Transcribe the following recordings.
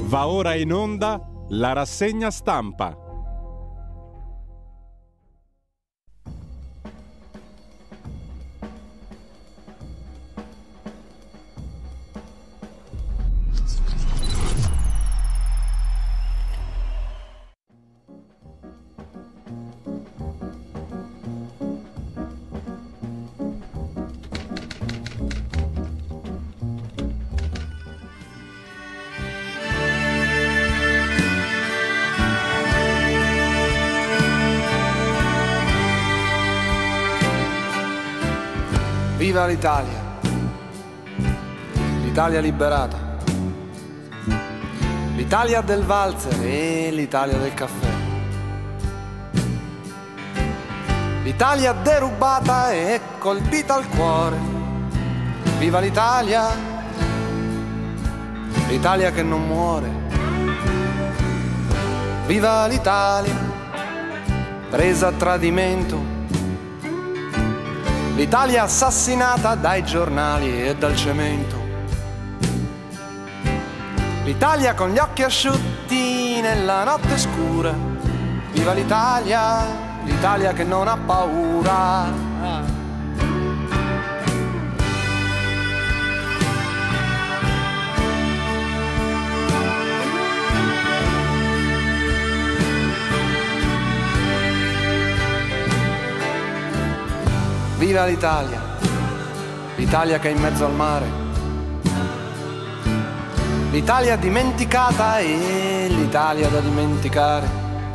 Va ora in onda la rassegna stampa. Viva l'Italia, l'Italia liberata, l'Italia del valzer e l'Italia del caffè, l'Italia derubata e colpita al cuore. Viva l'Italia, l'Italia che non muore. Viva l'Italia, presa a tradimento, l'Italia assassinata dai giornali e dal cemento. L'Italia con gli occhi asciutti nella notte scura. Viva l'Italia, l'Italia che non ha paura. Viva l'Italia, l'Italia che è in mezzo al mare, l'Italia dimenticata e l'Italia da dimenticare,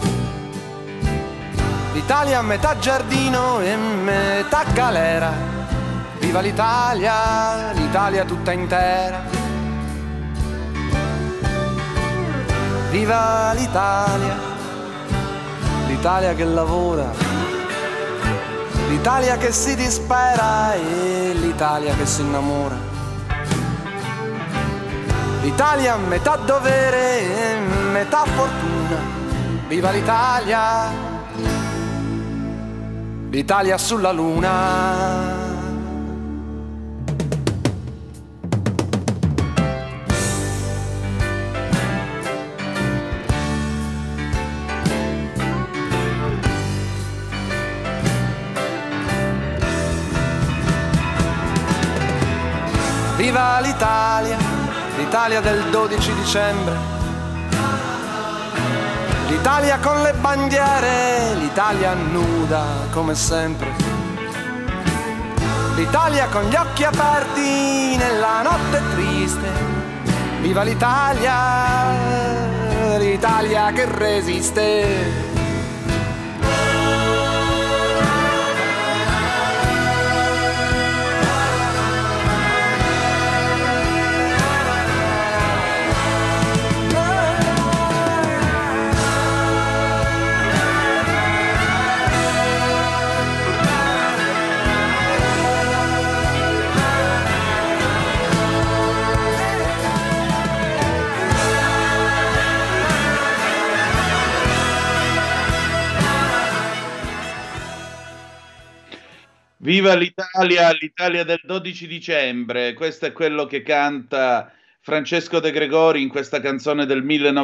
l'Italia a metà giardino e metà galera. Viva l'Italia, l'Italia tutta intera. Viva l'Italia, l'Italia che lavora, l'Italia che si dispera e l'Italia che si innamora, l'Italia metà dovere e metà fortuna. Viva l'Italia, l'Italia sulla luna. Viva l'Italia, l'Italia del 12 dicembre, l'Italia con le bandiere, l'Italia nuda come sempre, l'Italia con gli occhi aperti nella notte triste. Viva l'Italia, l'Italia che resiste. Viva l'Italia, l'Italia del 12 dicembre. Questo è quello che canta Francesco De Gregori in questa canzone del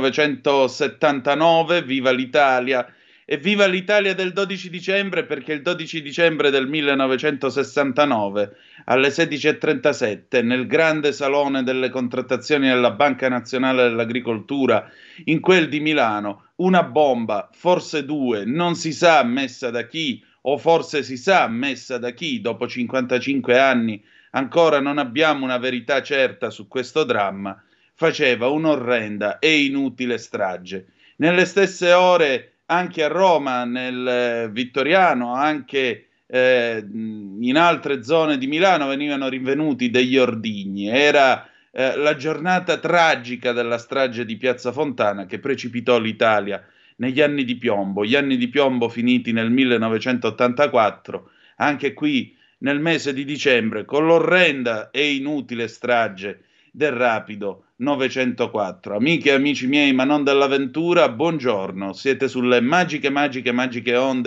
1979, Viva l'Italia. E viva l'Italia del 12 dicembre perché il 12 dicembre del 1969 alle 16:37 nel grande salone delle contrattazioni della Banca Nazionale dell'Agricoltura, in quel di Milano, una bomba, forse due, non si sa messa da chi, o forse si sa messa da chi, dopo 55 anni ancora non abbiamo una verità certa su questo dramma, faceva un'orrenda e inutile strage. Nelle stesse ore anche a Roma, nel Vittoriano, anche in altre zone di Milano venivano rinvenuti degli ordigni. Era la giornata tragica della strage di Piazza Fontana che precipitò l'Italia negli anni di piombo, gli anni di piombo finiti nel 1984, anche qui nel mese di dicembre, con l'orrenda e inutile strage del Rapido 904. Amiche e amici miei, ma non dell'avventura, buongiorno, siete sulle magiche onde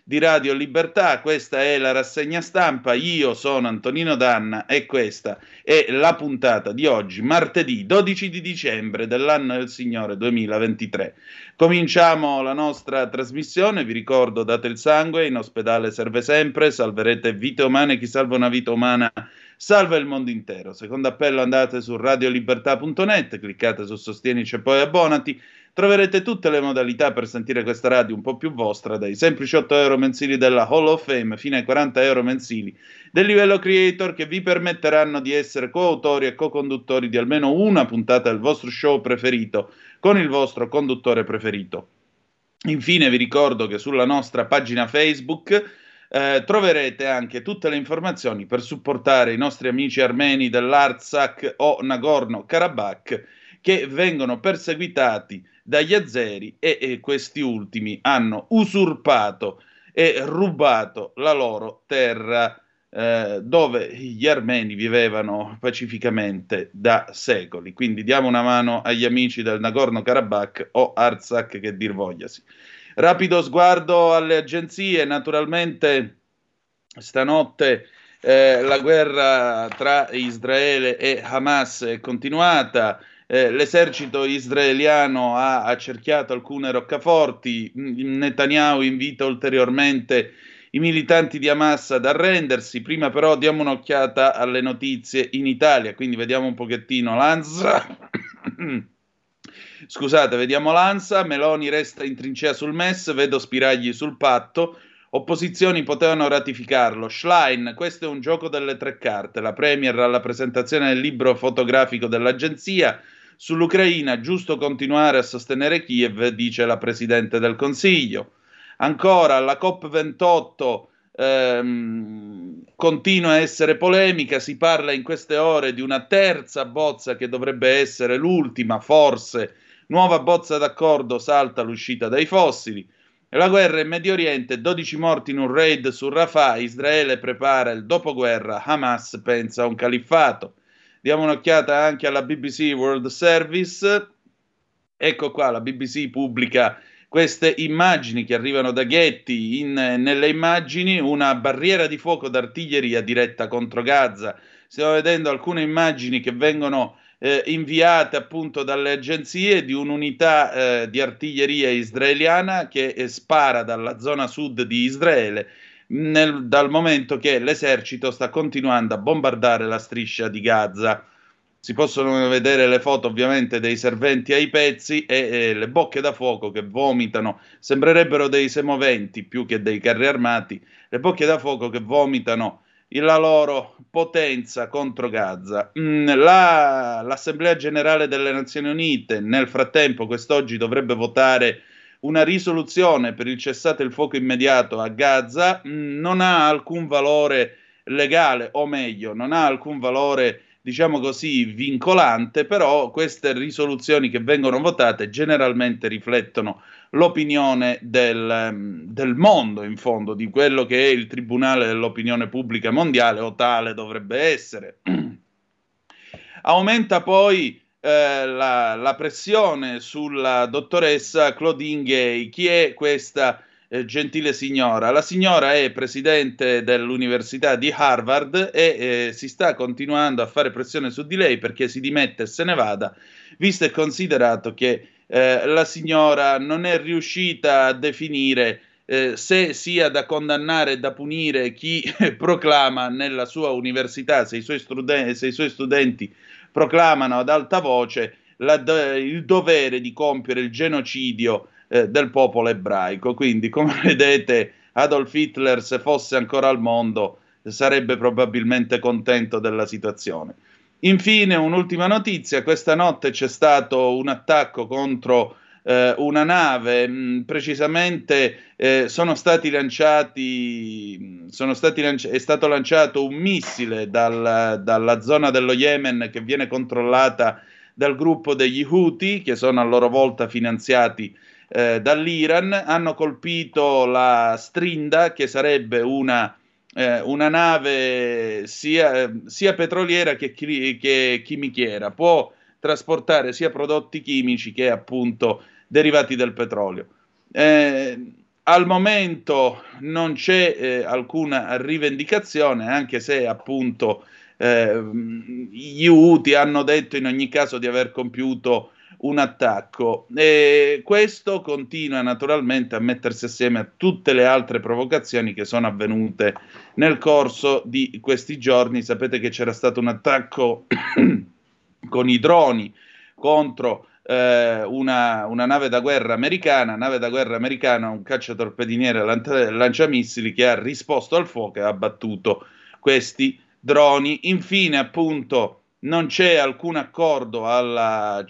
di Radio Libertà. Questa è la rassegna stampa, io sono Antonino Danna e questa è la puntata di oggi, martedì 12 di dicembre dell'anno del Signore 2023. Cominciamo la nostra trasmissione, vi ricordo, date il sangue, in ospedale serve sempre, salverete vite umane, chi salva una vita umana salva il mondo intero. Secondo appello, andate su radiolibertà.net, cliccate su Sostienici e poi abbonati. Troverete tutte le modalità per sentire questa radio un po' più vostra, dai semplici 8 euro mensili della Hall of Fame fino ai 40 euro mensili del livello creator, che vi permetteranno di essere coautori e co-conduttori di almeno una puntata del vostro show preferito con il vostro conduttore preferito. Infine vi ricordo che sulla nostra pagina Facebook troverete anche tutte le informazioni per supportare i nostri amici armeni dell'Artsakh o Nagorno-Karabakh, che vengono perseguitati dagli azeri e questi ultimi hanno usurpato e rubato la loro terra, dove gli armeni vivevano pacificamente da secoli. Quindi diamo una mano agli amici del Nagorno-Karabakh o Artsakh, che dir vogliasi. Rapido sguardo alle agenzie, naturalmente stanotte la guerra tra Israele e Hamas è continuata. L'esercito israeliano ha accerchiato alcune roccaforti. Netanyahu invita ulteriormente i militanti di Hamas ad arrendersi. Prima però diamo un'occhiata alle notizie in Italia, quindi vediamo un pochettino l'ANSA. Scusate, vediamo l'ANSA. Meloni resta in trincea sul MES, vedo spiragli sul patto. Opposizioni potevano ratificarlo. Schlein, questo è un gioco delle tre carte. La Premier alla presentazione del libro fotografico dell'agenzia. Sull'Ucraina, giusto continuare a sostenere Kiev, dice la Presidente del Consiglio. Ancora, la COP28 continua a essere polemica, si parla in queste ore di una terza bozza che dovrebbe essere l'ultima, forse. Nuova bozza d'accordo, salta l'uscita dai fossili. La guerra in Medio Oriente, 12 morti in un raid su Rafah, Israele prepara il dopoguerra, Hamas pensa a un califfato. Diamo un'occhiata anche alla BBC World Service. Ecco qua, la BBC pubblica queste immagini che arrivano da Getty. Nelle immagini una barriera di fuoco d'artiglieria diretta contro Gaza. Stiamo vedendo alcune immagini che vengono inviate appunto dalle agenzie di un'unità di artiglieria israeliana che spara dalla zona sud di Israele, dal momento che l'esercito sta continuando a bombardare la striscia di Gaza. Si possono vedere le foto ovviamente dei serventi ai pezzi e le bocche da fuoco che vomitano, sembrerebbero dei semoventi più che dei carri armati, le bocche da fuoco che vomitano la loro potenza contro Gaza. L'Assemblea Generale delle Nazioni Unite nel frattempo quest'oggi dovrebbe votare una risoluzione per il cessate il fuoco immediato a Gaza. Non ha alcun valore legale, o meglio, non ha alcun valore, diciamo così, vincolante, però queste risoluzioni che vengono votate generalmente riflettono l'opinione del mondo, in fondo, di quello che è il Tribunale dell'Opinione Pubblica Mondiale, o tale dovrebbe essere. Aumenta poi la pressione sulla dottoressa Claudine Gay. Chi è questa gentile signora? La signora è presidente dell'Università di Harvard e si sta continuando a fare pressione su di lei perché si dimette e se ne vada, visto e considerato che la signora non è riuscita a definire se sia da condannare e da punire chi proclama nella sua università, se i suoi studenti proclamano ad alta voce il dovere di compiere il genocidio del popolo ebraico. Quindi, come vedete, Adolf Hitler, se fosse ancora al mondo, sarebbe probabilmente contento della situazione. Infine, un'ultima notizia: questa notte c'è stato un attacco contro una nave, precisamente è stato lanciato un missile dalla zona dello Yemen che viene controllata dal gruppo degli Houthi, che sono a loro volta finanziati dall'Iran. Hanno colpito la Strinda, che sarebbe una nave sia petroliera che chimichiera, può trasportare sia prodotti chimici che appunto derivati del petrolio. Al momento non c'è alcuna rivendicazione, anche se appunto gli Houthi hanno detto in ogni caso di aver compiuto un attacco, e questo continua naturalmente a mettersi assieme a tutte le altre provocazioni che sono avvenute nel corso di questi giorni. Sapete che c'era stato un attacco con i droni contro una nave da guerra americana, un cacciatorpediniere lanciamissili che ha risposto al fuoco e ha abbattuto questi droni. Infine, appunto, non c'è alcun accordo alla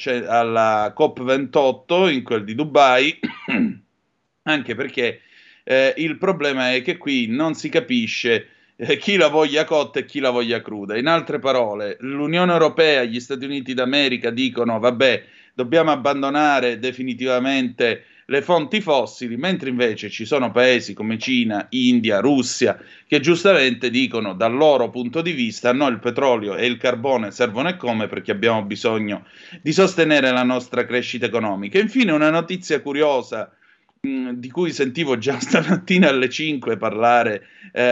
COP28 in quel di Dubai, anche perché il problema è che qui non si capisce chi la voglia cotta e chi la voglia cruda. In altre parole, l'Unione Europea e gli Stati Uniti d'America dicono vabbè, dobbiamo abbandonare definitivamente le fonti fossili, mentre invece ci sono paesi come Cina, India, Russia, che giustamente dicono dal loro punto di vista no, il petrolio e il carbone servono e come, perché abbiamo bisogno di sostenere la nostra crescita economica. Infine una notizia curiosa di cui sentivo già stamattina alle 5 parlare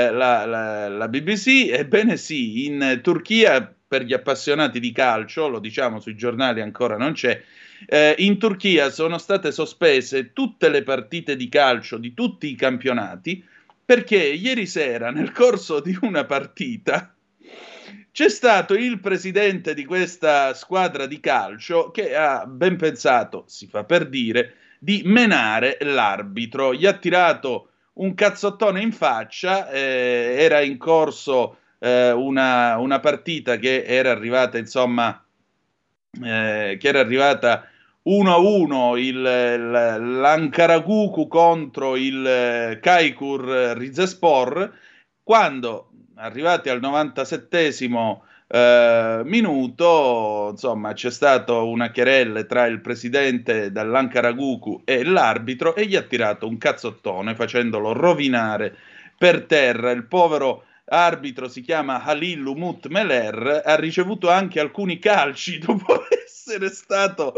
la BBC. Ebbene sì, in Turchia, per gli appassionati di calcio, lo diciamo sui giornali, ancora non c'è, in Turchia sono state sospese tutte le partite di calcio di tutti i campionati, perché ieri sera nel corso di una partita c'è stato il presidente di questa squadra di calcio che ha ben pensato, si fa per dire, di menare l'arbitro. Gli ha tirato un cazzottone in faccia, era in corso una partita che era arrivata, insomma, che era arrivata 1-1, l'Ankaragucu contro il Kaikur Rizespor, quando arrivati al 97esimo minuto, insomma, c'è stata una querelle tra il presidente dell'Ankaragucu e l'arbitro e gli ha tirato un cazzottone facendolo rovinare per terra. Il povero arbitro si chiama Halil Umut Meler, ha ricevuto anche alcuni calci dopo essere stato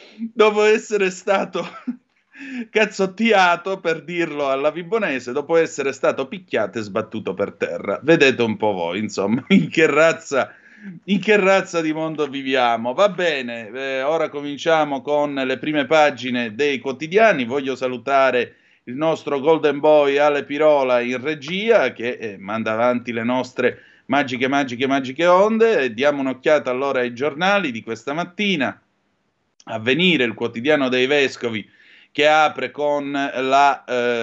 cazzottiato, per dirlo alla vibonese, dopo essere stato picchiato e sbattuto per terra. Vedete un po' voi, insomma, in che razza di mondo viviamo. Va bene, ora cominciamo con le prime pagine dei quotidiani. Voglio salutare il nostro Golden Boy Ale Pirola in regia, che manda avanti le nostre magiche onde. Diamo un'occhiata allora ai giornali di questa mattina. Avvenire, il quotidiano dei vescovi, che apre con la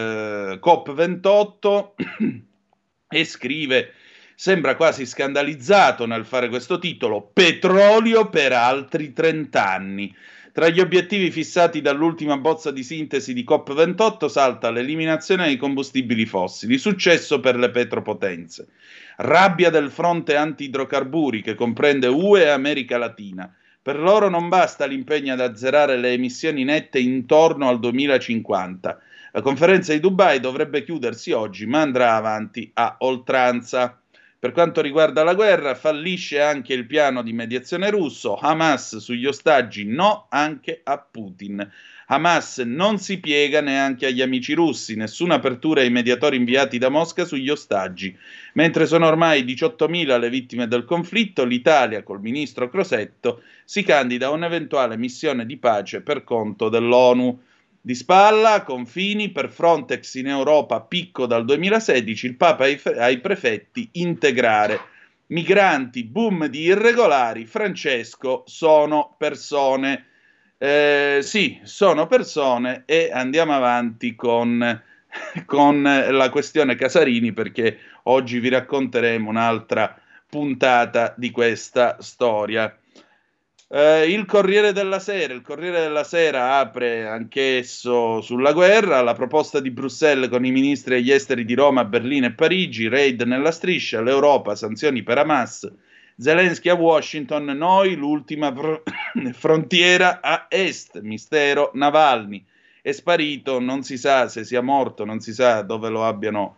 COP28 e scrive, sembra quasi scandalizzato nel fare questo titolo, petrolio per altri 30 anni. Tra gli obiettivi fissati dall'ultima bozza di sintesi di COP28 salta l'eliminazione dei combustibili fossili, successo per le petropotenze. Rabbia del fronte anti-idrocarburi che comprende UE e America Latina. Per loro non basta l'impegno ad azzerare le emissioni nette intorno al 2050. La conferenza di Dubai dovrebbe chiudersi oggi, ma andrà avanti a oltranza. Per quanto riguarda la guerra, fallisce anche il piano di mediazione russo. Hamas sugli ostaggi, no anche a Putin. Hamas non si piega neanche agli amici russi, nessuna apertura ai mediatori inviati da Mosca sugli ostaggi. Mentre sono ormai 18.000 le vittime del conflitto, l'Italia, col ministro Crosetto, si candida a un'eventuale missione di pace per conto dell'ONU. Di spalla, confini, per Frontex in Europa, picco dal 2016, il Papa ai prefetti, integrare. Migranti, boom di irregolari, Francesco, sono persone. Sì, sono persone, e andiamo avanti con la questione Casarini, perché oggi vi racconteremo un'altra puntata di questa storia. Il Corriere della Sera apre anch'esso sulla guerra, la proposta di Bruxelles con i ministri degli esteri di Roma, Berlino e Parigi, raid nella striscia, l'Europa, sanzioni per Hamas, Zelensky a Washington, noi l'ultima frontiera a est, mistero Navalny, è sparito, non si sa se sia morto, non si sa dove lo abbiano,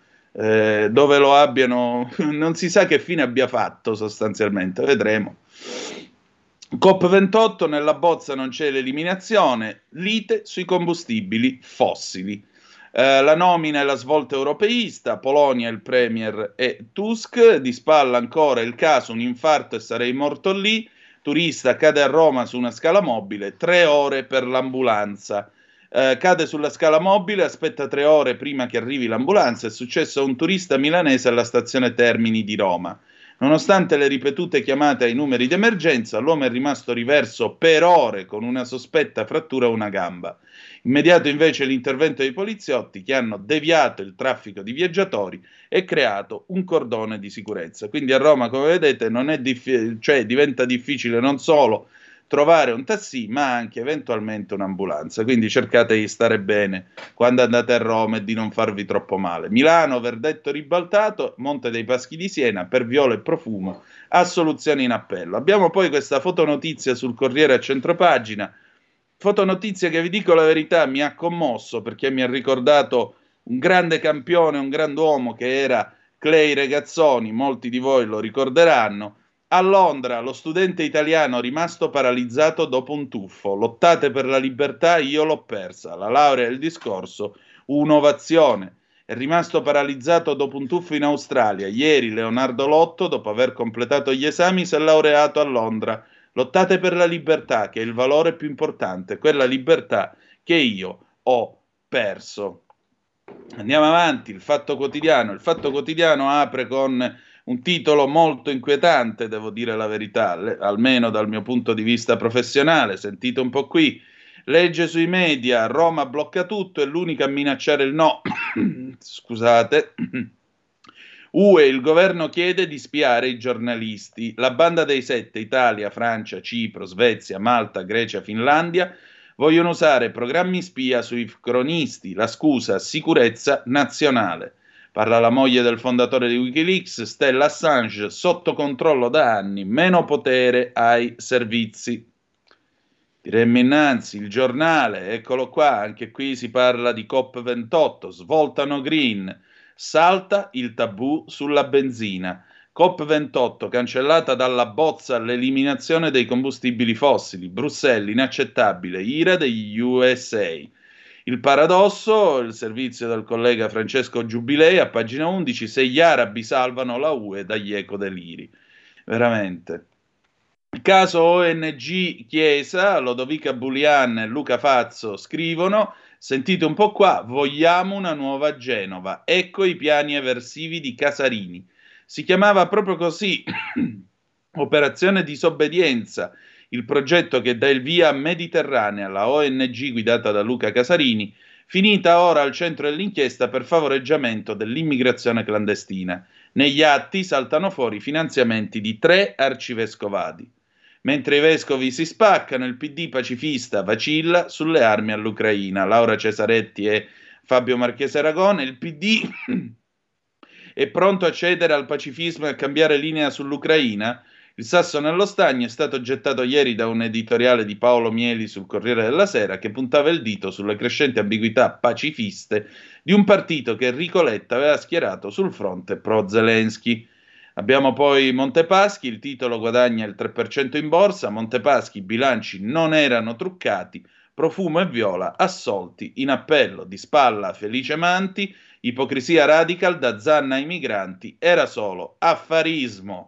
non si sa che fine abbia fatto sostanzialmente, vedremo. COP28, nella bozza non c'è l'eliminazione, lite sui combustibili fossili. La nomina e la svolta europeista, Polonia, il premier e Tusk, di spalla ancora il caso, un infarto e sarei morto lì, turista cade a Roma su una scala mobile, 3 ore per l'ambulanza. Cade sulla scala mobile, aspetta 3 ore prima che arrivi l'ambulanza, è successo a un turista milanese alla stazione Termini di Roma. Nonostante le ripetute chiamate ai numeri d'emergenza, l'uomo è rimasto riverso per ore con una sospetta frattura a una gamba. Immediato invece l'intervento dei poliziotti che hanno deviato il traffico di viaggiatori e creato un cordone di sicurezza. Quindi a Roma, come vedete, non è cioè diventa difficile non solo trovare un taxi, ma anche eventualmente un'ambulanza. Quindi cercate di stare bene quando andate a Roma e di non farvi troppo male. Milano, verdetto ribaltato, Monte dei Paschi di Siena, per viola e profumo, assoluzione in appello. Abbiamo poi questa fotonotizia sul Corriere a centropagina, fotonotizia che vi dico la verità mi ha commosso perché mi ha ricordato un grande campione, un grand'uomo che era Clay Regazzoni, molti di voi lo ricorderanno. A Londra, lo studente italiano rimasto paralizzato dopo un tuffo. Lottate per la libertà, io l'ho persa. La laurea e il discorso, un'ovazione. È rimasto paralizzato dopo un tuffo in Australia. Ieri Leonardo Lotto, dopo aver completato gli esami, si è laureato a Londra. Lottate per la libertà, che è il valore più importante, quella libertà che io ho perso. Andiamo avanti, il Fatto Quotidiano. Il Fatto Quotidiano apre con un titolo molto inquietante, devo dire la verità, almeno dal mio punto di vista professionale. Sentite un po' qui. Legge sui media, Roma blocca tutto, è l'unica a minacciare il no. Scusate. UE, il governo chiede di spiare i giornalisti. La banda dei 7, Italia, Francia, Cipro, Svezia, Malta, Grecia, Finlandia, vogliono usare programmi spia sui cronisti. La scusa, sicurezza nazionale. Parla la moglie del fondatore di Wikileaks, Stella Assange, sotto controllo da anni, meno potere ai servizi. Diremmo innanzi, il giornale, eccolo qua, anche qui si parla di COP28, svoltano green, salta il tabù sulla benzina. COP28, cancellata dalla bozza l'eliminazione dei combustibili fossili, Bruxelles, inaccettabile, ira degli USA. Il paradosso, il servizio del collega Francesco Giubilei, a pagina 11, se gli arabi salvano la UE dagli ecodeliri. Veramente. Caso ONG Chiesa, Lodovica Bulian e Luca Fazzo scrivono, sentite un po' qua, vogliamo una nuova Genova, ecco i piani eversivi di Casarini. Si chiamava proprio così, Operazione Disobbedienza, il progetto che dà il via a Mediterranea, la ONG guidata da Luca Casarini, finita ora al centro dell'inchiesta per favoreggiamento dell'immigrazione clandestina. Negli atti saltano fuori finanziamenti di 3 arcivescovadi. Mentre i vescovi si spaccano, il PD pacifista vacilla sulle armi all'Ucraina. Laura Cesaretti e Fabio Marchese Aragone, il PD è pronto a cedere al pacifismo e a cambiare linea sull'Ucraina? Il sasso nello stagno è stato gettato ieri da un editoriale di Paolo Mieli sul Corriere della Sera che puntava il dito sulle crescenti ambiguità pacifiste di un partito che Enrico Letta aveva schierato sul fronte pro-Zelensky. Abbiamo poi Montepaschi, il titolo guadagna il 3% in borsa, Montepaschi, i bilanci non erano truccati, Profumo e Viola assolti in appello, di spalla Felice Manti, ipocrisia radical da Zanna ai migranti, era solo affarismo.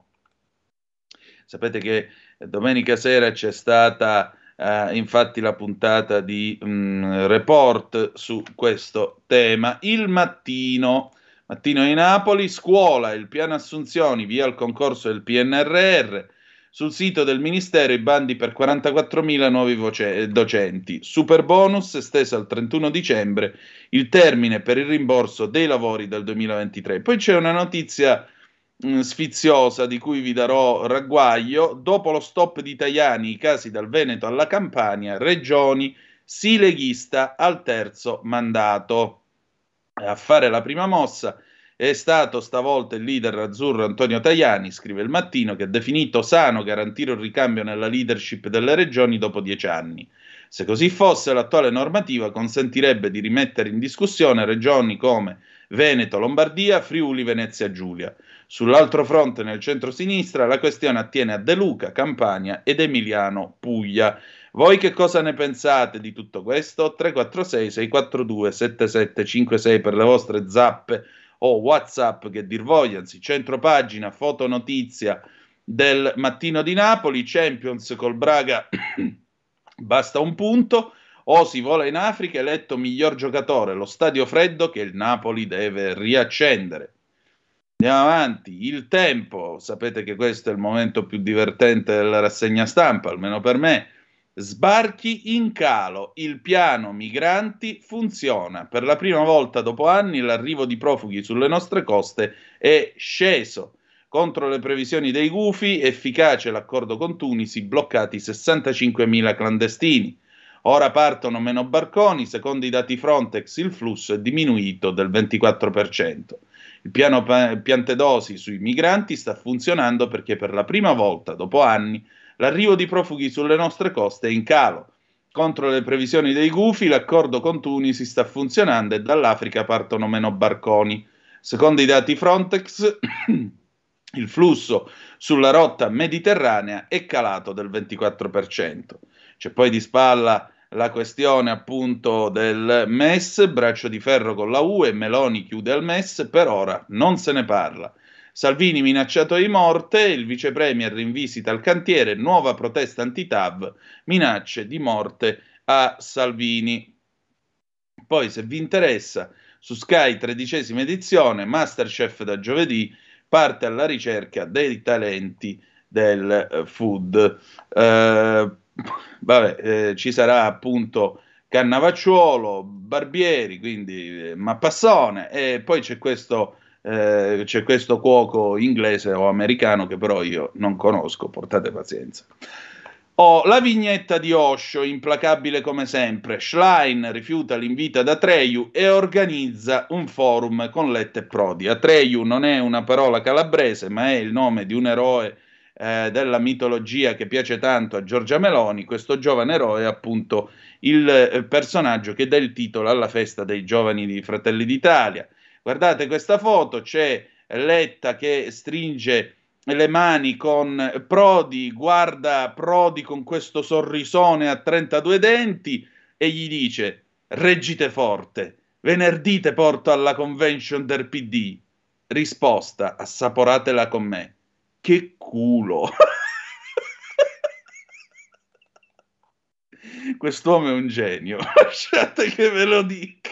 Sapete che domenica sera c'è stata infatti la puntata di Report su questo tema. Il Mattino di Napoli, scuola, il piano assunzioni, via il concorso del PNRR, sul sito del Ministero i bandi per 44.000 nuovi docenti, super bonus esteso al 31 dicembre, il termine per il rimborso dei lavori del 2023. Poi c'è una notizia sfiziosa di cui vi darò ragguaglio. Dopo lo stop di Tajani, i casi dal Veneto alla Campania, Regioni, sì leghista al terzo mandato. A fare la prima mossa è stato stavolta il leader azzurro Antonio Tajani, scrive il Mattino, che ha definito sano garantire un ricambio nella leadership delle regioni dopo 10 anni. Se così fosse, l'attuale normativa consentirebbe di rimettere in discussione regioni come Veneto, Lombardia, Friuli, Venezia Giulia. Sull'altro fronte, nel centro-sinistra, la questione attiene a De Luca, Campania ed Emiliano Puglia. Voi che cosa ne pensate di tutto questo? 346-642-7756 per le vostre zappe o WhatsApp, che dir voglia, anzi centropagina, fotonotizia del Mattino di Napoli, Champions col Braga, basta un punto, o si vola in Africa, eletto miglior giocatore, lo stadio freddo che il Napoli deve riaccendere. Andiamo avanti, il tempo, sapete che questo è il momento più divertente della rassegna stampa, almeno per me. Sbarchi in calo, il piano migranti funziona. Per la prima volta dopo anni l'arrivo di profughi sulle nostre coste è sceso. Contro le previsioni dei gufi, efficace l'accordo con Tunisi, bloccati 65.000 clandestini. Ora partono meno barconi, secondo i dati Frontex il flusso è diminuito del 24%. Il piano Piantedosi sui migranti sta funzionando perché per la prima volta dopo anni l'arrivo di profughi sulle nostre coste è in calo. Contro le previsioni dei gufi, l'accordo con Tunisi sta funzionando e dall'Africa partono meno barconi. Secondo i dati Frontex, il flusso sulla rotta mediterranea è calato del 24%. C'è poi di spalla la questione appunto del MES, braccio di ferro con la UE, Meloni chiude al MES, per ora non se ne parla. Salvini minacciato di morte, il vice premier in visita al cantiere, nuova protesta anti-TAV, minacce di morte a Salvini. Poi, se vi interessa, su Sky 13ª edizione, Masterchef da giovedì, parte alla ricerca dei talenti del food. Ci sarà appunto Cannavacciuolo, Barbieri, quindi Mappassone, e poi c'è questo cuoco inglese o americano che però io non conosco, portate pazienza. La vignetta di Osho, implacabile come sempre. Schlein rifiuta l'invito ad Atreju e organizza un forum con Letta e Prodi. Atreju non è una parola calabrese, ma è il nome di un eroe della mitologia che piace tanto a Giorgia Meloni. Questo giovane eroe è appunto il personaggio che dà il titolo alla festa dei giovani di Fratelli d'Italia. Guardate questa foto, c'è Letta che stringe le mani con Prodi, guarda Prodi con questo sorrisone a 32 denti e gli dice: reggite forte, venerdì te porto alla convention del PD. Risposta: assaporatela con me. Che culo. Quest'uomo è un genio, lasciate che ve lo dica.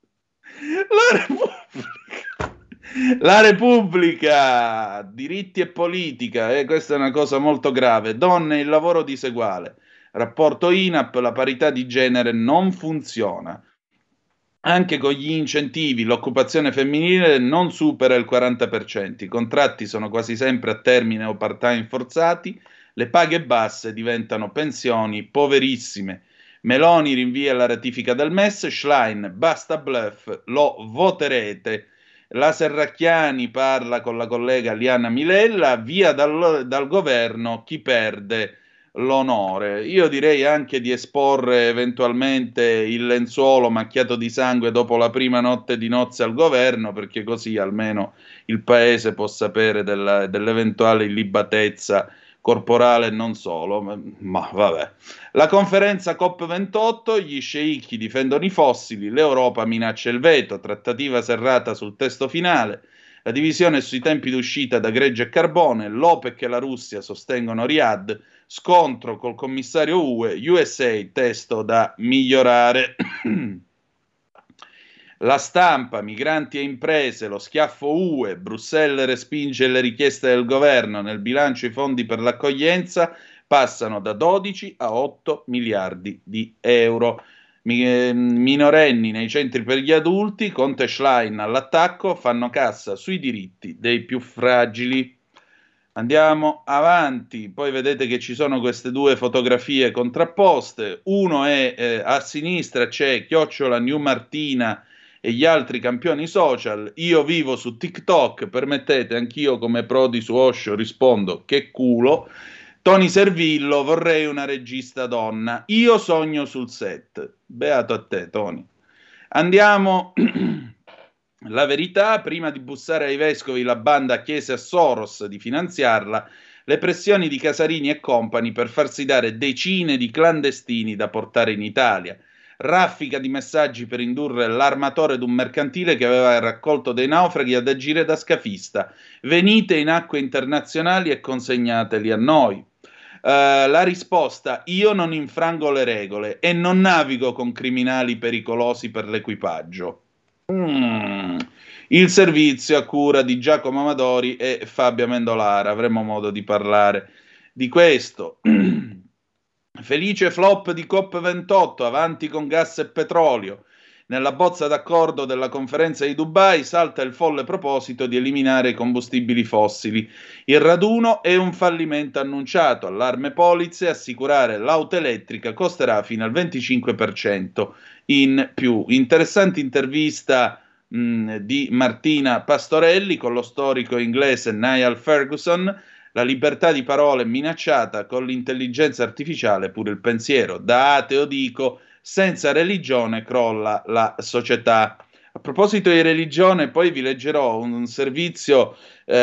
La Repubblica, diritti e politica, questa è una cosa molto grave. Donne e il lavoro diseguale. Rapporto INAP, la parità di genere non funziona. Anche con gli incentivi l'occupazione femminile non supera il 40%, i contratti sono quasi sempre a termine o part-time forzati, le paghe basse diventano pensioni poverissime. Meloni rinvia la ratifica del MES, Schlein basta bluff, lo voterete. La Serracchiani parla con la collega Liana Milella, via dal governo chi perde l'onore. Io direi anche di esporre eventualmente il lenzuolo macchiato di sangue dopo la prima notte di nozze al governo, perché così almeno il paese può sapere dell'eventuale illibatezza corporale e non solo, ma vabbè. La conferenza COP28, gli sceicchi difendono i fossili, l'Europa minaccia il veto, trattativa serrata sul testo finale, la divisione sui tempi d'uscita da greggio e carbone, l'OPEC e la Russia sostengono Riyadh, scontro col commissario UE, USA, testo da migliorare. La Stampa, migranti e imprese, lo schiaffo UE, Bruxelles respinge le richieste del governo, nel bilancio i fondi per l'accoglienza passano da 12 a 8 miliardi di euro. Minorenni nei centri per gli adulti, Conte e Schlein all'attacco, fanno cassa sui diritti dei più fragili. Andiamo avanti, poi vedete che ci sono queste due fotografie contrapposte, uno è a sinistra c'è Chiocciola New Martina e gli altri campioni social, io vivo su TikTok, permettete anch'io come Prodi su Osho rispondo che culo, Tony Servillo, vorrei una regista donna, io sogno sul set, beato a te Tony. Andiamo... La Verità, prima di bussare ai vescovi la banda chiese a Soros di finanziarla, le pressioni di Casarini e compagni per farsi dare decine di clandestini da portare in Italia, raffica di messaggi per indurre l'armatore d'un mercantile che aveva raccolto dei naufraghi ad agire da scafista. Venite in acque internazionali e consegnateli a noi. La risposta: io non infrango le regole e non navigo con criminali pericolosi per l'equipaggio. Il servizio a cura di Giacomo Amadori e Fabio Amendolara. Avremo modo di parlare di questo. Felice flop di COP28, avanti con gas e petrolio. Nella bozza d'accordo della conferenza di Dubai salta il folle proposito di eliminare i combustibili fossili. Il raduno è un fallimento annunciato. Allarme polizze, assicurare l'auto elettrica costerà fino al 25% in più. Interessante intervista di Martina Pastorelli con lo storico inglese Niall Ferguson. La libertà di parola è minacciata con l'intelligenza artificiale, pure il pensiero. Da ateo dico, senza religione crolla la società. A proposito di religione, poi vi leggerò un servizio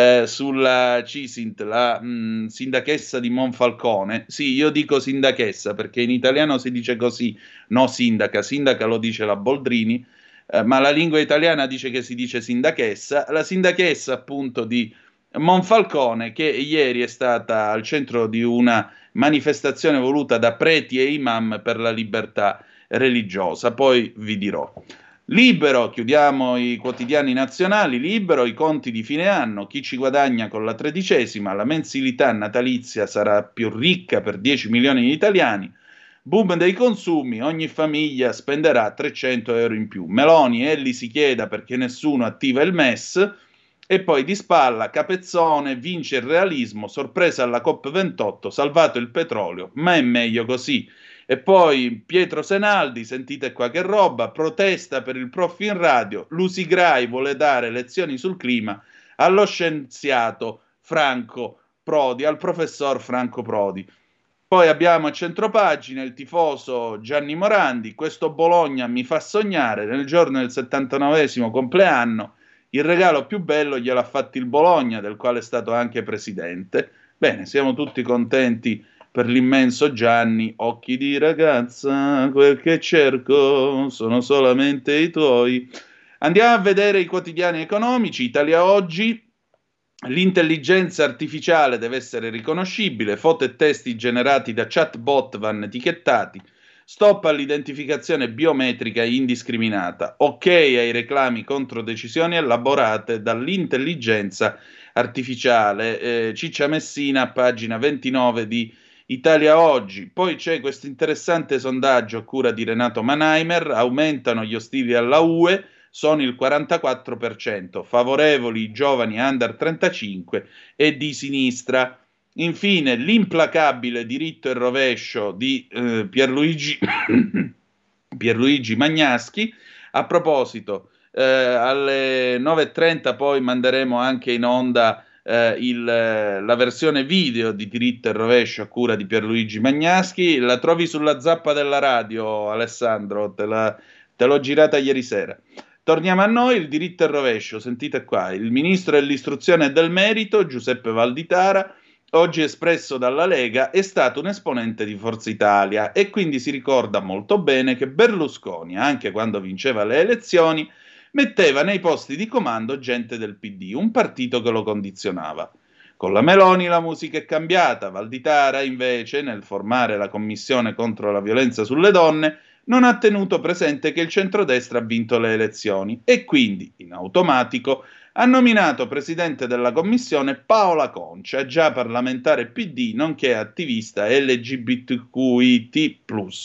sulla Cisint, la sindachessa di Monfalcone. Sì, io dico sindachessa perché in italiano si dice così, no sindaca, sindaca lo dice la Boldrini, ma la lingua italiana dice che si dice sindachessa. La sindachessa appunto di Monfalcone, che ieri è stata al centro di una manifestazione voluta da preti e imam per la libertà religiosa. Poi vi dirò. Libero, chiudiamo i quotidiani nazionali. Libero, i conti di fine anno, chi ci guadagna con la 13ª, la mensilità natalizia sarà più ricca per 10 milioni di italiani. Boom dei consumi, ogni famiglia spenderà 300 euro in più. Meloni, Elli si chieda perché nessuno attiva il MES. E poi di spalla, Capezzone, vince il realismo, sorpresa alla COP28, salvato il petrolio, ma è meglio così. E poi Pietro Senaldi, sentite qua che roba, protesta per il prof in radio, Lusigrai vuole dare lezioni sul clima allo scienziato Franco Prodi, al professor Franco Prodi. Poi abbiamo a centropagina il tifoso Gianni Morandi, questo Bologna mi fa sognare, nel giorno del 79esimo compleanno, il regalo più bello gliel'ha fatto il Bologna, del quale è stato anche presidente. Bene, siamo tutti contenti per l'immenso Gianni. Occhi di ragazza, quel che cerco sono solamente i tuoi. Andiamo a vedere i quotidiani economici. Italia Oggi. L'intelligenza artificiale deve essere riconoscibile. Foto e testi generati da chatbot vanno etichettati. Stop all'identificazione biometrica indiscriminata. Ok ai reclami contro decisioni elaborate dall'intelligenza artificiale. Ciccia Messina, pagina 29 di Italia Oggi. Poi c'è questo interessante sondaggio a cura di Renato Mannheimer. Aumentano gli ostili alla UE, sono il 44%, favorevoli i giovani under 35 e di sinistra. Infine, l'implacabile diritto e rovescio di Pierluigi Magnaschi. A proposito, alle 9:30 poi manderemo anche in onda la versione video di diritto e rovescio a cura di Pierluigi Magnaschi. La trovi sulla zappa della radio, Alessandro, te l'ho girata ieri sera. Torniamo a noi, il diritto e rovescio, sentite qua, il ministro dell'istruzione e del merito, Giuseppe Valditara, oggi espresso dalla Lega, è stato un esponente di Forza Italia e quindi si ricorda molto bene che Berlusconi, anche quando vinceva le elezioni, metteva nei posti di comando gente del PD, un partito che lo condizionava. Con la Meloni la musica è cambiata, Valditara invece, nel formare la commissione contro la violenza sulle donne, non ha tenuto presente che il centrodestra ha vinto le elezioni e quindi, in automatico, ha nominato presidente della commissione Paola Concia, già parlamentare PD, nonché attivista LGBTQIT+.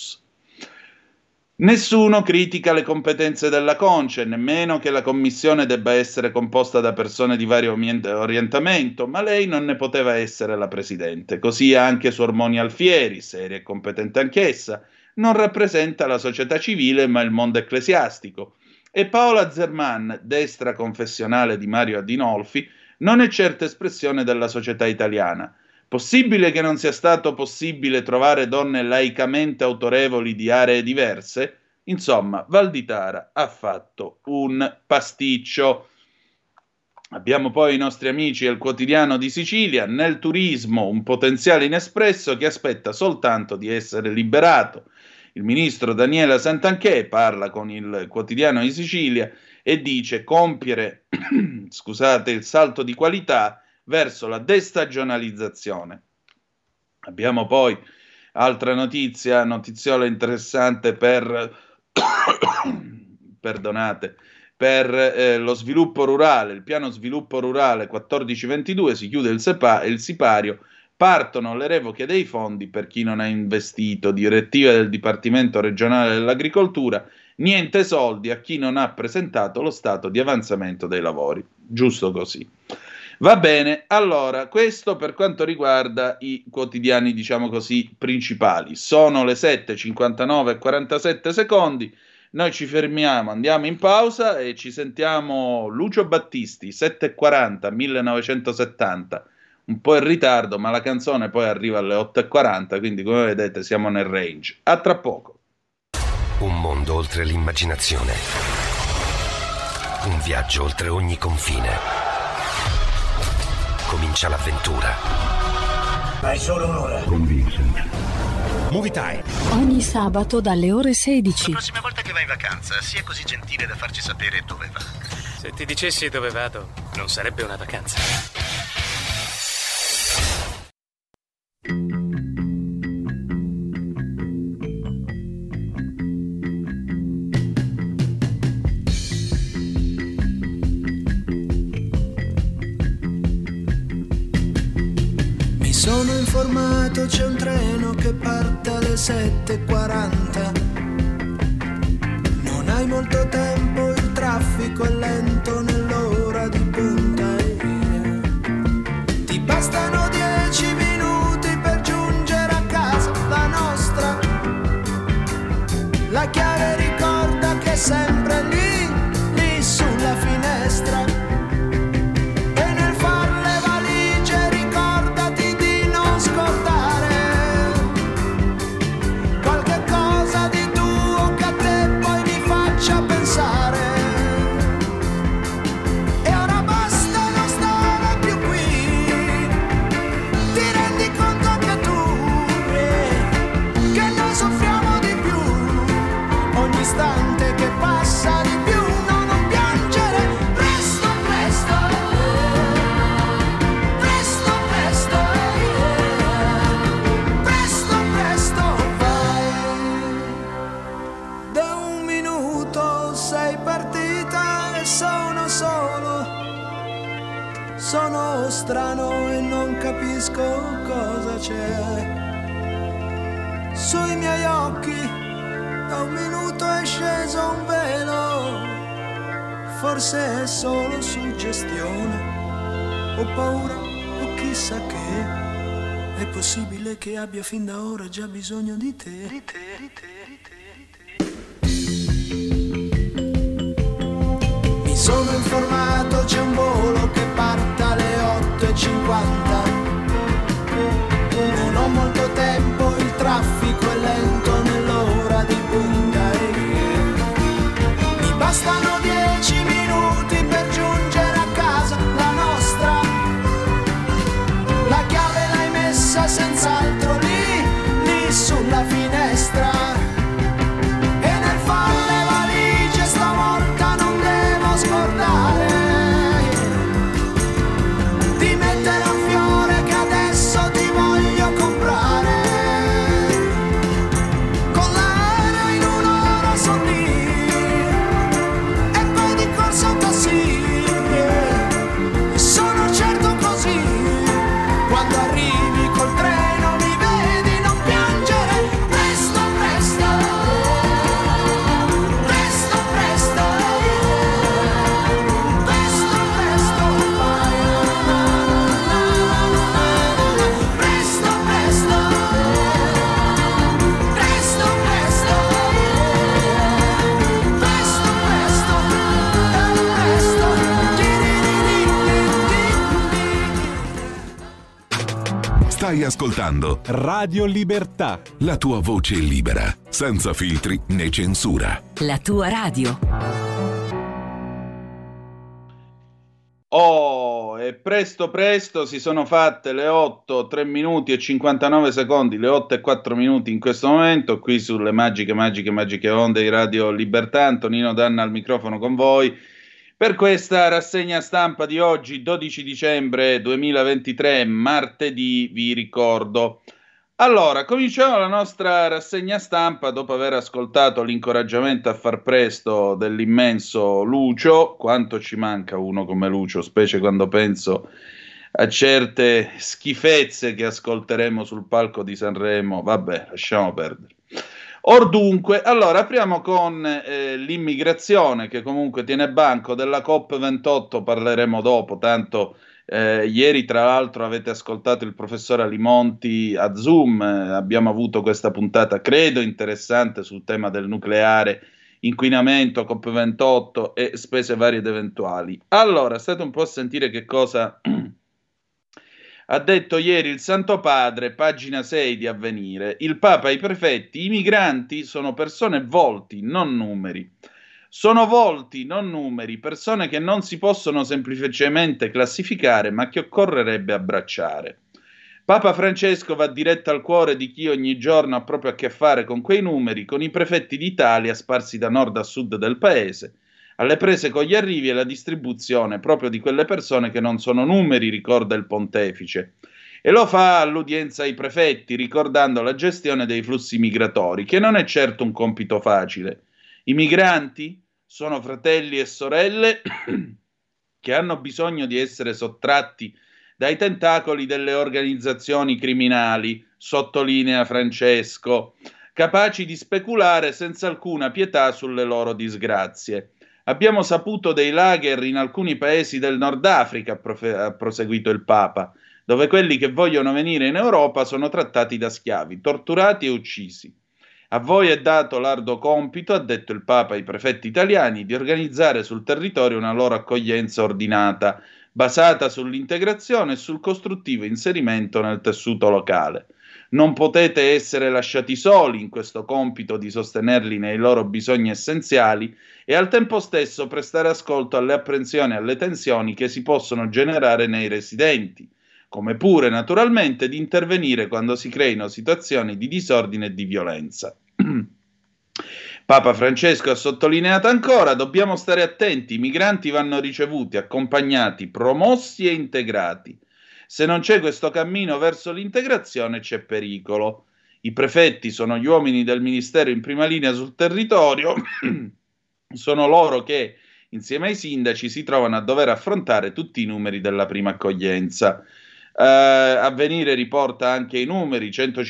Nessuno critica le competenze della Concia, nemmeno che la commissione debba essere composta da persone di vario orientamento, ma lei non ne poteva essere la presidente. Così anche Suor Moni Alfieri, seria e competente anch'essa, non rappresenta la società civile ma il mondo ecclesiastico. E Paola Zerman, destra confessionale di Mario Adinolfi, non è certa espressione della società italiana. Possibile che non sia stato possibile trovare donne laicamente autorevoli di aree diverse? Insomma, Valditara ha fatto un pasticcio. Abbiamo poi i nostri amici del Quotidiano di Sicilia, nel turismo un potenziale inespresso che aspetta soltanto di essere liberato. Il ministro Daniele Santanchè parla con il Quotidiano di Sicilia e dice compiere il salto di qualità verso la destagionalizzazione. Abbiamo poi altra notiziola interessante per lo sviluppo rurale, il piano sviluppo rurale 14-22, si chiude il sipario, partono le revoche dei fondi per chi non ha investito, direttiva del Dipartimento regionale dell'agricoltura, niente soldi a chi non ha presentato lo stato di avanzamento dei lavori, giusto così. Va bene, allora, questo per quanto riguarda i quotidiani, diciamo così, principali. Sono le 7:59 e 47 secondi. Noi ci fermiamo, andiamo in pausa e ci sentiamo Lucio Battisti, 7:40, 1970. Un po' in ritardo, ma la canzone poi arriva alle 8:40, quindi come vedete siamo nel range. A tra poco. Un mondo oltre l'immaginazione. Un viaggio oltre ogni confine. Comincia l'avventura. Hai solo un'ora. Con Vincent. Movie Time. Ogni sabato dalle ore 16. La prossima volta che vai in vacanza, sia così gentile da farci sapere dove va. Se ti dicessi dove vado, non sarebbe una vacanza. Sono informato, c'è un treno che parte alle 7:40. Non hai molto tempo, il traffico è lento nell'ora di punta. Ti bastano 10 minuti per giungere a casa, la nostra. La chiave ricorda che è sempre lì, lì sulla finestra. Che passa di più, no, non piangere, presto, presto, presto, presto, presto, presto, vai. Da un minuto sei partita e sono solo, sono strano e non capisco cosa c'è sui miei occhi. Da un minuto è sceso un velo, forse è solo suggestione, ho paura o chissà che, è possibile che abbia fin da ora già bisogno di te, di te, di te, di te, di te. Mi sono informato, c'è un volo che parte alle 8:50, non ho molto tempo, il traffico è lento nell'ora di punta. Mi bastano 10 minuti per giungere a casa, la nostra. La chiave l'hai messa senz'altro lì, lì sulla finestra. E nel fare le valigie stavolta non devo scordare di mettere un fiore che adesso ti voglio comprare. Con l'aereo in un'ora sono lì e poi di corsa così. Sono certo così, quando arrivi col treno mi vedi, non piangere, presto, presto, presto, presto, presto, presto, vai. Presto, presto, presto, presto, presto, presto. Stai ascoltando Radio Libertà. la tua voce libera, senza filtri né censura. La tua radio. Oh, presto si sono fatte le 8, 3 minuti e 59 secondi, le 8 e 4 minuti in questo momento, qui sulle magiche onde di Radio Libertà. Antonino Danna al microfono con voi per questa rassegna stampa di oggi, 12 dicembre 2023, martedì, vi ricordo. Allora, cominciamo la nostra rassegna stampa dopo aver ascoltato l'incoraggiamento a far presto dell'immenso Lucio. Quanto ci manca uno come Lucio, specie quando penso a certe schifezze che ascolteremo sul palco di Sanremo. Vabbè, lasciamo perdere. Or dunque, allora apriamo con l'immigrazione, che comunque tiene banco. Della COP28 parleremo dopo, tanto ieri tra l'altro avete ascoltato il professore Alimonti a Zoom, abbiamo avuto questa puntata credo interessante sul tema del nucleare, inquinamento, COP28 e spese varie ed eventuali. Allora, state un po' a sentire che cosa ha detto ieri il Santo Padre, pagina 6 di Avvenire. Il Papa ai prefetti: i migranti sono persone volti, non numeri. Sono volti, non numeri, persone che non si possono semplicemente classificare, ma che occorrerebbe abbracciare. Papa Francesco va diretto al cuore di chi ogni giorno ha proprio a che fare con quei numeri, con i prefetti d'Italia sparsi da nord a sud del paese, alle prese con gli arrivi e la distribuzione proprio di quelle persone che non sono numeri, ricorda il pontefice. E lo fa all'udienza ai prefetti, ricordando la gestione dei flussi migratori, che non è certo un compito facile. I migranti sono fratelli e sorelle che hanno bisogno di essere sottratti dai tentacoli delle organizzazioni criminali, sottolinea Francesco, capaci di speculare senza alcuna pietà sulle loro disgrazie. Abbiamo saputo dei lager in alcuni paesi del Nord Africa, ha proseguito il Papa, dove quelli che vogliono venire in Europa sono trattati da schiavi, torturati e uccisi. A voi è dato l'arduo compito, ha detto il Papa ai prefetti italiani, di organizzare sul territorio una loro accoglienza ordinata, basata sull'integrazione e sul costruttivo inserimento nel tessuto locale. Non potete essere lasciati soli in questo compito di sostenerli nei loro bisogni essenziali e al tempo stesso prestare ascolto alle apprensioni e alle tensioni che si possono generare nei residenti, come pure naturalmente di intervenire quando si creino situazioni di disordine e di violenza. Papa Francesco ha sottolineato ancora: dobbiamo stare attenti, i migranti vanno ricevuti, accompagnati, promossi e integrati. Se non c'è questo cammino verso l'integrazione c'è pericolo. I prefetti sono gli uomini del ministero in prima linea sul territorio, sono loro che insieme ai sindaci si trovano a dover affrontare tutti i numeri della prima accoglienza. Avvenire riporta anche i numeri: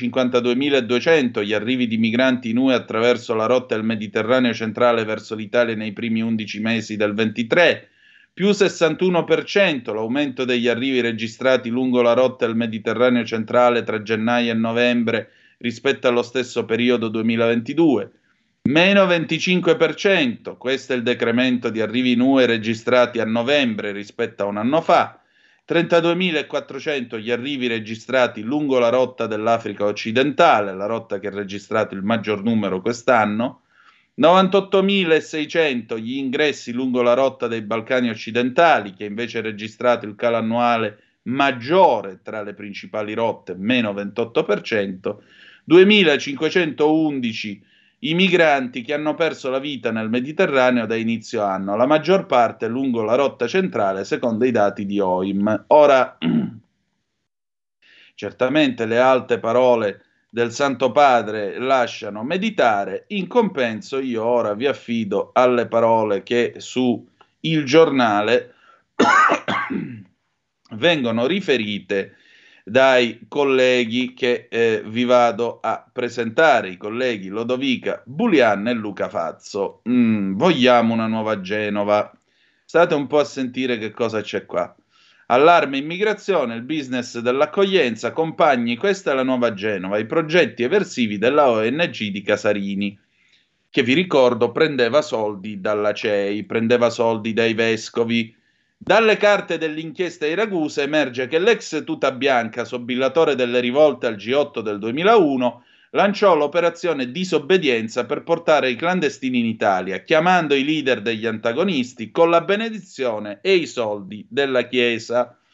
152.200 gli arrivi di migranti in UE attraverso la rotta del Mediterraneo centrale verso l'Italia nei primi 11 mesi del 23, più 61% l'aumento degli arrivi registrati lungo la rotta del Mediterraneo centrale tra gennaio e novembre rispetto allo stesso periodo 2022, meno 25%, questo è il decremento di arrivi in UE registrati a novembre rispetto a un anno fa, 32.400 gli arrivi registrati lungo la rotta dell'Africa occidentale, la rotta che ha registrato il maggior numero quest'anno, 98.600 gli ingressi lungo la rotta dei Balcani occidentali, che invece ha registrato il calo annuale maggiore tra le principali rotte, meno 28%, 2.511 i migranti che hanno perso la vita nel Mediterraneo da inizio anno, la maggior parte lungo la rotta centrale, secondo i dati di OIM. Ora, certamente le alte parole del Santo Padre lasciano meditare, in compenso io ora vi affido alle parole che su Il Giornale vengono riferite dai colleghi che vi vado a presentare, i colleghi Lodovica Bulian e Luca Fazzo. Vogliamo una nuova Genova. State un po' a sentire che cosa c'è qua. Allarme immigrazione, il business dell'accoglienza, compagni, questa è la nuova Genova, i progetti eversivi della ONG di Casarini, che vi ricordo prendeva soldi dalla CEI, prendeva soldi dai vescovi. Dalle carte dell'inchiesta di Ragusa emerge che l'ex tuta bianca, sobillatore delle rivolte al G8 del 2001, lanciò l'operazione disobbedienza per portare i clandestini in Italia, chiamando i leader degli antagonisti con la benedizione e i soldi della Chiesa.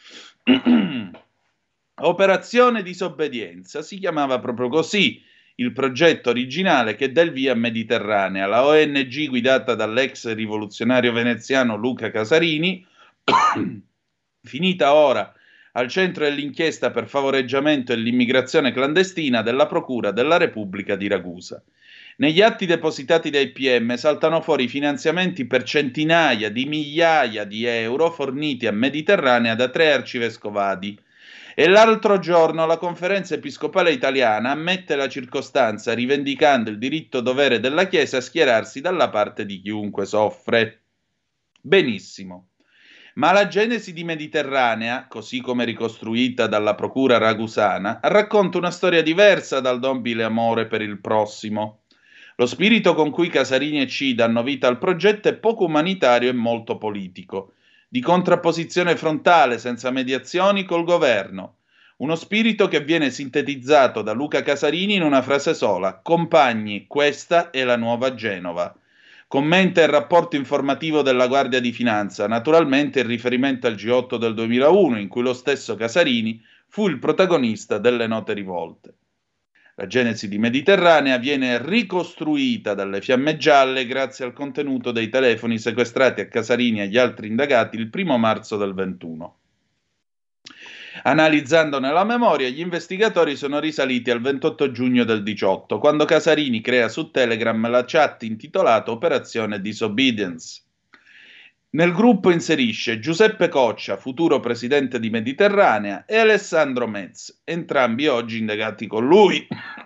Operazione Disobbedienza, si chiamava proprio così il progetto originale che dà il via a Mediterranea, la ONG guidata dall'ex rivoluzionario veneziano Luca Casarini, finita ora al centro dell'inchiesta per favoreggiamento e l'immigrazione clandestina della Procura della Repubblica di Ragusa. Negli atti depositati dai PM saltano fuori finanziamenti per centinaia di migliaia di euro forniti a Mediterranea da 3 arcivescovadi. E l'altro giorno la Conferenza Episcopale Italiana ammette la circostanza, rivendicando il diritto-dovere della Chiesa a schierarsi dalla parte di chiunque soffre. Benissimo. Ma la genesi di Mediterranea, così come ricostruita dalla procura ragusana, racconta una storia diversa dal nobile amore per il prossimo. Lo spirito con cui Casarini e Cida hanno vita al progetto è poco umanitario e molto politico, di contrapposizione frontale, senza mediazioni, col governo. Uno spirito che viene sintetizzato da Luca Casarini in una frase sola: compagni, questa è la nuova Genova. Commenta il rapporto informativo della Guardia di Finanza, naturalmente in riferimento al G8 del 2001, in cui lo stesso Casarini fu il protagonista delle note rivolte. La genesi di Mediterranea viene ricostruita dalle Fiamme Gialle grazie al contenuto dei telefoni sequestrati a Casarini e agli altri indagati il 1 marzo del 21. Analizzandone la memoria, gli investigatori sono risaliti al 28 giugno del 18, quando Casarini crea su Telegram la chat intitolata Operazione Disobedience. Nel gruppo inserisce Giuseppe Coccia, futuro presidente di Mediterranea, e Alessandro Metz, entrambi oggi indagati con lui.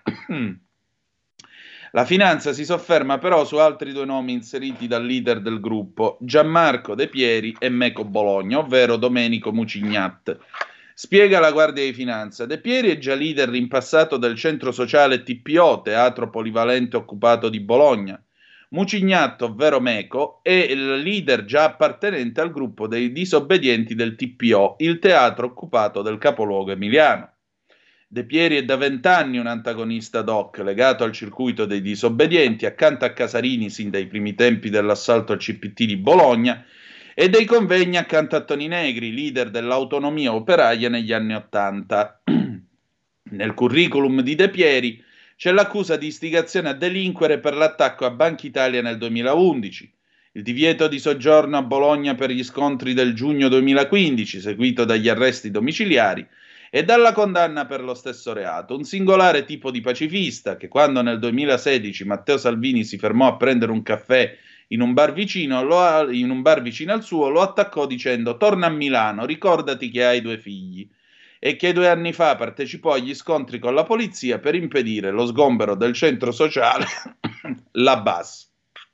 La Finanza si sofferma però su altri 2 nomi inseriti dal leader del gruppo, Gianmarco De Pieri e Meco Bologna, ovvero Domenico Mucignat. Spiega la Guardia di Finanza: De Pieri è già leader in passato del centro sociale TPO, Teatro Polivalente Occupato di Bologna. Mucignat, ovvero Meco, è il leader già appartenente al gruppo dei disobbedienti del TPO, il teatro occupato del capoluogo emiliano. De Pieri è da 20 anni un antagonista doc, legato al circuito dei disobbedienti, accanto a Casarini sin dai primi tempi dell'assalto al CPT di Bologna, e dei convegni accanto a Toni Negri, leader dell'autonomia operaia negli anni '80. Nel curriculum di De Pieri c'è l'accusa di istigazione a delinquere per l'attacco a Banca Italia nel 2011, il divieto di soggiorno a Bologna per gli scontri del giugno 2015, seguito dagli arresti domiciliari, e dalla condanna per lo stesso reato. Un singolare tipo di pacifista che, quando nel 2016 Matteo Salvini si fermò a prendere un caffè in un bar vicino al suo, lo attaccò dicendo: torna a Milano, ricordati che hai 2 figli, e che 2 anni fa partecipò agli scontri con la polizia per impedire lo sgombero del centro sociale La Bas.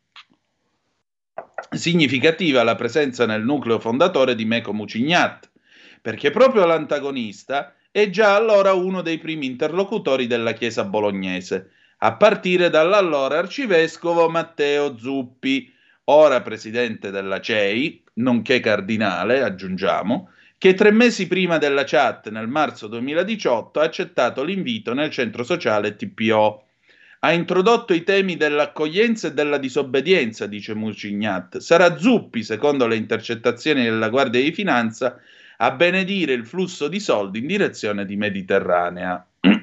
Significativa la presenza nel nucleo fondatore di Meco Mucignat, perché proprio l'antagonista è già allora uno dei primi interlocutori della Chiesa bolognese, a partire dall'allora arcivescovo Matteo Zuppi, ora presidente della CEI, nonché cardinale, aggiungiamo, che 3 mesi prima della chat, nel marzo 2018, ha accettato l'invito nel centro sociale TPO. Ha introdotto i temi dell'accoglienza e della disobbedienza, dice Mucignat. Sarà Zuppi, secondo le intercettazioni della Guardia di Finanza, a benedire il flusso di soldi in direzione di Mediterranea.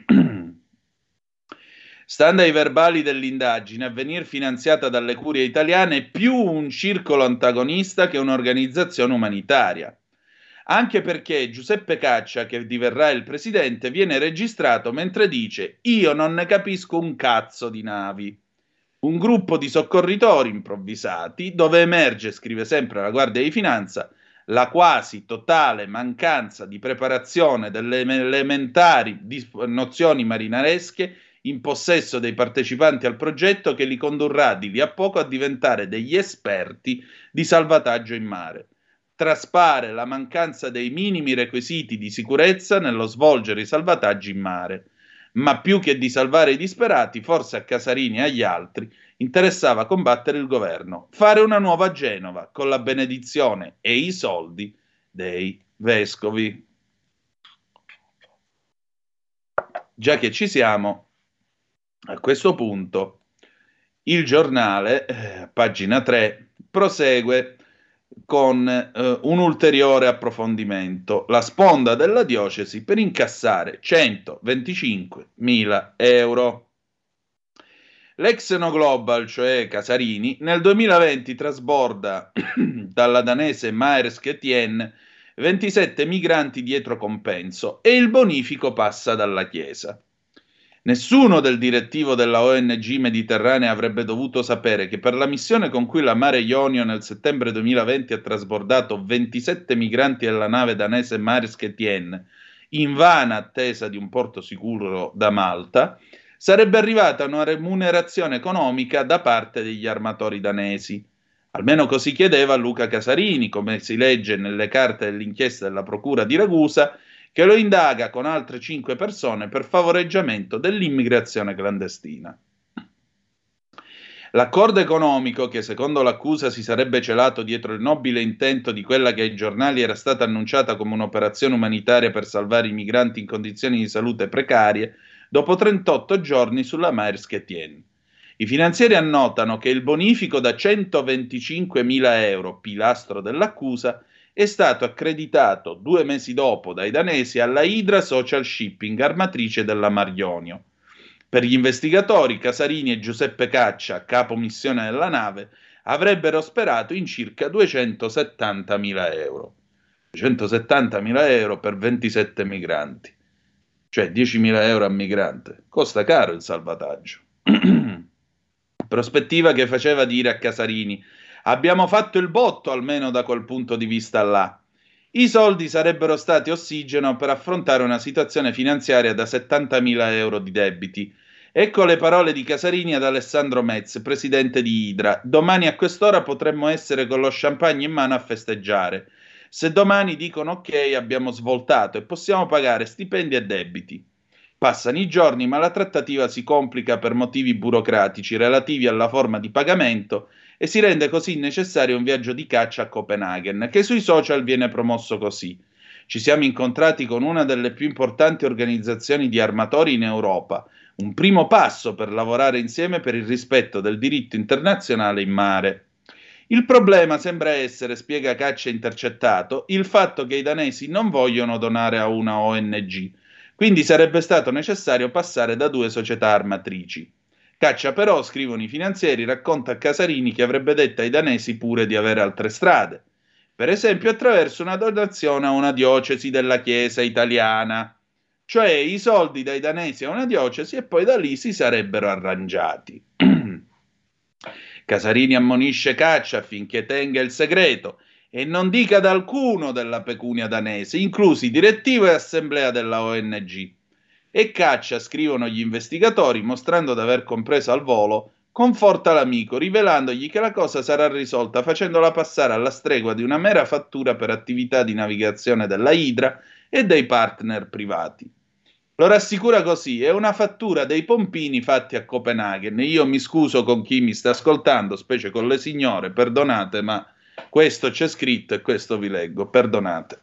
Stando ai verbali dell'indagine, a venir finanziata dalle curie italiane è più un circolo antagonista che un'organizzazione umanitaria. Anche perché Giuseppe Caccia, che diverrà il presidente, viene registrato mentre dice: io non ne capisco un cazzo di navi. Un gruppo di soccorritori improvvisati, dove emerge, scrive sempre la Guardia di Finanza, la quasi totale mancanza di preparazione delle elementari nozioni marinaresche in possesso dei partecipanti al progetto, che li condurrà di lì a poco a diventare degli esperti di salvataggio in mare. Traspare la mancanza dei minimi requisiti di sicurezza nello svolgere i salvataggi in mare. Ma più che di salvare i disperati, forse a Casarini e agli altri interessava combattere il governo, fare una nuova Genova con la benedizione e i soldi dei vescovi. Già che ci siamo, a questo punto il giornale, pagina 3, prosegue con un ulteriore approfondimento, la sponda della diocesi per incassare 125.000 euro. L'ex No Global, cioè Casarini, nel 2020 trasborda dalla danese Maersk Etienne 27 migranti dietro compenso e il bonifico passa dalla Chiesa. Nessuno del direttivo della ONG Mediterranea avrebbe dovuto sapere che per la missione con cui la Mare Jonio nel settembre 2020 ha trasbordato 27 migranti alla nave danese Maersk Etienne, in vana attesa di un porto sicuro da Malta, sarebbe arrivata una remunerazione economica da parte degli armatori danesi. Almeno così chiedeva Luca Casarini, come si legge nelle carte dell'inchiesta della Procura di Ragusa, che lo indaga con altre 5 persone per favoreggiamento dell'immigrazione clandestina. L'accordo economico, che secondo l'accusa si sarebbe celato dietro il nobile intento di quella che ai giornali era stata annunciata come un'operazione umanitaria per salvare i migranti in condizioni di salute precarie, dopo 38 giorni sulla Maersk Etienne. I finanzieri annotano che il bonifico da 125.000 euro, pilastro dell'accusa, è stato accreditato 2 mesi dopo dai danesi alla Hydra Social Shipping, armatrice della Mare Jonio. Per gli investigatori, Casarini e Giuseppe Caccia, capo missione della nave, avrebbero sperato in circa 270.000 euro. 270.000 euro per 27 migranti. Cioè 10.000 euro a migrante. Costa caro il salvataggio. Prospettiva che faceva dire a Casarini: abbiamo fatto il botto almeno da quel punto di vista là. I soldi sarebbero stati ossigeno per affrontare una situazione finanziaria da 70.000 euro di debiti. Ecco le parole di Casarini ad Alessandro Metz, presidente di Hydra. Domani a quest'ora potremmo essere con lo champagne in mano a festeggiare. Se domani dicono ok, abbiamo svoltato e possiamo pagare stipendi e debiti. Passano i giorni, ma la trattativa si complica per motivi burocratici relativi alla forma di pagamento e si rende così necessario un viaggio di caccia a Copenaghen, che sui social viene promosso così. Ci siamo incontrati con una delle più importanti organizzazioni di armatori in Europa, un primo passo per lavorare insieme per il rispetto del diritto internazionale in mare. Il problema sembra essere, spiega Caccia intercettato, il fatto che i danesi non vogliono donare a una ONG, quindi sarebbe stato necessario passare da 2 società armatrici. Caccia però, scrivono i finanzieri, racconta a Casarini che avrebbe detto ai danesi pure di avere altre strade, per esempio attraverso una donazione a una diocesi della Chiesa italiana, cioè i soldi dai danesi a una diocesi e poi da lì si sarebbero arrangiati. Casarini ammonisce Caccia affinché tenga il segreto e non dica ad alcuno della pecunia danese, inclusi direttivo e assemblea della ONG. E Caccia, scrivono gli investigatori, mostrando di aver compreso al volo, conforta l'amico, rivelandogli che la cosa sarà risolta facendola passare alla stregua di una mera fattura per attività di navigazione della Hydra e dei partner privati. Lo rassicura così: è una fattura dei pompini fatti a Copenaghen. Io mi scuso con chi mi sta ascoltando, specie con le signore, perdonate, ma questo c'è scritto e questo vi leggo, perdonate.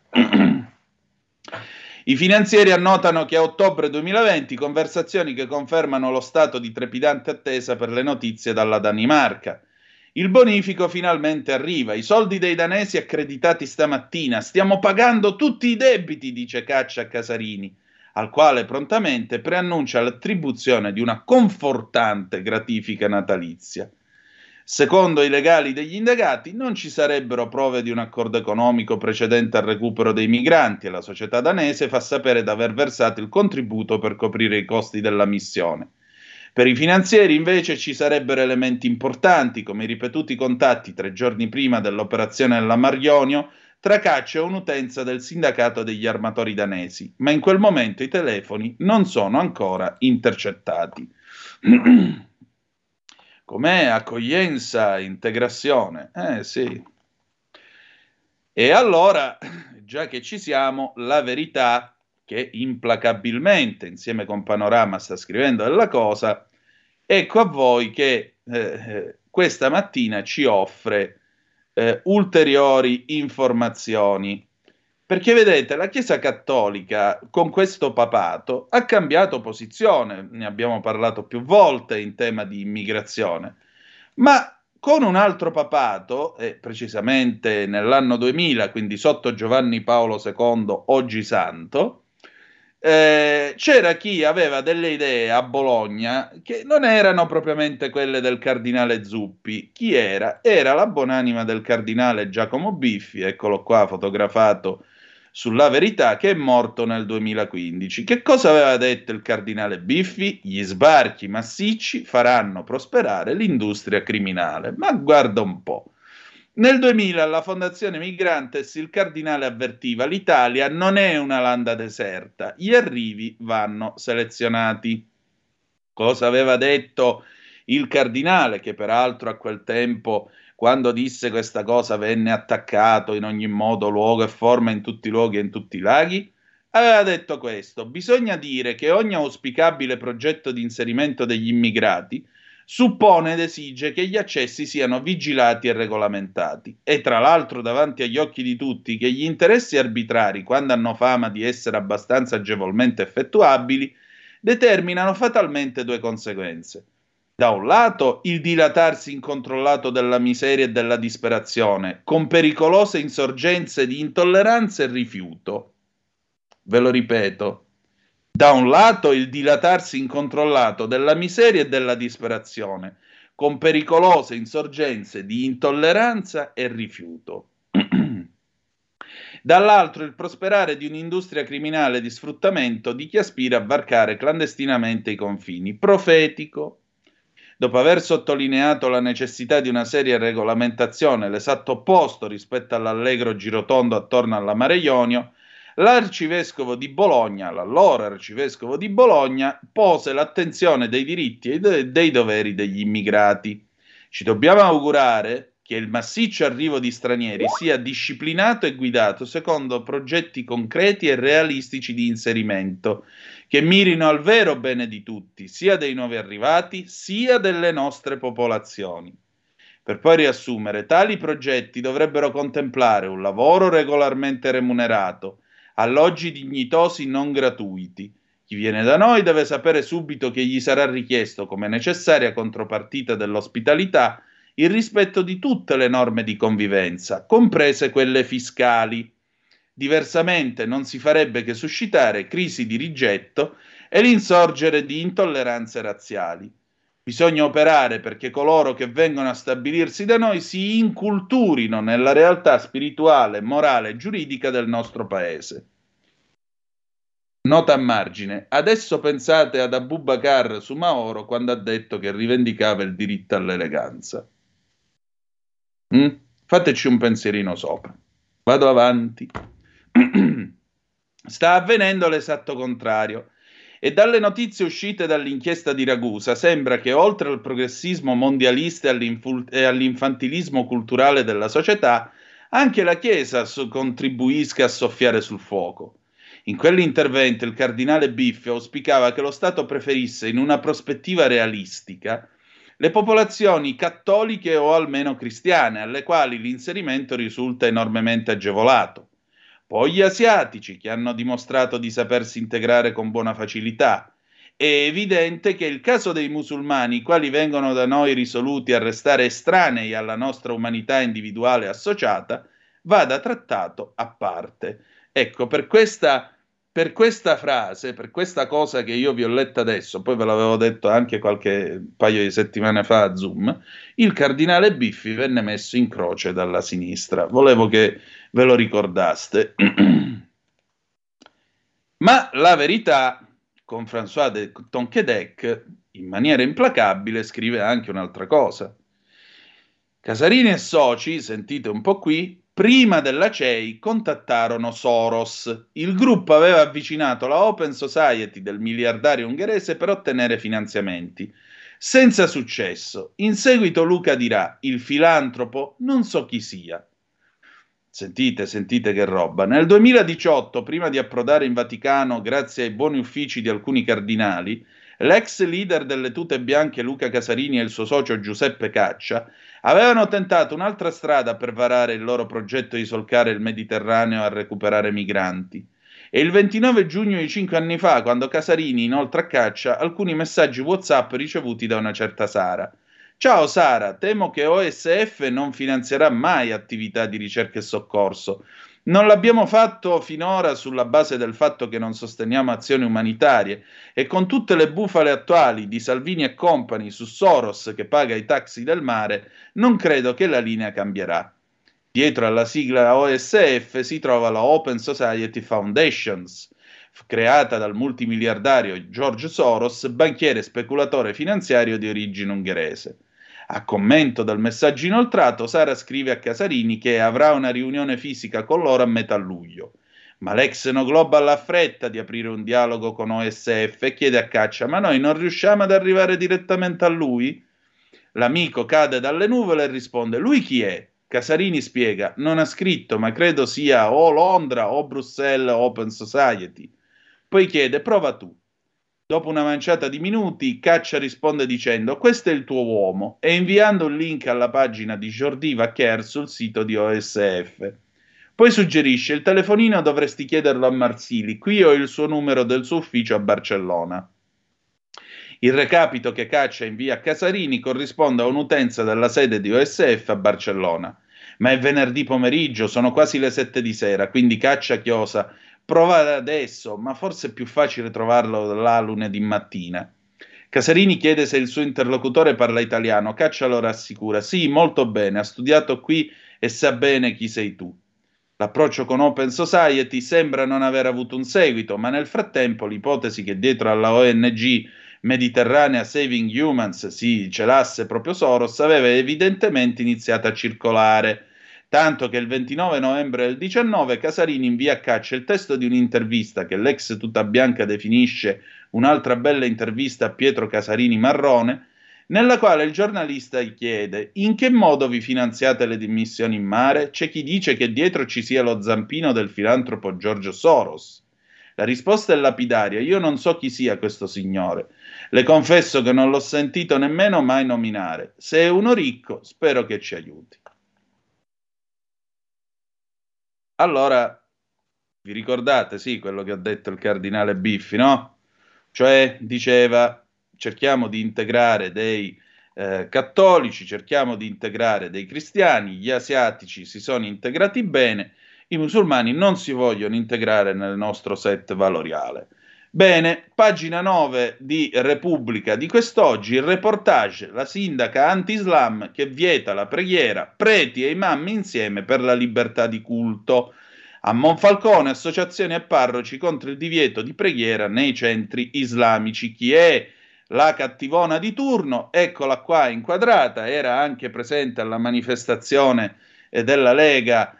I finanzieri annotano che a ottobre 2020 conversazioni che confermano lo stato di trepidante attesa per le notizie dalla Danimarca. Il bonifico finalmente arriva, i soldi dei danesi accreditati stamattina, stiamo pagando tutti i debiti, dice Caccia a Casarini, al quale prontamente preannuncia l'attribuzione di una confortante gratifica natalizia. Secondo i legali degli indagati non ci sarebbero prove di un accordo economico precedente al recupero dei migranti e la società danese fa sapere di aver versato il contributo per coprire i costi della missione. Per i finanzieri invece ci sarebbero elementi importanti come i ripetuti contatti 3 giorni prima dell'operazione nella Mare Jonio tra Caccia e un'utenza del sindacato degli armatori danesi, ma in quel momento i telefoni non sono ancora intercettati. Com'è accoglienza, integrazione? Sì. E allora, già che ci siamo, la Verità, che implacabilmente, insieme con Panorama, sta scrivendo della cosa, ecco a voi che questa mattina ci offre ulteriori informazioni. Perché vedete, la Chiesa Cattolica con questo papato ha cambiato posizione, ne abbiamo parlato più volte in tema di immigrazione, ma con un altro papato, precisamente nell'anno 2000, quindi sotto Giovanni Paolo II, oggi santo, c'era chi aveva delle idee a Bologna che non erano propriamente quelle del cardinale Zuppi. Chi era? Era la buonanima del cardinale Giacomo Biffi, eccolo qua fotografato sulla Verità, che è morto nel 2015. Che cosa aveva detto il cardinale Biffi? Gli sbarchi massicci faranno prosperare l'industria criminale. Ma guarda un po'. Nel 2000 alla Fondazione Migrantes il cardinale avvertiva: l'Italia non è una landa deserta, gli arrivi vanno selezionati. Cosa aveva detto il cardinale, che peraltro a quel tempo, quando disse questa cosa, venne attaccato in ogni modo, luogo e forma, in tutti i luoghi e in tutti i laghi? Aveva detto questo: bisogna dire che ogni auspicabile progetto di inserimento degli immigrati suppone ed esige che gli accessi siano vigilati e regolamentati, e tra l'altro davanti agli occhi di tutti che gli interessi arbitrari, quando hanno fama di essere abbastanza agevolmente effettuabili, determinano fatalmente due conseguenze. Da un lato il dilatarsi incontrollato della miseria e della disperazione, con pericolose insorgenze di intolleranza e rifiuto. Ve lo ripeto. Da un lato il dilatarsi incontrollato della miseria e della disperazione, con pericolose insorgenze di intolleranza e rifiuto. Dall'altro il prosperare di un'industria criminale di sfruttamento di chi aspira a varcare clandestinamente i confini. Profetico. Dopo aver sottolineato la necessità di una seria regolamentazione, l'esatto opposto rispetto all'allegro girotondo attorno alla Mare Ionio, l'arcivescovo di Bologna, l'allora arcivescovo di Bologna, pose l'attenzione dei diritti e dei doveri degli immigrati. Ci dobbiamo augurare che il massiccio arrivo di stranieri sia disciplinato e guidato secondo progetti concreti e realistici di inserimento, che mirino al vero bene di tutti, sia dei nuovi arrivati, sia delle nostre popolazioni. Per poi riassumere, tali progetti dovrebbero contemplare un lavoro regolarmente remunerato, alloggi dignitosi non gratuiti. Chi viene da noi deve sapere subito che gli sarà richiesto come necessaria contropartita dell'ospitalità il rispetto di tutte le norme di convivenza, comprese quelle fiscali. Diversamente non si farebbe che suscitare crisi di rigetto e l'insorgere di intolleranze razziali. Bisogna operare perché coloro che vengono a stabilirsi da noi si inculturino nella realtà spirituale, morale e giuridica del nostro paese. Nota a margine: adesso pensate ad Abubakar Sumaoro quando ha detto che rivendicava il diritto all'eleganza. Fateci un pensierino sopra. Vado avanti. Sta avvenendo l'esatto contrario. E dalle notizie uscite dall'inchiesta di Ragusa sembra che oltre al progressismo mondialista e all'infantilismo culturale della società, anche la Chiesa contribuisca a soffiare sul fuoco. In quell'intervento il cardinale Biffi auspicava che lo Stato preferisse, in una prospettiva realistica, le popolazioni cattoliche o almeno cristiane, alle quali l'inserimento risulta enormemente agevolato. Poi gli asiatici, che hanno dimostrato di sapersi integrare con buona facilità. È evidente che il caso dei musulmani, i quali vengono da noi risoluti a restare estranei alla nostra umanità individuale associata, vada trattato a parte. Ecco, per questa frase, per questa cosa che io vi ho letto adesso, poi ve l'avevo detto anche qualche paio di settimane fa a Zoom, il cardinale Biffi venne messo in croce dalla sinistra. Volevo che ve lo ricordaste. Ma la Verità, con François de Tonquédec, in maniera implacabile, scrive anche un'altra cosa. Casarini e soci, sentite un po' qui, prima della CEI contattarono Soros. Il gruppo aveva avvicinato la Open Society del miliardario ungherese per ottenere finanziamenti. Senza successo. In seguito Luca dirà: il filantropo non so chi sia. Sentite che roba. Nel 2018, prima di approdare in Vaticano grazie ai buoni uffici di alcuni cardinali, l'ex leader delle tute bianche Luca Casarini e il suo socio Giuseppe Caccia avevano tentato un'altra strada per varare il loro progetto di solcare il Mediterraneo a recuperare migranti. E il 29 giugno di 5 anni fa, quando Casarini inoltre a Caccia alcuni messaggi WhatsApp ricevuti da una certa Sara. Ciao Sara, temo che OSF non finanzierà mai attività di ricerca e soccorso. Non l'abbiamo fatto finora sulla base del fatto che non sosteniamo azioni umanitarie e con tutte le bufale attuali di Salvini e compagni su Soros che paga i taxi del mare, non credo che la linea cambierà. Dietro alla sigla OSF si trova la Open Society Foundations, creata dal multimiliardario George Soros, banchiere e speculatore finanziario di origine ungherese. A commento del messaggio inoltrato, Sara scrive a Casarini che avrà una riunione fisica con loro a metà luglio. Ma l'ex No Global ha fretta di aprire un dialogo con OSF e chiede a Caccia: ma noi non riusciamo ad arrivare direttamente a lui? L'amico cade dalle nuvole e risponde: lui chi è? Casarini spiega: non ha scritto, ma credo sia o Londra o Bruxelles Open Society. Poi chiede: prova tu. Dopo una manciata di minuti, Caccia risponde dicendo: questo è il tuo uomo, e inviando un link alla pagina di Jordi Vacher sul sito di OSF. Poi suggerisce: il telefonino dovresti chiederlo a Marsili, qui ho il suo numero del suo ufficio a Barcellona. Il recapito che Caccia invia a Casarini corrisponde a un'utenza della sede di OSF a Barcellona. Ma è venerdì pomeriggio, sono quasi le 7 di sera, quindi Caccia chiosa: provare adesso, ma forse è più facile trovarlo là lunedì mattina. Casarini chiede se il suo interlocutore parla italiano. Caccia lo rassicura: sì, molto bene, ha studiato qui e sa bene chi sei tu. L'approccio con Open Society sembra non aver avuto un seguito, ma nel frattempo l'ipotesi che dietro alla ONG Mediterranea Saving Humans si celasse proprio Soros aveva evidentemente iniziato a circolare, tanto che il 29 novembre del 19 Casarini invia a Caccia il testo di un'intervista che l'ex Tuta Bianca definisce un'altra bella intervista a Pietro Casarini Marrone, nella quale il giornalista gli chiede: in che modo vi finanziate le dimissioni in mare? C'è chi dice che dietro ci sia lo zampino del filantropo George Soros. La risposta è lapidaria: io non so chi sia questo signore. Le confesso che non l'ho sentito nemmeno mai nominare. Se è uno ricco, spero che ci aiuti. Allora, vi ricordate, sì, quello che ha detto il cardinale Biffi, no? Cioè, diceva: cerchiamo di integrare dei cattolici, cerchiamo di integrare dei cristiani, gli asiatici si sono integrati bene, i musulmani non si vogliono integrare nel nostro set valoriale. Bene, pagina 9 di Repubblica di quest'oggi, il reportage: la sindaca anti-islam che vieta la preghiera, preti e imam insieme per la libertà di culto. A Monfalcone, associazioni e parroci contro il divieto di preghiera nei centri islamici. Chi è la cattivona di turno? Eccola qua inquadrata, era anche presente alla manifestazione della Lega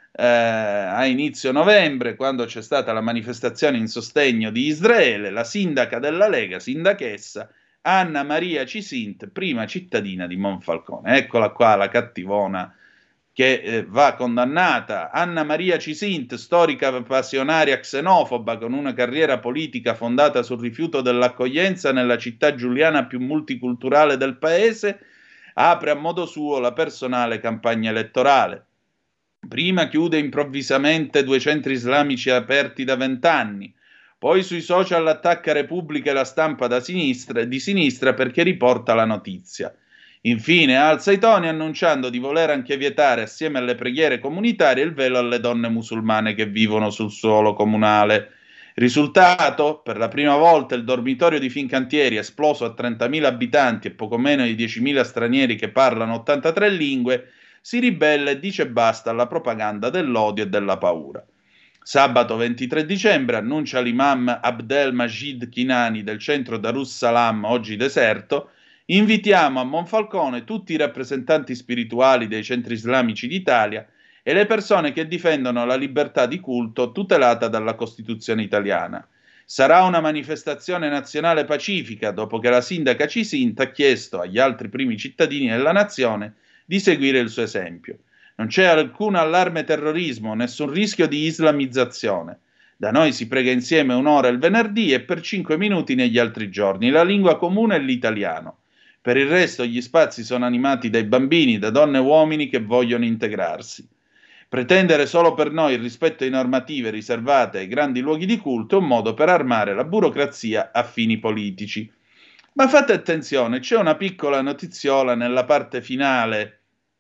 a inizio novembre, quando c'è stata la manifestazione in sostegno di Israele, la sindaca della Lega, sindachessa Anna Maria Cisint, prima cittadina di Monfalcone. Eccola qua la cattivona che va condannata. Anna Maria Cisint, storica passionaria xenofoba con una carriera politica fondata sul rifiuto dell'accoglienza nella città giuliana più multiculturale del paese, apre a modo suo la personale campagna elettorale. Prima chiude improvvisamente 2 centri islamici aperti da 20 anni, poi sui social attacca Repubblica e la stampa di sinistra perché riporta la notizia. Infine alza i toni annunciando di voler anche vietare, assieme alle preghiere comunitarie, il velo alle donne musulmane che vivono sul suolo comunale. Risultato? Per la prima volta il dormitorio di Fincantieri, esploso a 30.000 abitanti e poco meno di 10.000 stranieri che parlano 83 lingue, si ribella e dice basta alla propaganda dell'odio e della paura. Sabato 23 dicembre annuncia l'imam Abdel Majid Kinani del centro Darus Salam, oggi deserto: invitiamo a Monfalcone tutti i rappresentanti spirituali dei centri islamici d'Italia e le persone che difendono la libertà di culto tutelata dalla Costituzione italiana. Sarà una manifestazione nazionale pacifica, dopo che la sindaca Cisint ha chiesto agli altri primi cittadini della nazione di seguire il suo esempio. Non c'è alcun allarme terrorismo, nessun rischio di islamizzazione. Da noi si prega insieme un'ora il venerdì e per 5 minuti negli altri giorni. La lingua comune è l'italiano. Per il resto gli spazi sono animati dai bambini, da donne e uomini che vogliono integrarsi. Pretendere solo per noi il rispetto di normative riservate ai grandi luoghi di culto è un modo per armare la burocrazia a fini politici. Ma fate attenzione, c'è una piccola notiziola nella parte finale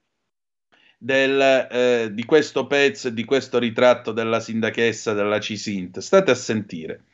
di questo pezzo, di questo ritratto della sindachessa della CISINT. State a sentire.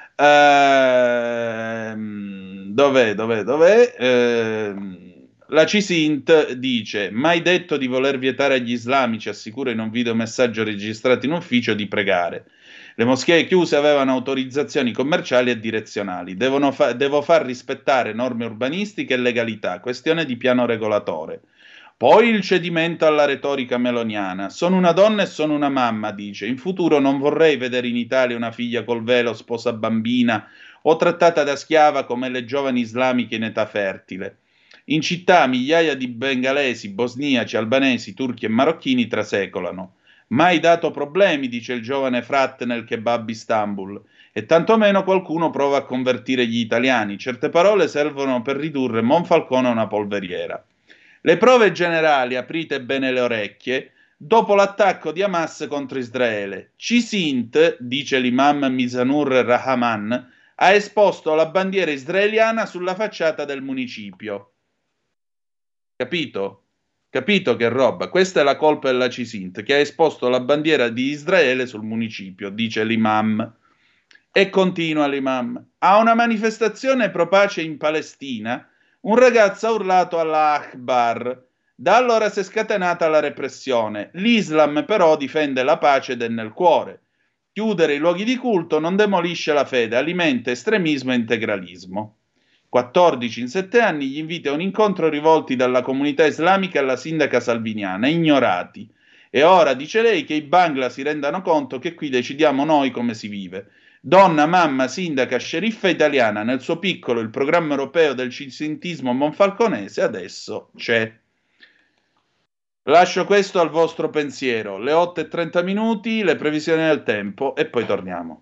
Dov'è? La CISINT dice: mai detto di voler vietare agli islamici, assicura in un videomessaggio registrato in ufficio, di pregare. Le moschee chiuse avevano autorizzazioni commerciali e direzionali. Devo far rispettare norme urbanistiche e legalità, questione di piano regolatore. Poi il cedimento alla retorica meloniana. Sono una donna e sono una mamma, dice. In futuro non vorrei vedere in Italia una figlia col velo, sposa bambina o trattata da schiava come le giovani islamiche in età fertile. In città migliaia di bengalesi, bosniaci, albanesi, turchi e marocchini trasecolano. Mai dato problemi, dice il giovane Frat nel kebab Istanbul, e tantomeno qualcuno prova a convertire gli italiani. Certe parole servono per ridurre Monfalcone a una polveriera. Le prove generali, aprite bene le orecchie, dopo l'attacco di Hamas contro Israele. CISINT, dice l'imam Mizanur Rahman, ha esposto la bandiera israeliana sulla facciata del municipio. Capito? Capito che roba? Questa è la colpa della CISINT, che ha esposto la bandiera di Israele sul municipio, dice l'imam. E continua l'imam. A una manifestazione pro pace in Palestina, un ragazzo ha urlato Allah Akbar. Da allora si è scatenata la repressione. L'Islam però difende la pace ed è nel cuore. Chiudere i luoghi di culto non demolisce la fede, alimenta estremismo e integralismo. 14 in 7 anni gli inviti a un incontro rivolti dalla comunità islamica alla sindaca salviniana, ignorati. E ora dice lei che i Bangla si rendano conto che qui decidiamo noi come si vive. Donna, mamma, sindaca, sceriffa italiana, nel suo piccolo il programma europeo del cisintismo monfalconese adesso c'è. Lascio questo al vostro pensiero. Le 8:30, le previsioni del tempo e poi torniamo.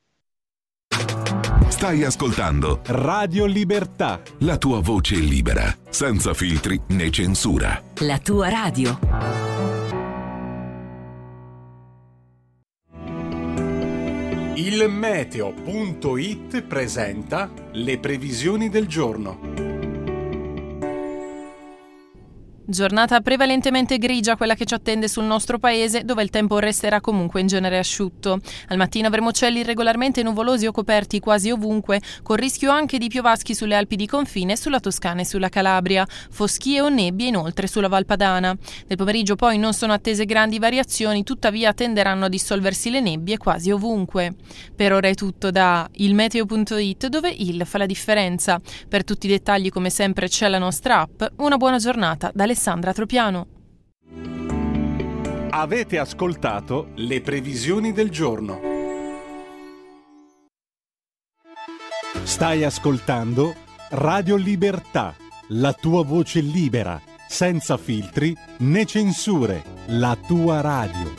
Stai ascoltando Radio Libertà. La tua voce libera, senza filtri né censura. La tua radio. Il meteo.it presenta le previsioni del giorno. Giornata prevalentemente grigia quella che ci attende sul nostro paese, dove il tempo resterà comunque in genere asciutto. Al mattino avremo cieli irregolarmente nuvolosi o coperti quasi ovunque, con rischio anche di piovaschi sulle Alpi di confine, sulla Toscana e sulla Calabria, foschie o nebbie inoltre sulla Val Padana. Nel pomeriggio poi non sono attese grandi variazioni, tuttavia tenderanno a dissolversi le nebbie quasi ovunque. Per ora è tutto da ilmeteo.it, dove il fa la differenza. Per tutti i dettagli, come sempre, c'è la nostra app. Una buona giornata da Alessandra Tropiano. Avete ascoltato le previsioni del giorno. Stai ascoltando Radio Libertà, la tua voce libera, senza filtri né censure, la tua radio.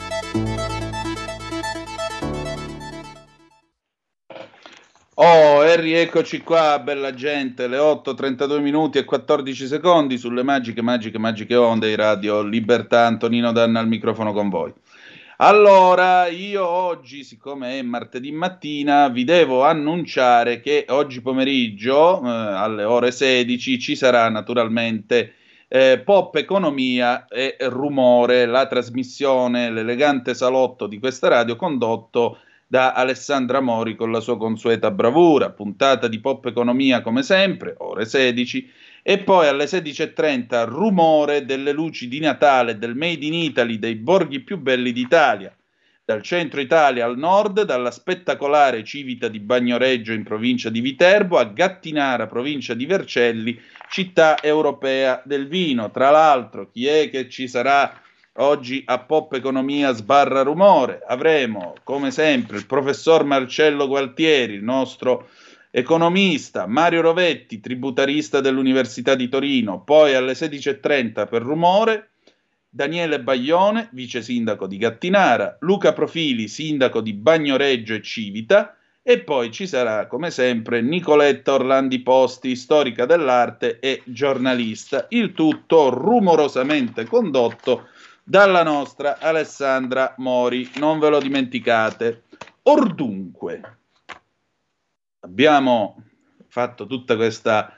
Oh, e rieccoci qua, bella gente, le 8:32 e 14 secondi sulle magiche onde di Radio Libertà. Antonino Danna al microfono con voi. Allora, io oggi, siccome è martedì mattina, vi devo annunciare che oggi pomeriggio, alle ore 16, ci sarà naturalmente Pop Economia e Rumore, la trasmissione, l'elegante salotto di questa radio condotto da Alessandra Mori con la sua consueta bravura. Puntata di Pop Economia come sempre, ore 16, e poi alle 16:30 Rumore delle luci di Natale del Made in Italy, dei borghi più belli d'Italia, dal centro Italia al nord, dalla spettacolare Civita di Bagnoregio in provincia di Viterbo a Gattinara, provincia di Vercelli, città europea del vino. Tra l'altro, chi è che ci sarà oggi a Pop Economia / Rumore? Avremo, come sempre, il professor Marcello Gualtieri, il nostro economista, Mario Rovetti, tributarista dell'Università di Torino, poi alle 16:30 per Rumore, Daniele Baglione, vice sindaco di Gattinara, Luca Profili, sindaco di Bagnoregio e Civita, e poi ci sarà, come sempre, Nicoletta Orlandi Posti, storica dell'arte e giornalista, il tutto rumorosamente condotto dalla nostra Alessandra Mori, non ve lo dimenticate. Or dunque, abbiamo fatto tutta questa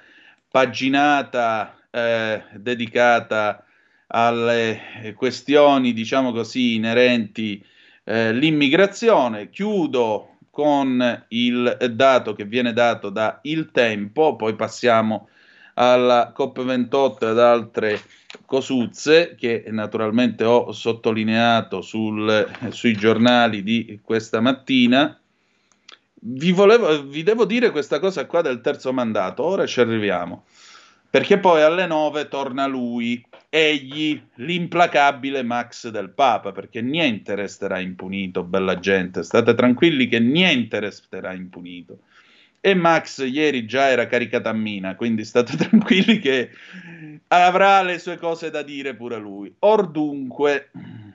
paginata dedicata alle questioni, diciamo così, inerenti all'immigrazione. Chiudo con il dato che viene dato da Il Tempo, poi passiamo alla COP28 ed altre cosuzze che naturalmente ho sottolineato sui giornali di questa mattina. Vi devo dire questa cosa qua del terzo mandato, ora ci arriviamo, perché poi alle 9 torna lui, egli, l'implacabile Max del Papa, perché niente resterà impunito, bella gente, state tranquilli che niente resterà impunito. E Max ieri già era caricata a mina, quindi state tranquilli che avrà le sue cose da dire pure lui. Or dunque,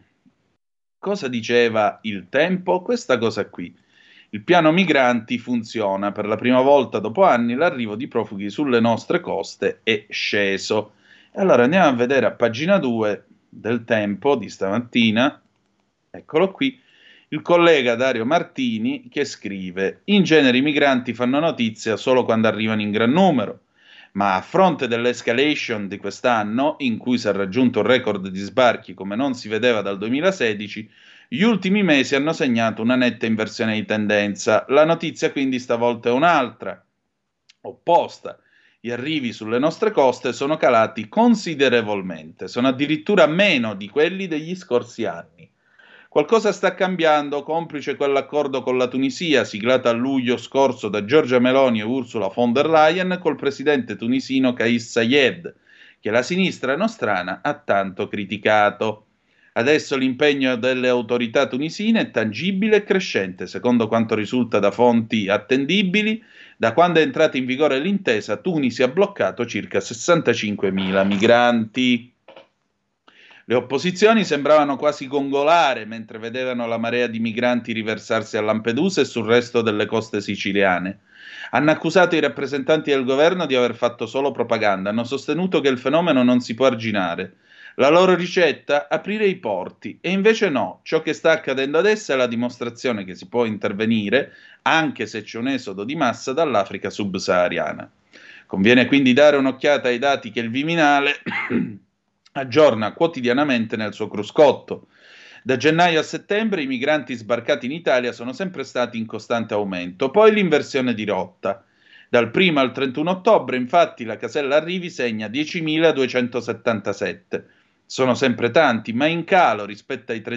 cosa diceva Il Tempo? Questa cosa qui. Il piano migranti funziona. Per la prima volta dopo anni l'arrivo di profughi sulle nostre coste è sceso. E allora andiamo a vedere a pagina 2 del Tempo di stamattina. Eccolo qui. Il collega Dario Martini che scrive: in genere i migranti fanno notizia solo quando arrivano in gran numero, ma a fronte dell'escalation di quest'anno, in cui si è raggiunto un record di sbarchi come non si vedeva dal 2016, gli ultimi mesi hanno segnato una netta inversione di tendenza. La notizia quindi stavolta è un'altra, opposta. Gli arrivi sulle nostre coste sono calati considerevolmente, sono addirittura meno di quelli degli scorsi anni. Qualcosa sta cambiando, complice quell'accordo con la Tunisia, siglato a luglio scorso da Giorgia Meloni e Ursula von der Leyen col presidente tunisino Kais Saied, che la sinistra nostrana ha tanto criticato. Adesso l'impegno delle autorità tunisine è tangibile e crescente, secondo quanto risulta da fonti attendibili. Da quando è entrata in vigore l'intesa, Tunisi ha bloccato circa 65.000 migranti. Le opposizioni sembravano quasi gongolare mentre vedevano la marea di migranti riversarsi a Lampedusa e sul resto delle coste siciliane. Hanno accusato i rappresentanti del governo di aver fatto solo propaganda, hanno sostenuto che il fenomeno non si può arginare. La loro ricetta? Aprire i porti. E invece no, ciò che sta accadendo adesso è la dimostrazione che si può intervenire, anche se c'è un esodo di massa dall'Africa subsahariana. Conviene quindi dare un'occhiata ai dati che il Viminale aggiorna quotidianamente nel suo cruscotto. Da gennaio a settembre i migranti sbarcati in Italia sono sempre stati in costante aumento, poi l'inversione di rotta. Dal 1 al 31 ottobre, infatti, la casella arrivi segna 10.277. Sono sempre tanti, ma in calo rispetto ai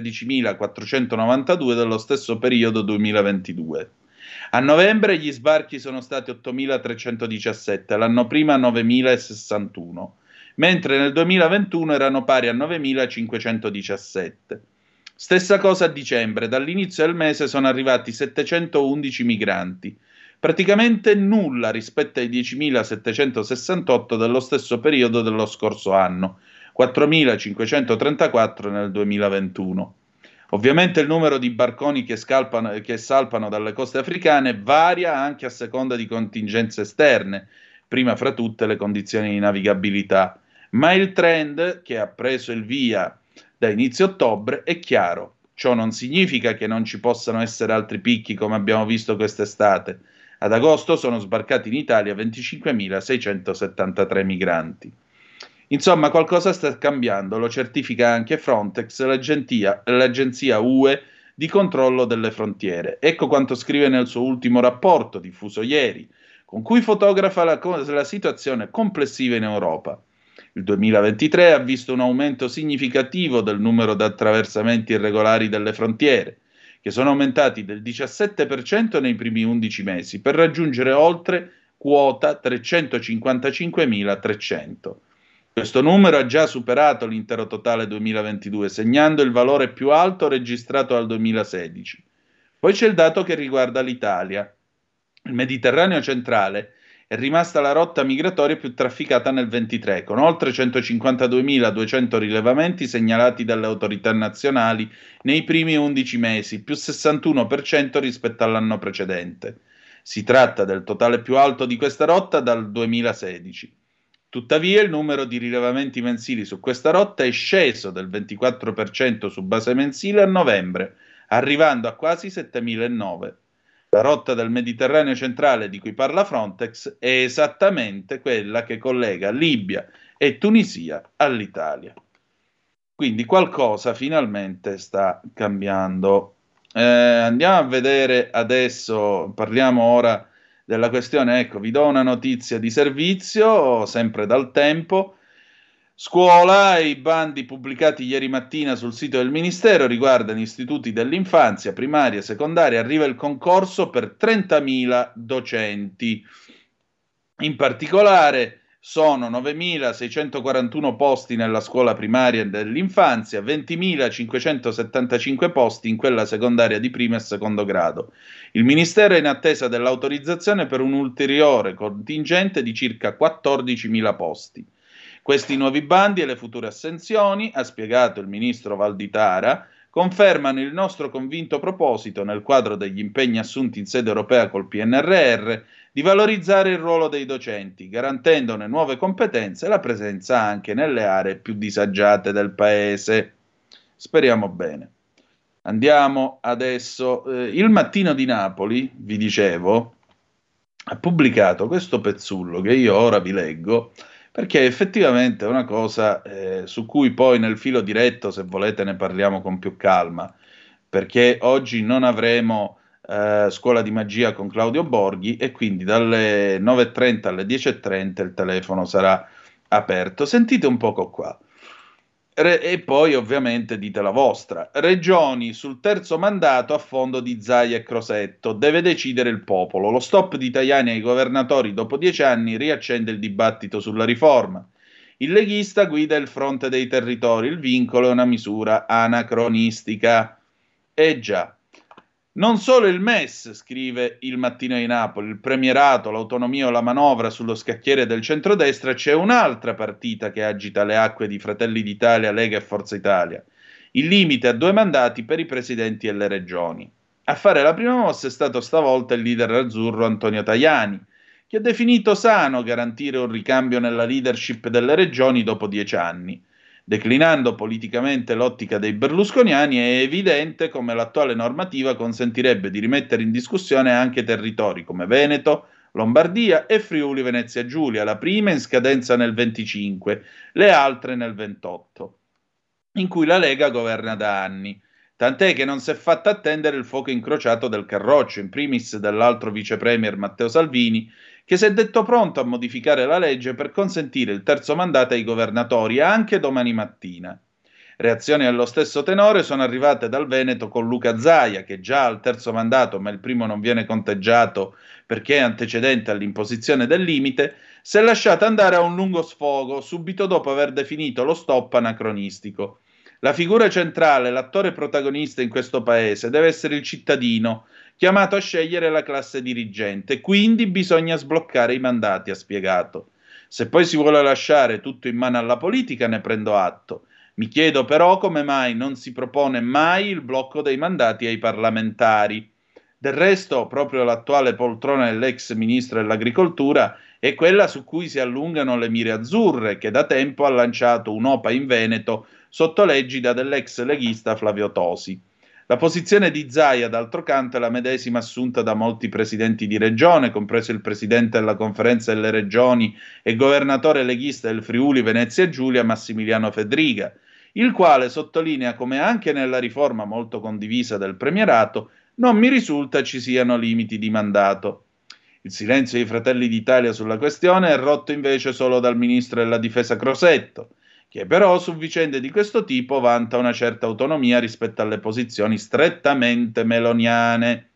13.492 dello stesso periodo 2022. A novembre gli sbarchi sono stati 8.317, l'anno prima 9.061, mentre nel 2021 erano pari a 9.517. Stessa cosa a dicembre, dall'inizio del mese sono arrivati 711 migranti, praticamente nulla rispetto ai 10.768 dello stesso periodo dello scorso anno, 4.534 nel 2021. Ovviamente il numero di barconi che salpano dalle coste africane varia anche a seconda di contingenze esterne, prima fra tutte le condizioni di navigabilità, ma il trend che ha preso il via da inizio ottobre è chiaro. Ciò non significa che non ci possano essere altri picchi come abbiamo visto quest'estate. Ad agosto sono sbarcati in Italia 25.673 migranti. Insomma, qualcosa sta cambiando, lo certifica anche Frontex, l'agenzia UE di controllo delle frontiere. Ecco quanto scrive nel suo ultimo rapporto, diffuso ieri, con cui fotografa la situazione complessiva in Europa. Il 2023 ha visto un aumento significativo del numero di attraversamenti irregolari delle frontiere, che sono aumentati del 17% nei primi 11 mesi, per raggiungere oltre quota 355.300. Questo numero ha già superato l'intero totale 2022, segnando il valore più alto registrato dal 2016. Poi c'è il dato che riguarda l'Italia. Il Mediterraneo centrale è rimasta la rotta migratoria più trafficata nel 23, con oltre 152.200 rilevamenti segnalati dalle autorità nazionali nei primi 11 mesi, più 61% rispetto all'anno precedente. Si tratta del totale più alto di questa rotta dal 2016. Tuttavia il numero di rilevamenti mensili su questa rotta è sceso del 24% su base mensile a novembre, arrivando a quasi 7.009. La rotta del Mediterraneo centrale di cui parla Frontex è esattamente quella che collega Libia e Tunisia all'Italia. Quindi qualcosa finalmente sta cambiando. Andiamo a vedere adesso, parliamo ora della questione, ecco, vi do una notizia di servizio, sempre dal Tempo. Scuola, i bandi pubblicati ieri mattina sul sito del Ministero riguardano istituti dell'infanzia, primaria, secondaria, arriva il concorso per 30.000 docenti. In particolare sono 9.641 posti nella scuola primaria dell'infanzia, 20.575 posti in quella secondaria di primo e secondo grado. Il Ministero è in attesa dell'autorizzazione per un ulteriore contingente di circa 14.000 posti. Questi nuovi bandi e le future assenzioni, ha spiegato il ministro Valditara, confermano il nostro convinto proposito, nel quadro degli impegni assunti in sede europea col PNRR, di valorizzare il ruolo dei docenti, garantendone nuove competenze e la presenza anche nelle aree più disagiate del Paese. Speriamo bene. Andiamo adesso. Il Mattino di Napoli, vi dicevo, ha pubblicato questo pezzullo che io ora vi leggo, perché effettivamente è una cosa su cui poi nel filo diretto, se volete, ne parliamo con più calma, perché oggi non avremo Scuola di Magia con Claudio Borghi e quindi dalle 9.30 alle 10.30 il telefono sarà aperto. Sentite un poco qua. E poi ovviamente dite la vostra. Regioni sul terzo mandato a fondo di Zaia e Crosetto. Deve decidere il popolo. Lo stop di Tajani ai governatori dopo 10 anni riaccende il dibattito sulla riforma. Il leghista guida il fronte dei territori. Il vincolo è una misura anacronistica. Già. Non solo il MES, scrive il Mattino di Napoli, il premierato, l'autonomia o la manovra sullo scacchiere del centrodestra, c'è un'altra partita che agita le acque di Fratelli d'Italia, Lega e Forza Italia. Il limite a 2 mandati per i presidenti e le regioni. A fare la prima mossa è stato stavolta il leader azzurro Antonio Tajani, che ha definito sano garantire un ricambio nella leadership delle regioni dopo 10 anni. Declinando politicamente l'ottica dei berlusconiani, è evidente come l'attuale normativa consentirebbe di rimettere in discussione anche territori come Veneto, Lombardia e Friuli Venezia Giulia, la prima in scadenza nel 25, le altre nel 28, in cui la Lega governa da anni. Tant'è che non si è fatta attendere il fuoco incrociato del Carroccio, in primis dell'altro vice premier Matteo Salvini, che si è detto pronto a modificare la legge per consentire il terzo mandato ai governatori anche domani mattina. Reazioni allo stesso tenore sono arrivate dal Veneto con Luca Zaia, che già al terzo mandato, ma il primo non viene conteggiato perché è antecedente all'imposizione del limite, si è lasciata andare a un lungo sfogo subito dopo aver definito lo stop anacronistico. La figura centrale, l'attore protagonista in questo paese deve essere il cittadino, chiamato a scegliere la classe dirigente, quindi bisogna sbloccare i mandati, ha spiegato. Se poi si vuole lasciare tutto in mano alla politica, ne prendo atto. Mi chiedo però come mai non si propone mai il blocco dei mandati ai parlamentari. Del resto, proprio l'attuale poltrona dell'ex ministro dell'agricoltura è quella su cui si allungano le mire azzurre, che da tempo ha lanciato un'OPA in Veneto sotto l'egida dell'ex leghista Flavio Tosi. La posizione di Zaia, d'altro canto, è la medesima assunta da molti presidenti di regione, compreso il presidente della conferenza delle regioni e governatore leghista del Friuli Venezia Giulia Massimiliano Fedriga, il quale sottolinea come anche nella riforma molto condivisa del premierato non mi risulta ci siano limiti di mandato. Il silenzio dei Fratelli d'Italia sulla questione è rotto invece solo dal ministro della difesa Crosetto, che però su vicende di questo tipo vanta una certa autonomia rispetto alle posizioni strettamente meloniane.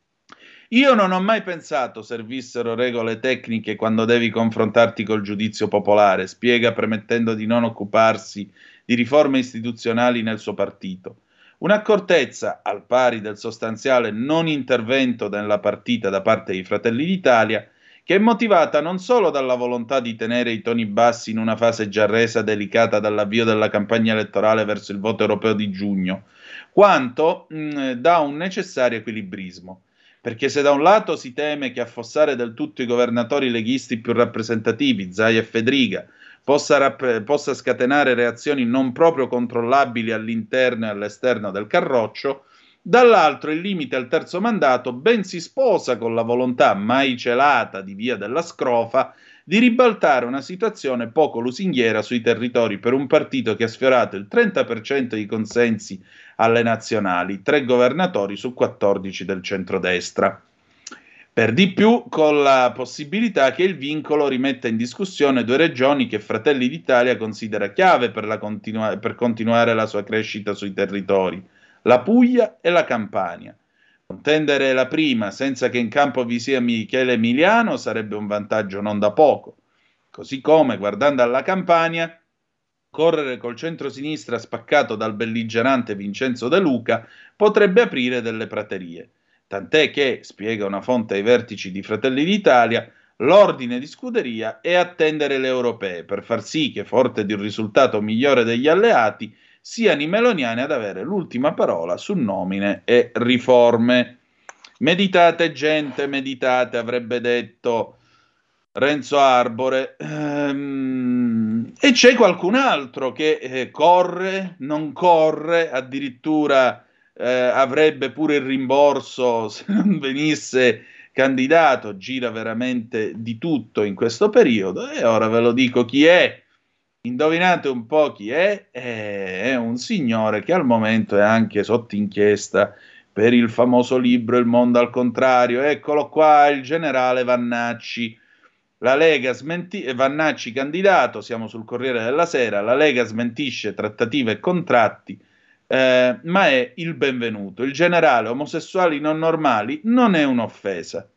Io non ho mai pensato servissero regole tecniche quando devi confrontarti col giudizio popolare, spiega premettendo di non occuparsi di riforme istituzionali nel suo partito. Un'accortezza, al pari del sostanziale non intervento nella partita da parte dei Fratelli d'Italia, che è motivata non solo dalla volontà di tenere i toni bassi in una fase già resa delicata dall'avvio della campagna elettorale verso il voto europeo di giugno, quanto da un necessario equilibrismo. Perché se da un lato si teme che affossare del tutto i governatori leghisti più rappresentativi, Zaia e Fedriga, possa scatenare reazioni non proprio controllabili all'interno e all'esterno del Carroccio, Dall'altro, il limite al terzo mandato ben si sposa con la volontà mai celata di Via della Scrofa di ribaltare una situazione poco lusinghiera sui territori per un partito che ha sfiorato il 30% di consensi alle nazionali, 3 governatori su 14 del centrodestra. Per di più, con la possibilità che il vincolo rimetta in discussione 2 regioni che Fratelli d'Italia considera chiave per continuare la sua crescita sui territori, la Puglia e la Campania. Contendere la prima senza che in campo vi sia Michele Emiliano sarebbe un vantaggio non da poco. Così come, guardando alla Campania, correre col centrosinistra spaccato dal belligerante Vincenzo De Luca potrebbe aprire delle praterie. Tant'è che, spiega una fonte ai vertici di Fratelli d'Italia, l'ordine di scuderia è attendere le europee per far sì che, forte di un risultato migliore degli alleati, siano i meloniani ad avere l'ultima parola su nomine e riforme. Meditate, gente, meditate, avrebbe detto Renzo Arbore. E c'è qualcun altro che corre, non corre, addirittura avrebbe pure il rimborso se non venisse candidato, gira veramente di tutto in questo periodo, e ora ve lo dico chi è. Indovinate un po' chi è un signore che al momento è anche sotto inchiesta per il famoso libro Il mondo al contrario. Eccolo qua, il generale Vannacci. La Lega Vannacci candidato, siamo sul Corriere della Sera, la Lega smentisce trattative e contratti, ma è il benvenuto. Il generale omosessuali non normali non è un'offesa.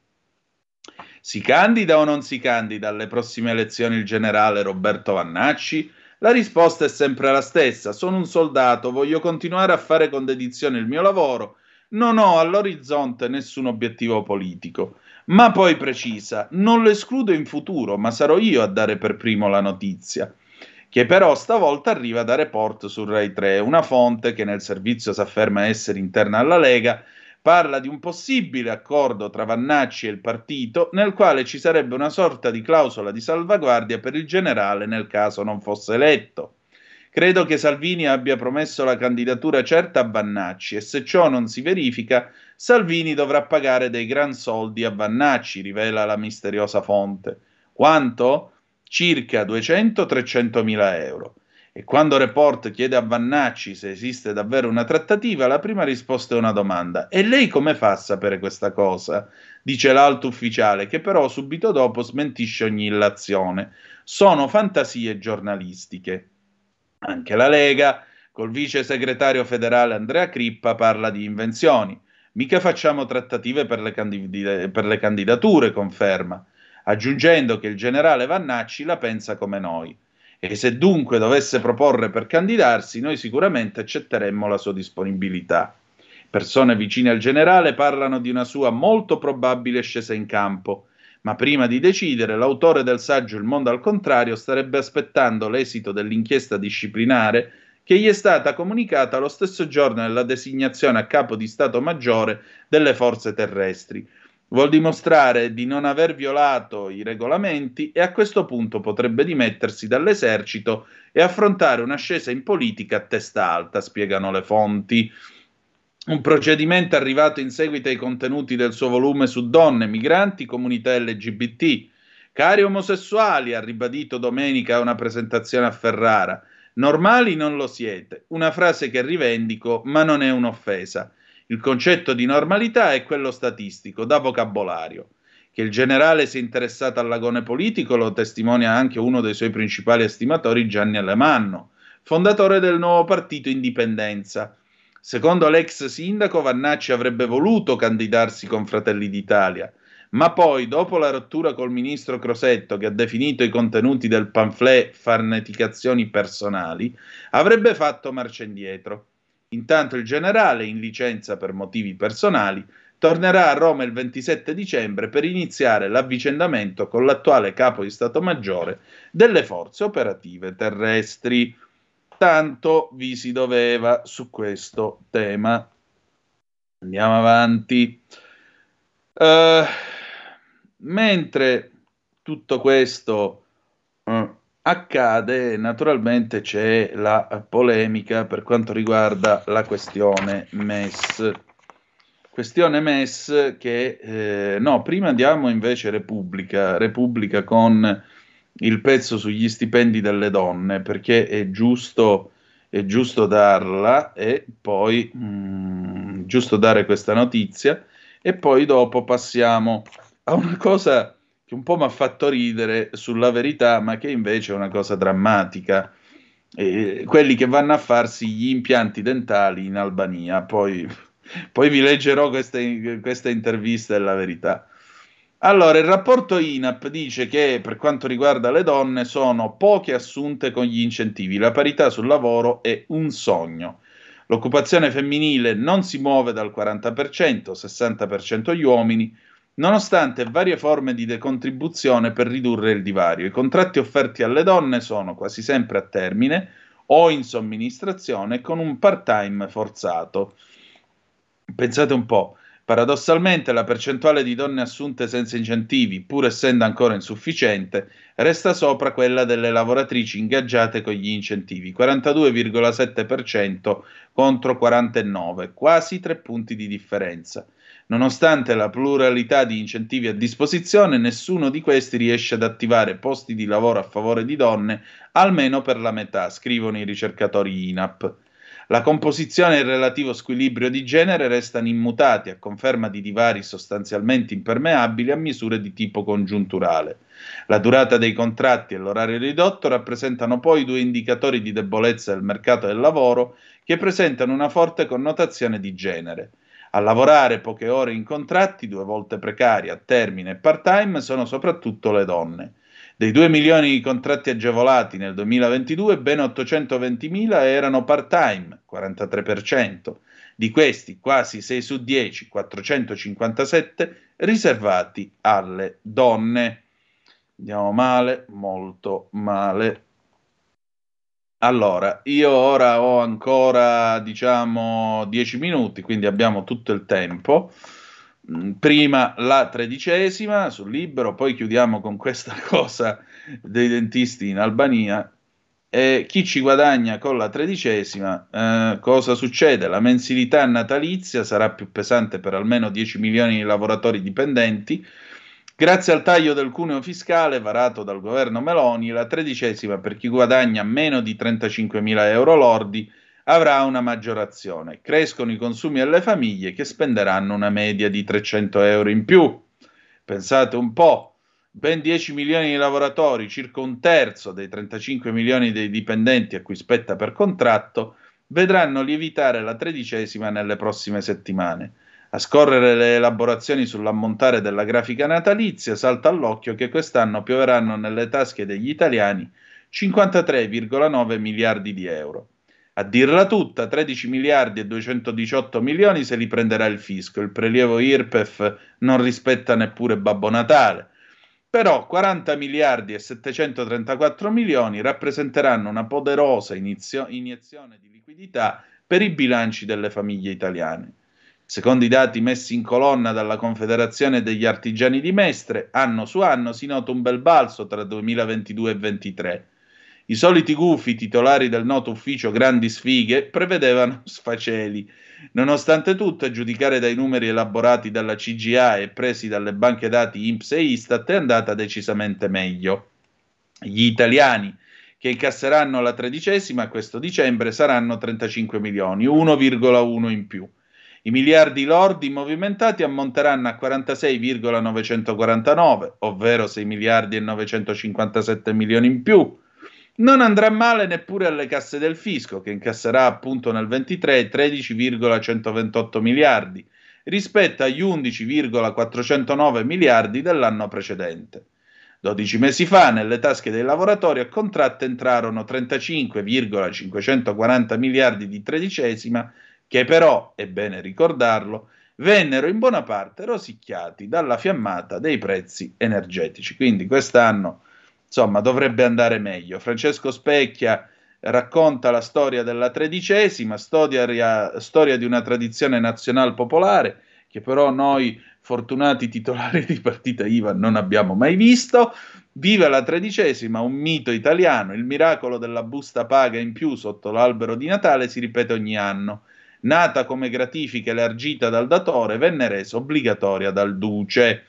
Si candida o non si candida alle prossime elezioni il generale Roberto Vannacci? La risposta è sempre la stessa: sono un soldato, voglio continuare a fare con dedizione il mio lavoro, non ho all'orizzonte nessun obiettivo politico. Ma poi precisa: non lo escludo in futuro, ma sarò io a dare per primo la notizia, che però stavolta arriva da Report su Rai 3, una fonte che nel servizio si afferma essere interna alla Lega. Parla di un possibile accordo tra Vannacci e il partito, nel quale ci sarebbe una sorta di clausola di salvaguardia per il generale nel caso non fosse eletto. Credo che Salvini abbia promesso la candidatura certa a Vannacci e se ciò non si verifica, Salvini dovrà pagare dei gran soldi a Vannacci, rivela la misteriosa fonte. Quanto? Circa 200-300 mila euro. E quando Report chiede a Vannacci se esiste davvero una trattativa, la prima risposta è una domanda: e lei come fa a sapere questa cosa? Dice l'alto ufficiale, che però subito dopo smentisce ogni illazione. Sono fantasie giornalistiche. Anche la Lega, col vice segretario federale Andrea Crippa, parla di invenzioni. Mica facciamo trattative per le candidature, conferma, aggiungendo che il generale Vannacci la pensa come noi. E se dunque dovesse proporre per candidarsi, noi sicuramente accetteremmo la sua disponibilità. Persone vicine al generale parlano di una sua molto probabile scesa in campo, ma prima di decidere, l'autore del saggio Il mondo al contrario starebbe aspettando l'esito dell'inchiesta disciplinare che gli è stata comunicata lo stesso giorno della designazione a capo di Stato Maggiore delle forze terrestri. Vuol dimostrare di non aver violato i regolamenti e a questo punto potrebbe dimettersi dall'esercito e affrontare un'ascesa in politica a testa alta, spiegano le fonti. Un procedimento arrivato in seguito ai contenuti del suo volume su donne, migranti, comunità LGBT. Cari omosessuali, ha ribadito domenica a una presentazione a Ferrara, normali non lo siete, una frase che rivendico ma non è un'offesa. Il concetto di normalità è quello statistico, da vocabolario. Che il generale sia interessato all'agone politico lo testimonia anche uno dei suoi principali estimatori, Gianni Alemanno, fondatore del nuovo partito Indipendenza. Secondo l'ex sindaco, Vannacci avrebbe voluto candidarsi con Fratelli d'Italia, ma poi, dopo la rottura col ministro Crosetto, che ha definito i contenuti del pamphlet farneticazioni personali, avrebbe fatto marcia indietro. Intanto il generale, in licenza per motivi personali, tornerà a Roma il 27 dicembre per iniziare l'avvicendamento con l'attuale capo di Stato Maggiore delle forze operative terrestri. Tanto vi si doveva su questo tema. Andiamo avanti. Mentre tutto questo accade, naturalmente c'è la polemica per quanto riguarda la questione MES. questione MES che... no, prima andiamo invece Repubblica con il pezzo sugli stipendi delle donne, perché è giusto darla e poi giusto dare questa notizia e poi dopo passiamo a una cosa che un po' mi ha fatto ridere sulla Verità, ma che invece è una cosa drammatica. Quelli che vanno a farsi gli impianti dentali in Albania, poi vi leggerò questa intervista della Verità. Allora, il rapporto INAP dice che per quanto riguarda le donne sono poche assunte con gli incentivi, la parità sul lavoro è un sogno. L'occupazione femminile non si muove dal 40%, 60% gli uomini, nonostante varie forme di decontribuzione per ridurre il divario. I contratti offerti alle donne sono quasi sempre a termine o in somministrazione con un part-time forzato. Pensate un po'. Paradossalmente la percentuale di donne assunte senza incentivi, pur essendo ancora insufficiente, resta sopra quella delle lavoratrici ingaggiate con gli incentivi, 42,7% contro 49%, quasi 3 punti di differenza. Nonostante la pluralità di incentivi a disposizione, nessuno di questi riesce ad attivare posti di lavoro a favore di donne, almeno per la metà, scrivono i ricercatori INAP. La composizione e il relativo squilibrio di genere restano immutati, a conferma di divari sostanzialmente impermeabili a misure di tipo congiunturale. La durata dei contratti e l'orario ridotto rappresentano poi 2 indicatori di debolezza del mercato del lavoro che presentano una forte connotazione di genere. A lavorare poche ore in contratti, 2 volte precari, a termine e part-time, sono soprattutto le donne. Dei 2 milioni di contratti agevolati nel 2022, ben 820.000 erano part-time, 43%. Di questi, quasi 6 su 10, 457, riservati alle donne. Andiamo male, molto male. Allora, io ora ho ancora, 10 minuti, quindi abbiamo tutto il tempo. Prima la 13ª sul Libero, poi chiudiamo con questa cosa dei dentisti in Albania. E chi ci guadagna con la 13ª? Cosa succede? La mensilità natalizia sarà più pesante per almeno 10 milioni di lavoratori dipendenti. Grazie al taglio del cuneo fiscale varato dal governo Meloni, la 13ª per chi guadagna meno di 35.000 euro lordi avrà una maggiorazione. Crescono i consumi alle famiglie che spenderanno una media di 300 euro in più. Pensate un po', ben 10 milioni di lavoratori, circa un terzo dei 35 milioni dei dipendenti a cui spetta per contratto, vedranno lievitare la 13ª nelle prossime settimane. A scorrere le elaborazioni sull'ammontare della grafica natalizia, salta all'occhio che quest'anno pioveranno nelle tasche degli italiani 53,9 miliardi di euro. A dirla tutta, 13 miliardi e 218 milioni se li prenderà il fisco, il prelievo IRPEF non rispetta neppure Babbo Natale. Però 40 miliardi e 734 milioni rappresenteranno una poderosa iniezione di liquidità per i bilanci delle famiglie italiane. Secondo i dati messi in colonna dalla Confederazione degli Artigiani di Mestre, anno su anno si nota un bel balzo tra 2022 e 2023. I soliti gufi titolari del noto ufficio Grandi Sfighe prevedevano sfaceli. Nonostante tutto, a giudicare dai numeri elaborati dalla CGA e presi dalle banche dati INPS e Istat, è andata decisamente meglio. Gli italiani che incasseranno la 13ª questo dicembre saranno 35 milioni, 1,1 in più. I miliardi lordi movimentati ammonteranno a 46,949, ovvero 6 miliardi e 957 milioni in più. Non andrà male neppure alle casse del fisco, che incasserà appunto nel 23 13,128 miliardi, rispetto agli 11,409 miliardi dell'anno precedente. 12 mesi fa, nelle tasche dei lavoratori a contratto entrarono 35,540 miliardi di 13ª, che però, è bene ricordarlo, vennero in buona parte rosicchiati dalla fiammata dei prezzi energetici. Quindi quest'anno, insomma, dovrebbe andare meglio. Francesco Specchia racconta la storia della 13ª, storia di una tradizione nazional popolare che però noi fortunati titolari di partita IVA non abbiamo mai visto. Vive la 13ª, un mito italiano, il miracolo della busta paga in più sotto l'albero di Natale si ripete ogni anno. nata come gratifica elargita dal datore, venne resa obbligatoria dal duce.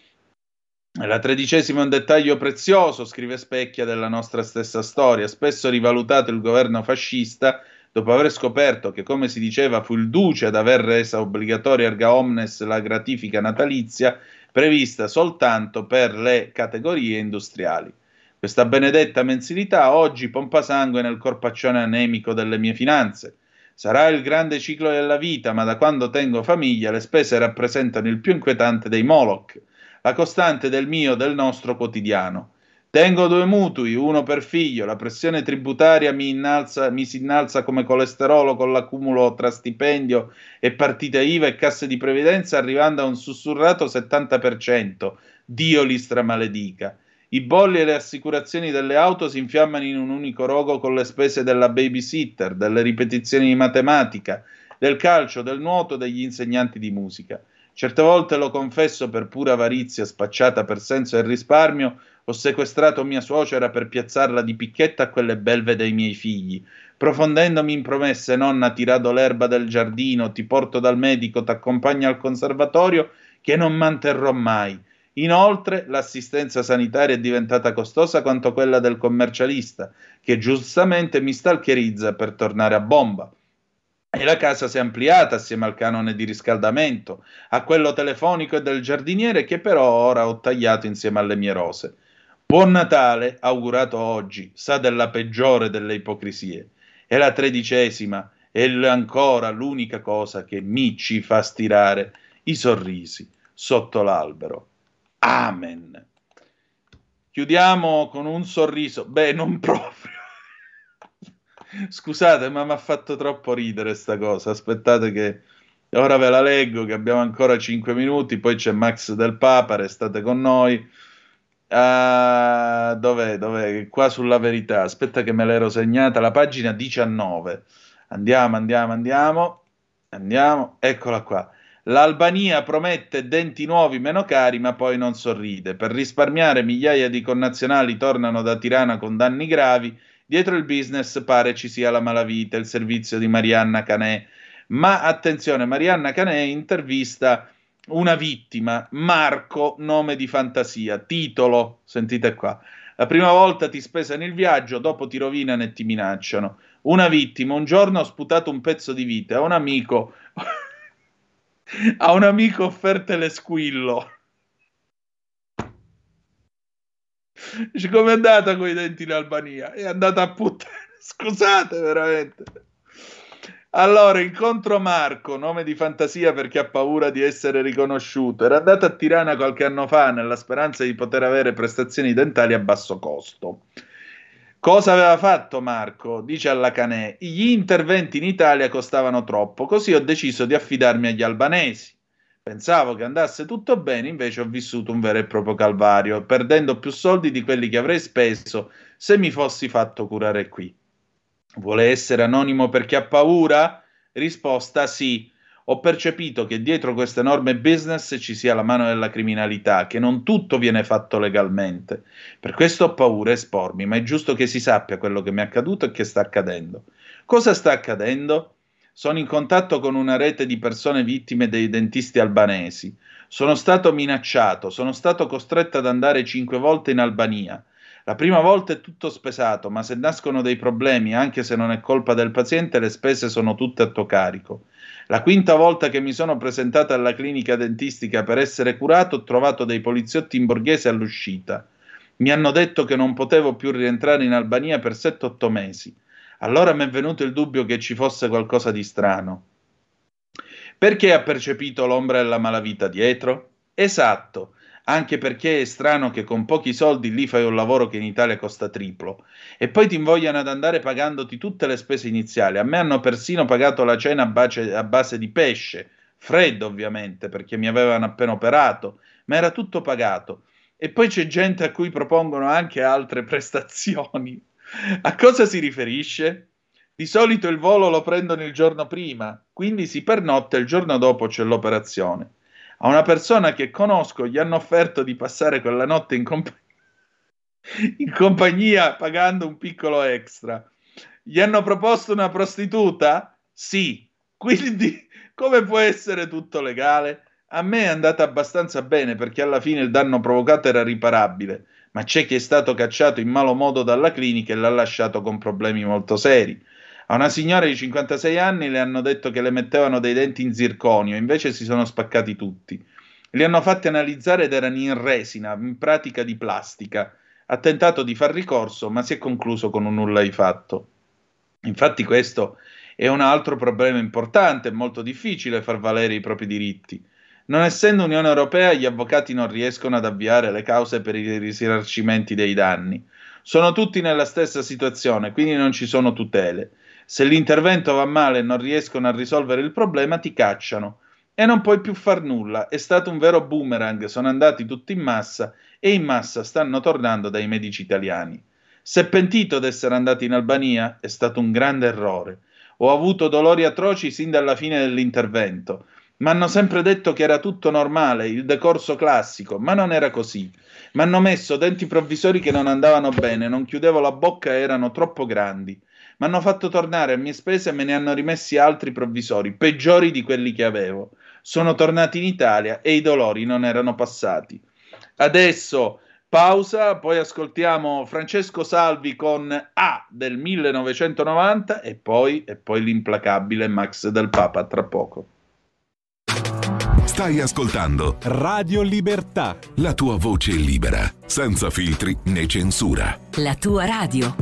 La 13ª è un dettaglio prezioso, scrive Specchia, della nostra stessa storia. Spesso rivalutato il governo fascista, dopo aver scoperto che, come si diceva, fu il duce ad aver resa obbligatoria erga omnes la gratifica natalizia, prevista soltanto per le categorie industriali. Questa benedetta mensilità oggi pompa sangue nel corpaccione anemico delle mie finanze. Sarà il grande ciclo della vita, ma da quando tengo famiglia le spese rappresentano il più inquietante dei Moloch, la costante del nostro quotidiano. Tengo 2 mutui, uno per figlio, la pressione tributaria mi si innalza come colesterolo con l'accumulo tra stipendio e partite IVA e casse di previdenza, arrivando a un sussurrato 70%. Dio li stramaledica. I bolli e le assicurazioni delle auto si infiammano in un unico rogo con le spese della babysitter, delle ripetizioni di matematica, del calcio, del nuoto, degli insegnanti di musica. Certe volte, lo confesso, per pura avarizia spacciata per senso e risparmio, ho sequestrato mia suocera per piazzarla di picchetta a quelle belve dei miei figli, profondendomi in promesse: nonna, ti rado l'erba del giardino, ti porto dal medico, t'accompagno al conservatorio, che non manterrò mai. Inoltre, l'assistenza sanitaria è diventata costosa quanto quella del commercialista, che giustamente mi stalkerizza per tornare a bomba. E la casa si è ampliata assieme al canone di riscaldamento, a quello telefonico e del giardiniere, che però ora ho tagliato insieme alle mie rose. Buon Natale, augurato oggi, sa della peggiore delle ipocrisie. E la 13ª è ancora l'unica cosa che ci fa stirare i sorrisi sotto l'albero. Amen. Chiudiamo con un sorriso. Beh, non proprio. Scusate, ma mi ha fatto troppo ridere sta cosa. Aspettate che ora ve la leggo, che abbiamo ancora 5 minuti, poi c'è Max del Papa, restate con noi. Dov'è? Qua sulla Verità. Aspetta che me l'ero segnata, la pagina 19. Andiamo. Eccola qua. L'Albania promette denti nuovi meno cari, ma poi non sorride. Per risparmiare, migliaia di connazionali tornano da Tirana con danni gravi. Dietro il business pare ci sia la malavita, il servizio di Marianna Canè. Ma attenzione, Marianna Canè intervista una vittima, Marco, nome di fantasia, titolo, sentite qua: la prima volta ti spesano il viaggio, dopo ti rovinano e ti minacciano. Una vittima: un giorno ho sputato un pezzo di vite a un amico offerte le squillo. Dice: com'è andata coi denti in Albania? È andata a puttane. Scusate, veramente. Allora, incontro Marco, nome di fantasia perché ha paura di essere riconosciuto. Era andato a Tirana qualche anno fa nella speranza di poter avere prestazioni dentali a basso costo. Cosa aveva fatto Marco? Dice alla Canè: gli interventi in Italia costavano troppo, così ho deciso di affidarmi agli albanesi. Pensavo che andasse tutto bene, invece ho vissuto un vero e proprio calvario, perdendo più soldi di quelli che avrei speso se mi fossi fatto curare qui. Vuole essere anonimo perché ha paura? Risposta: sì. Ho percepito che dietro questo enorme business ci sia la mano della criminalità, che non tutto viene fatto legalmente. Per questo ho paura a espormi, ma è giusto che si sappia quello che mi è accaduto e che sta accadendo. Cosa sta accadendo? Sono in contatto con una rete di persone vittime dei dentisti albanesi. Sono stato minacciato, sono stato costretto ad andare 5 volte in Albania. La prima volta è tutto spesato, ma se nascono dei problemi, anche se non è colpa del paziente, le spese sono tutte a tuo carico. La quinta volta che mi sono presentato alla clinica dentistica per essere curato, ho trovato dei poliziotti in borghese all'uscita. Mi hanno detto che non potevo più rientrare in Albania per 7-8 mesi. Allora mi è venuto il dubbio che ci fosse qualcosa di strano. Perché ha percepito l'ombra della malavita dietro? Esatto. Anche perché è strano che con pochi soldi lì fai un lavoro che in Italia costa triplo e poi ti invogliano ad andare pagandoti tutte le spese iniziali. A me hanno persino pagato la cena a base di pesce, freddo ovviamente perché mi avevano appena operato, ma era tutto pagato. E poi c'è gente a cui propongono anche altre prestazioni. A cosa si riferisce? Di solito il volo lo prendono il giorno prima, quindi si pernotta e il giorno dopo c'è l'operazione. A una persona che conosco gli hanno offerto di passare quella notte in compagnia pagando un piccolo extra. Gli hanno proposto una prostituta? Sì, Quindi, come può essere tutto legale? A me è andata abbastanza bene perché alla fine il danno provocato era riparabile, ma c'è chi è stato cacciato in malo modo dalla clinica e l'ha lasciato con problemi molto seri. A una signora di 56 anni le hanno detto che le mettevano dei denti in zirconio, invece si sono spaccati tutti. Li hanno fatti analizzare ed erano in resina, in pratica di plastica. Ha tentato di far ricorso, ma si è concluso con un nulla di fatto. Infatti questo è un altro problema importante, è molto difficile far valere i propri diritti. Non essendo Unione Europea, gli avvocati non riescono ad avviare le cause per i risarcimenti dei danni. Sono tutti nella stessa situazione, quindi non ci sono tutele. Se l'intervento va male e non riescono a risolvere il problema, ti cacciano. E non puoi più far nulla. È stato un vero boomerang, sono andati tutti in massa e in massa stanno tornando dai medici italiani. Si è pentito d'essere andati in Albania? È stato un grande errore. Ho avuto dolori atroci sin dalla fine dell'intervento. Mi hanno sempre detto che era tutto normale, il decorso classico, ma non era così. Mi hanno messo denti provvisori che non andavano bene, non chiudevo la bocca e erano troppo grandi. Mi hanno fatto tornare a mie spese e me ne hanno rimessi altri provvisori, peggiori di quelli che avevo. Sono tornati in Italia e i dolori non erano passati. Adesso pausa, poi ascoltiamo Francesco Salvi con A del 1990 e poi l'implacabile Max del Papa tra poco. Stai ascoltando Radio Libertà, la tua voce libera, senza filtri né censura. La tua radio.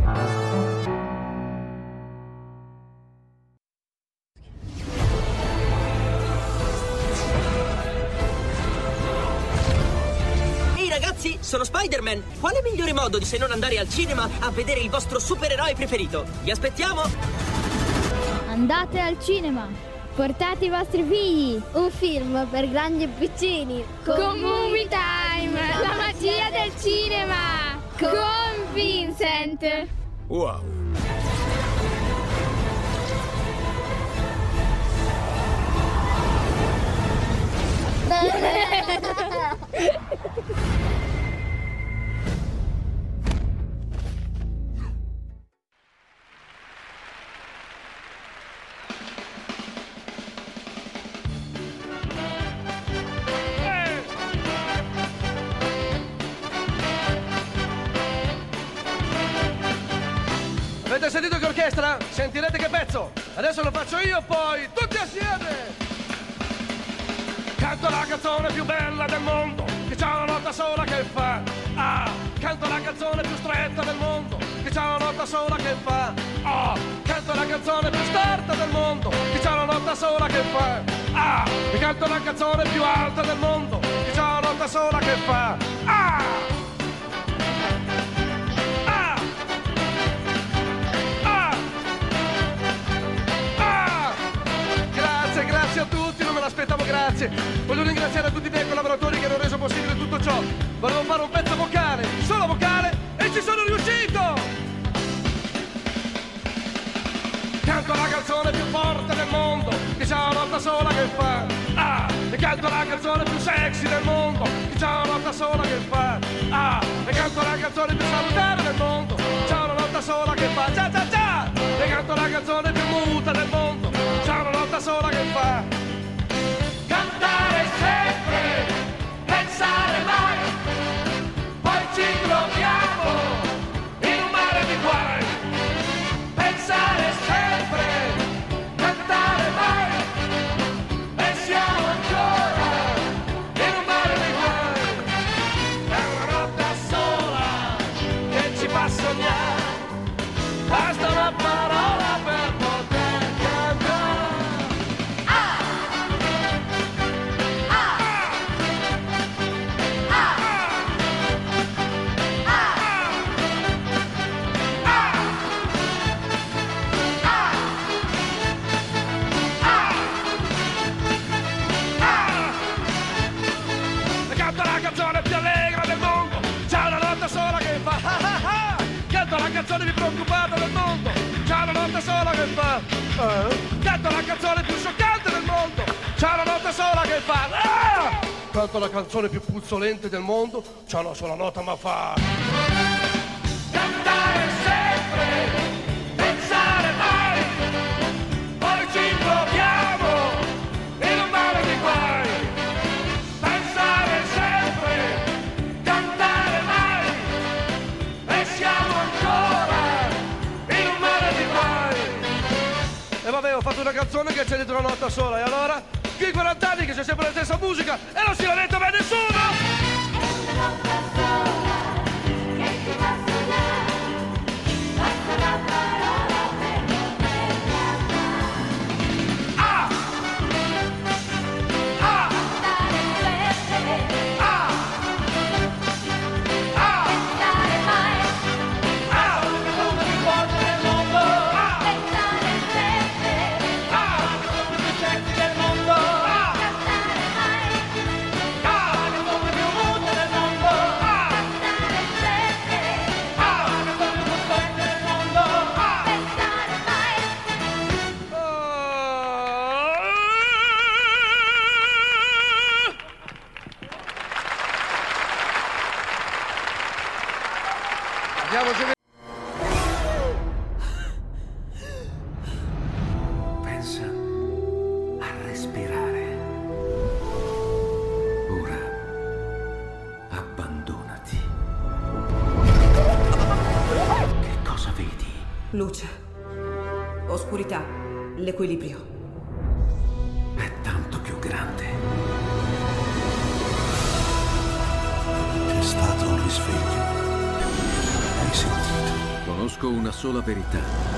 Ehi ragazzi, sono Spider-Man. Quale migliore modo di se non andare al cinema a vedere il vostro supereroe preferito? Vi aspettiamo! Andate al cinema! Portate i vostri figli! Un film per grandi e piccini! Con Movie Time! La magia del cinema! Con Vincent! Wow! Avete sentito che orchestra? Sentirete che pezzo! Adesso lo faccio io, poi tutti assieme! Canto la canzone più bella del mondo, che c'ha una nota sola che fa A. Canto la canzone più stretta del mondo, che c'ha una nota sola che fa A. Canto la canzone più storta del mondo, che c'ha una nota sola che fa A. E canto la canzone più alta del mondo, che c'ha una nota sola che fa A. Grazie a tutti, non me l'aspettavo, grazie. Voglio ringraziare tutti i miei collaboratori che hanno reso possibile tutto ciò. Volevo fare un pezzo vocale, solo vocale, e ci sono riuscito! Canto la canzone più forte del mondo, che c'ha una nota sola che fa A. E canto la canzone più sexy del mondo, che c'ha una nota sola che fa A. E canto la canzone più salutare del mondo, che c'ha una nota sola che fa Cia cia cia. E canto la canzone più muta del mondo, c'ha una nota sola che fa cantare sempre, pensare mai, poi ci troviamo in un mare di guai. Pensare sempre, cantare mai, e siamo ancora in un mare di guai. È una nota sola che ci fa sognare, basta una parola per poter cantare. Canto la canzone più allegra del mondo, c'è una nota sola che fa ah ah ah. Canto la canzone più preoccupata del mondo, c'è una nota sola che fa Canto la canzone più scioccante del mondo, c'è una nota sola che fa ah. Canto la canzone più puzzolente del mondo, c'è una sola nota ma fa cantare sempre, pensare mai, poi ci proviamo fatto una canzone che c'è dentro una nota sola. E allora, qui 40 anni che c'è sempre la stessa musica e non si lamenta mai nessuno. Pensa a respirare. Ora abbandonati. Che cosa vedi? Luce, oscurità, l'equilibrio. È tanto più grande. C'è stato un risveglio. Hai sentito? Conosco una sola verità.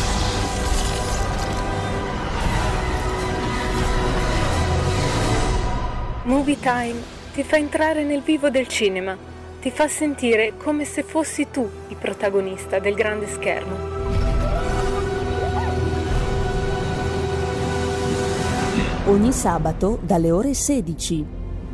Movie Time ti fa entrare nel vivo del cinema, ti fa sentire come se fossi tu il protagonista del grande schermo. Ogni sabato dalle ore 16.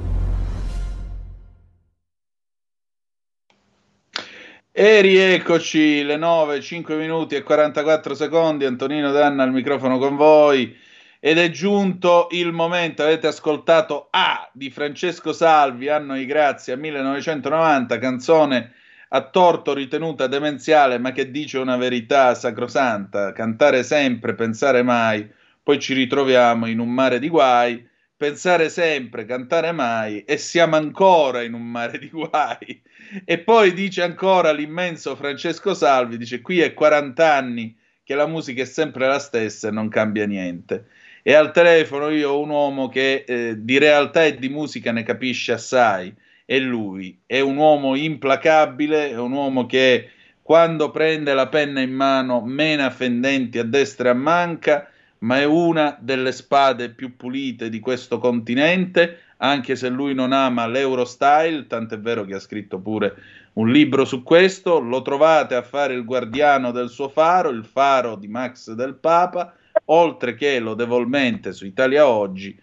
E rieccoci, le 9, 5 minuti e 44 secondi, Antonino Danna al microfono con voi, ed è giunto il momento, avete ascoltato A di Francesco Salvi, Anno di Grazia 1990, canzone a torto ritenuta demenziale, ma che dice una verità sacrosanta: cantare sempre, pensare mai, poi ci ritroviamo in un mare di guai, pensare sempre, cantare mai, e siamo ancora in un mare di guai. E poi dice ancora l'immenso Francesco Salvi, dice: qui è 40 anni che la musica è sempre la stessa e non cambia niente. E al telefono io ho un uomo che di realtà e di musica ne capisce assai, è lui, è un uomo implacabile, è un uomo che quando prende la penna in mano mena fendenti a destra e a manca, ma è una delle spade più pulite di questo continente, anche se lui non ama l'Eurostyle, tant'è vero che ha scritto pure un libro su questo. Lo trovate a fare il guardiano del suo faro, il faro di Max del Papa, oltre che lodevolmente su Italia Oggi,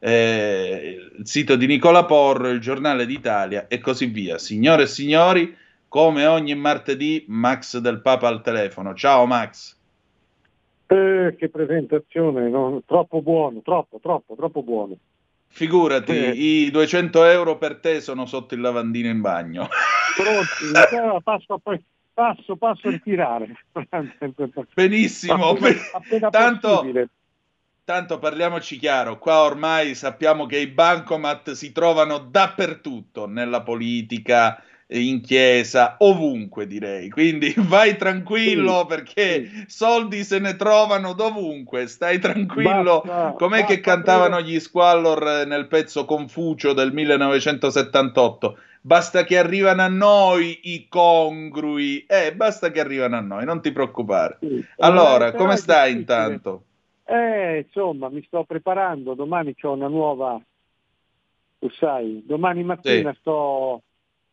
il sito di Nicola Porro, il Giornale d'Italia e così via. Signore e signori, come ogni martedì, Max del Papa al telefono. Ciao Max. Che presentazione, no? Troppo buono, troppo buono. Figurati, i 200 euro per te sono sotto il lavandino in bagno. Pronti, passo a ritirare. Benissimo, appena tanto parliamoci chiaro, qua ormai sappiamo che i bancomat si trovano dappertutto, nella politica, in chiesa, ovunque direi, quindi vai tranquillo, perché soldi se ne trovano dovunque, stai tranquillo. Com'è che cantavano gli Squallor nel pezzo Confucio del 1978? Basta che arrivano a noi i congrui, basta che arrivano a noi, non ti preoccupare. Allora, come stai intanto? Insomma, mi sto preparando, domani c'ho una nuova, tu sai, domani mattina sto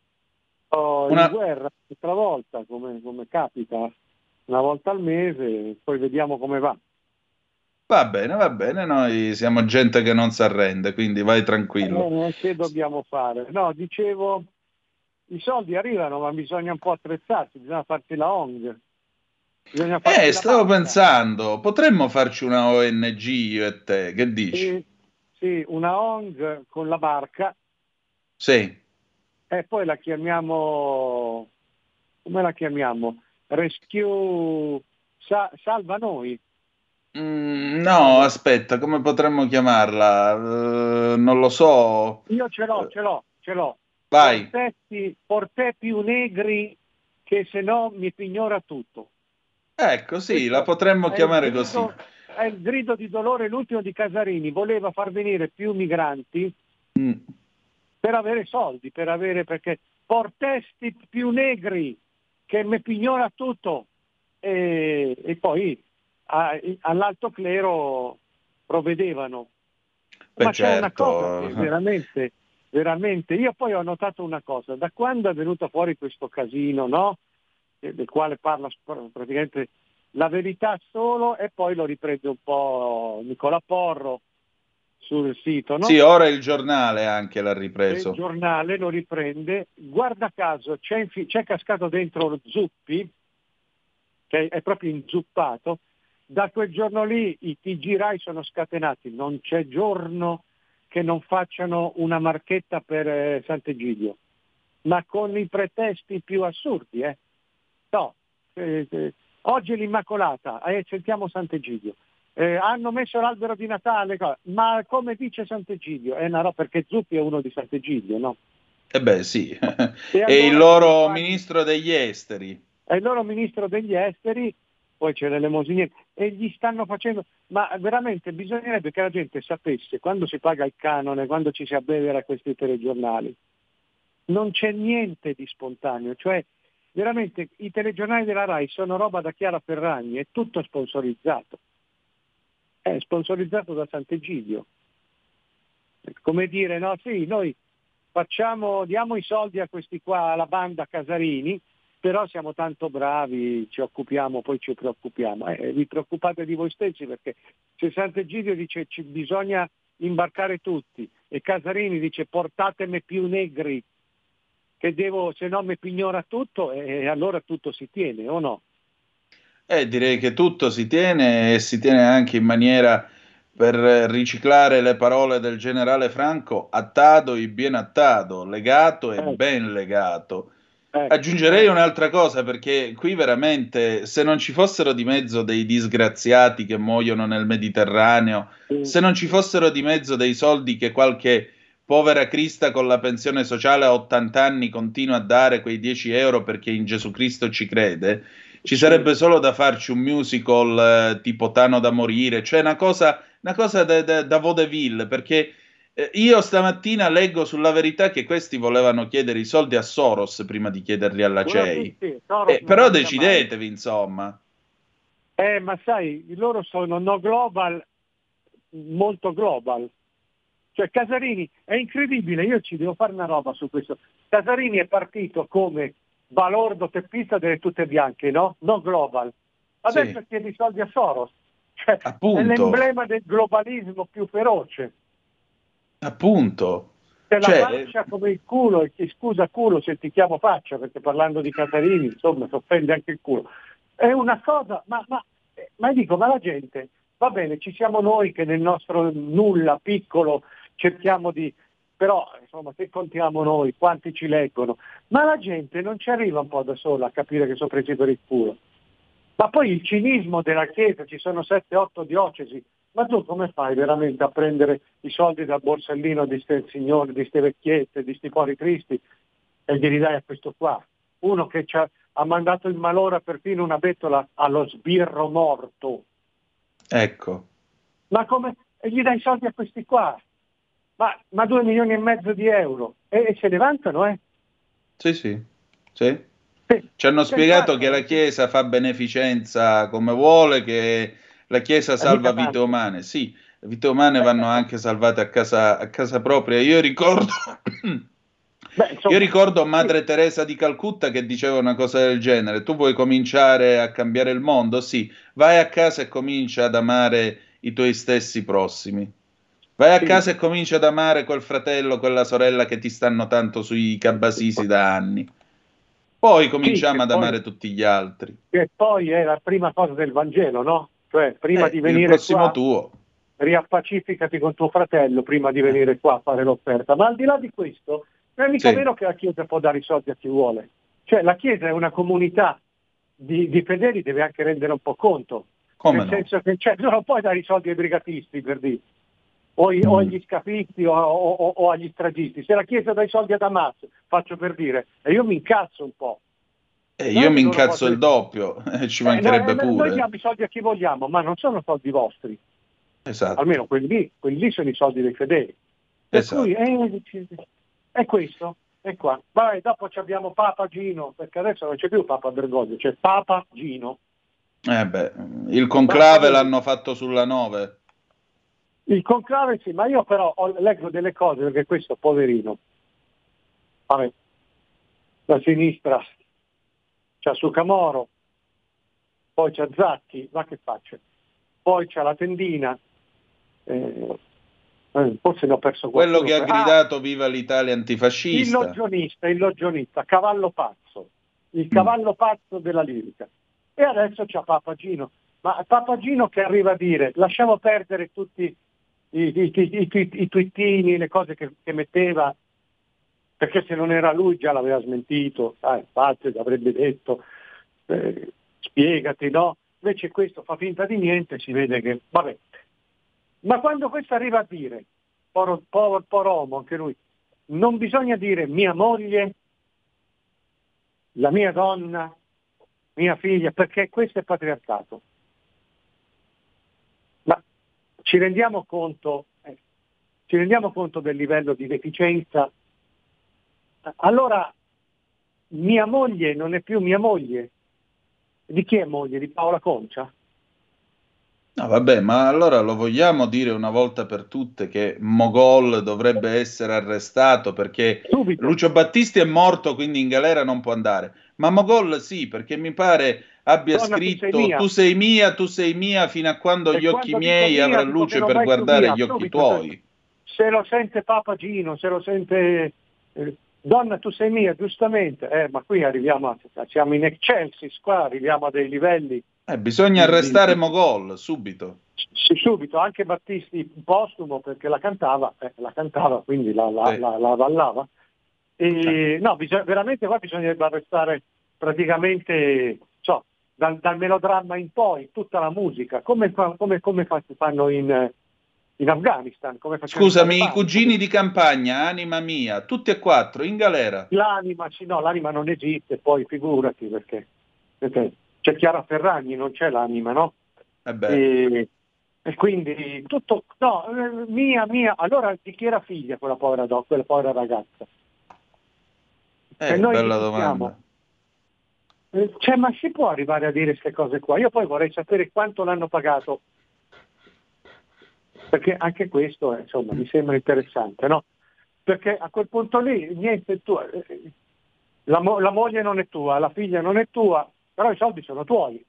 in guerra un'altra volta, come capita, una volta al mese, poi vediamo come va. Va bene, noi siamo gente che non si arrende, quindi vai tranquillo. Che dobbiamo fare? No, dicevo, i soldi arrivano, ma bisogna un po' attrezzarsi, bisogna farsi la ONG. Stavo pensando, potremmo farci una ONG io e te, che dici? Sì, una ONG con la barca. Sì. E poi la chiamiamo, come la chiamiamo? Rescue Salva Noi. No, aspetta, come potremmo chiamarla? Non lo so. Io ce l'ho. Vai. Por te più negri che se no mi pignora tutto. Ecco, sì, la potremmo chiamare così. È il grido di dolore, l'ultimo di Casarini, voleva far venire più migranti per avere soldi, perché portesti più negri che me pignora tutto, e poi all'alto clero provvedevano. Ma certo. c'è una cosa che veramente, io poi ho notato una cosa, da quando è venuto fuori questo casino, no? Del quale parla praticamente La Verità solo, e poi lo riprende un po' Nicola Porro sul sito, no? Sì, ora il giornale anche l'ha ripreso. Il giornale lo riprende, guarda caso c'è cascato dentro lo Zuppi, che è proprio inzuppato. Da quel giorno lì i TG Rai sono scatenati, non c'è giorno che non facciano una marchetta per Sant'Egidio, ma con i pretesti più assurdi. No, oggi è l'Immacolata, sentiamo Sant'Egidio. Hanno messo l'albero di Natale, ma come dice Sant'Egidio? No, perché Zuppi è uno di Sant'Egidio, no? Sì, e allora, il loro ministro degli esteri. È il loro ministro degli esteri, poi c'è l'elemosiniere, e gli stanno facendo, ma veramente bisognerebbe che la gente sapesse, quando si paga il canone, quando ci si abbevera questi telegiornali, non c'è niente di spontaneo, cioè veramente i telegiornali della Rai sono roba da Chiara Ferragni, è tutto sponsorizzato. È sponsorizzato da Sant'Egidio. Come dire, no, sì, noi diamo i soldi a questi qua, alla banda Casarini, però siamo tanto bravi, ci occupiamo, poi ci preoccupiamo. Vi preoccupate di voi stessi, perché se Sant'Egidio dice bisogna imbarcare tutti e Casarini dice portatemi più negri, che se no mi pignora tutto, e allora tutto si tiene, o no? Direi che tutto si tiene, e si tiene anche in maniera, per riciclare le parole del generale Franco, attado e bien attado, legato e ben legato. Aggiungerei un'altra cosa, perché qui veramente, se non ci fossero di mezzo dei disgraziati che muoiono nel Mediterraneo, se non ci fossero di mezzo dei soldi che qualche povera crista con la pensione sociale a 80 anni continua a dare, quei 10 euro perché in Gesù Cristo ci crede, ci sarebbe solo da farci un musical tipo Tano da morire, cioè una cosa da vaudeville, perché io stamattina leggo sulla Verità che questi volevano chiedere i soldi a Soros prima di chiederli alla CEI. Però decidetevi, insomma. Ma sai, loro sono no global, molto global. Cioè Casarini, è incredibile, io ci devo fare una roba su questo. Casarini è partito come balordo teppista delle tute bianche, no? No global. Adesso chiede i soldi a Soros. Cioè, è l'emblema del globalismo più feroce. Appunto. C'è la faccia come il culo, e scusa culo se ti chiamo faccia, perché parlando di Casarini, insomma, si offende anche il culo. È una cosa, ma dico, ma la gente, va bene, ci siamo noi che nel nostro nulla piccolo cerchiamo di, però insomma, se contiamo noi, quanti ci leggono, ma la gente non ci arriva un po' da sola a capire che sono presi per il culo. Ma poi il cinismo della Chiesa, ci sono 7-8 diocesi, ma tu come fai veramente a prendere i soldi dal borsellino di ste signori, di ste vecchiette, di sti poveri cristi, e glieli dai a questo qua? Uno che ha mandato in malora perfino una bettola allo sbirro morto. Ecco. Ma come? E gli dai i soldi a questi qua? Ma 2,5 milioni di euro? E se ne vantano, Sì. Ci hanno spiegato che la Chiesa fa beneficenza come vuole, che la Chiesa salva vite umane. Sì, le vite umane vanno anche salvate a casa propria. Io ricordo Madre Teresa di Calcutta che diceva una cosa del genere: tu vuoi cominciare a cambiare il mondo? Sì, vai a casa e comincia ad amare i tuoi stessi prossimi. Vai a casa e comincia ad amare quel fratello, quella sorella che ti stanno tanto sui cabasisi da anni. Poi cominciamo ad amare tutti gli altri. E poi è la prima cosa del Vangelo, no? Cioè, prima di venire il prossimo qua, tuo. Riappacificati con tuo fratello prima di venire qua a fare l'offerta. Ma al di là di questo, non è mica vero che la Chiesa può dare i soldi a chi vuole. Cioè, la Chiesa è una comunità di fedeli, deve anche rendere un po' conto. Come Nel senso che non puoi dare i soldi ai brigatisti, per dire, o agli scafisti o agli stragisti. Se la Chiesa dà i soldi ad Hamas, faccio per dire, e io mi incazzo un po'. Io mi incazzo il doppio, ci mancherebbe pure. Noi diamo i soldi a chi vogliamo, ma non sono soldi vostri. Esatto. Almeno quelli lì sono i soldi dei fedeli. Per esatto. cui è questo, è qua. Vai, dopo abbiamo Papa Gino, perché adesso non c'è più Papa Bergoglio, c'è Papa Gino. Il conclave l'hanno fatto sulla 9. Il conclave sì, ma io però leggo delle cose, perché questo poverino, vabbè, la sinistra c'ha Sucamoro, poi c'ha Zatti, ma che faccio? Poi c'ha la tendina, forse ne ho perso qualcuno. Quello che ha gridato viva l'Italia antifascista. Il logionista, cavallo pazzo, il cavallo pazzo della lirica. E adesso c'ha Papa Gino, ma Papa Gino che arriva a dire lasciamo perdere tutti i twittini, le cose che metteva, perché se non era lui già l'aveva smentito, infatti avrebbe detto spiegati, no? Invece questo fa finta di niente, si vede che vabbè. Ma quando questo arriva a dire, poromo anche lui, non bisogna dire mia moglie, la mia donna, mia figlia, perché questo è patriarcato. Ma ci rendiamo conto del livello di deficienza? Allora mia moglie non è più mia moglie. Di chi è moglie? Di Paola Concia? No, vabbè, ma allora lo vogliamo dire una volta per tutte che Mogol dovrebbe essere arrestato perché subito. Lucio Battisti è morto, quindi in galera non può andare. Ma Mogol sì, perché mi pare abbia scritto tu sei mia fino a quando gli occhi miei avrà luce per guardare gli occhi tuoi. Se lo sente Papa Gino, se lo sente donna tu sei mia, giustamente, ma qui siamo in Excelsis, qua arriviamo a dei livelli. Bisogna arrestare Mogol subito. Sì, subito, anche Battisti postumo perché la cantava, quindi la ballava. No, veramente qua bisognerebbe arrestare praticamente dal melodramma in poi tutta la musica, come fanno in Afghanistan. Scusami, i cugini di campagna, anima mia, tutti e 4 in galera. L'anima non esiste, poi figurati perché c'è Chiara Ferragni, non c'è l'anima, no? E quindi tutto, mia, allora di chi era figlia quella povera ragazza? Noi bella domanda. Ma si può arrivare a dire queste cose qua? Io poi vorrei sapere quanto l'hanno pagato, perché anche questo mi sembra interessante, no? Perché a quel punto lì niente, la moglie non è tua, la figlia non è tua, però i soldi sono tuoi.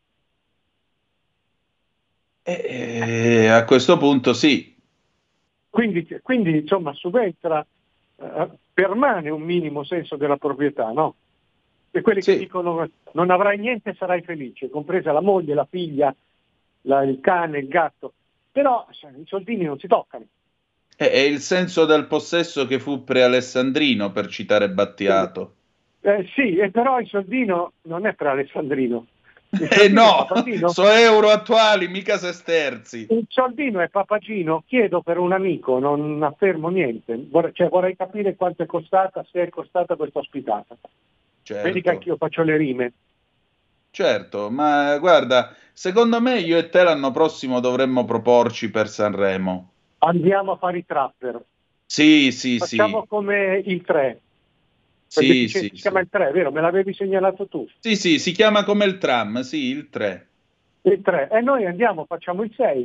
A questo punto sì. Quindi subentra, permane un minimo senso della proprietà, no? E quelli che dicono non avrai niente, sarai felice, compresa la moglie, la figlia, il cane, il gatto. Però i soldini non si toccano. È il senso del possesso che fu pre-alessandrino, per citare Battiato. Sì, però il soldino non è pre-alessandrino. No, sono euro attuali, mica sesterzi. Il soldino è Papagino, chiedo per un amico, non affermo niente. Vorrei capire quanto è costata, se è costata questa ospitata. Certo. Vedi che anch'io faccio le rime. Certo, ma guarda, secondo me io e te l'anno prossimo dovremmo proporci per Sanremo. Andiamo a fare i trapper. Sì. Facciamo come il 3. Si chiama il 3, vero? Me l'avevi segnalato tu. Sì, si chiama come il tram, il 3. Il 3. E noi facciamo il 6.